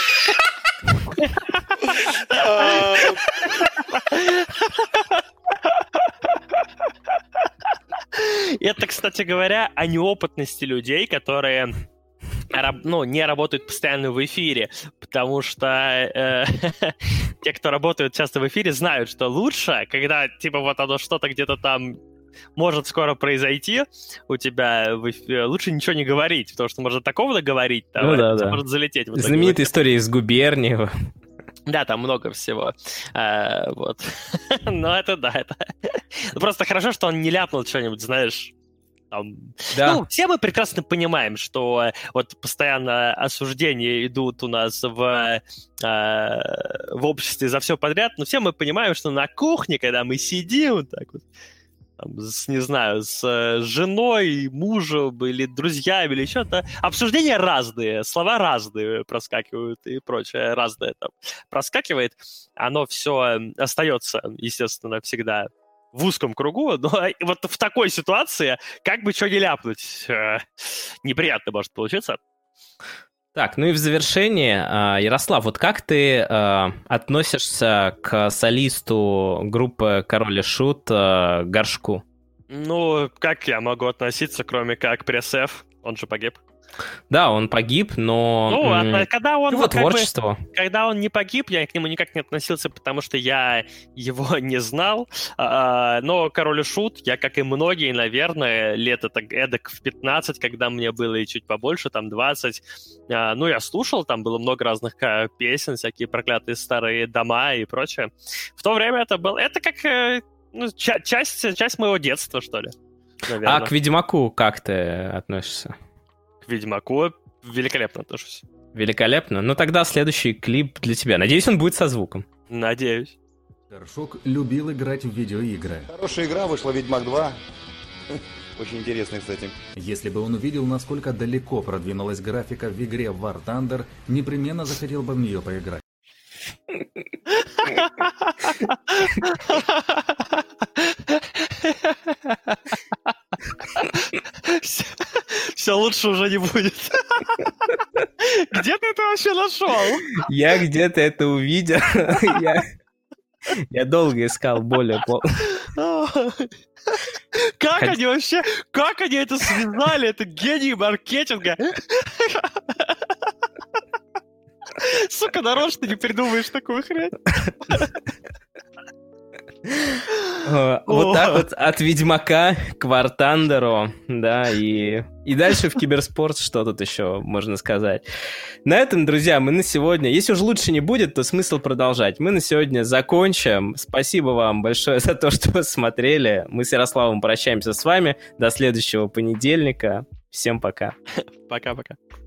Это, кстати говоря, о неопытности людей, которые не работают постоянно в эфире, потому что те, кто работают часто в эфире, знают, что лучше, когда оно что-то где-то там может скоро произойти у тебя в эфире, лучше ничего не говорить, потому что может такого наговорить, может залететь. Знаменитая история из губернии. Да, там много всего. Вот. Но это да, это... Просто хорошо, что он не ляпнул что-нибудь, знаешь... Да. Ну, все мы прекрасно понимаем, что вот постоянно осуждения идут у нас в обществе за все подряд, но все мы понимаем, что на кухне, когда мы сидим вот так вот, там, не знаю, с женой, мужем или друзьями или что-то, обсуждения разные, слова разные проскакивают и прочее разное там проскакивает, оно все остается, естественно, всегда в узком кругу, но вот в такой ситуации как бы что не ляпнуть, неприятно может получиться. Так, ну и в завершение, Ярослав, вот как ты относишься к солисту группы Король и Шут Горшку? Ну, как я могу относиться, кроме как пресс-эф? Он же погиб. Да, он погиб, но... Ну, когда он... Его творчество. Когда он не погиб, я к нему никак не относился, потому что я его не знал. Но Король и Шут, я, как и многие, наверное, лет это эдак в 15, когда мне было и чуть побольше, там 20, ну, я слушал, там было много разных песен, всякие проклятые старые дома и прочее. В то время это было... Это как часть моего детства, что ли, наверное. А к Ведьмаку как ты относишься? К Ведьмаку великолепно отношусь. Великолепно. Ну тогда следующий клип для тебя. Надеюсь, он будет со звуком. Надеюсь. Горшок любил играть в видеоигры. Хорошая игра вышла, Ведьмак 2. Очень интересный, кстати. Если бы он увидел, насколько далеко продвинулась графика в игре War Thunder, непременно захотел бы в нее поиграть. Все лучше уже не будет. Где ты это вообще нашел? Я где-то это увидел. Я долго искал более... Как они вообще... Как они это связали? Это гений маркетинга. Сука, нарочно не придумаешь такую хрень. Вот так вот от Ведьмака к War Thunder'у, да, и дальше в киберспорт, что тут еще можно сказать. На этом, друзья, мы на сегодня, если уже лучше не будет, то смысл продолжать. Мы на сегодня закончим. Спасибо вам большое за то, что вы смотрели. Мы с Ярославом прощаемся с вами. До следующего понедельника. Всем пока. Пока-пока.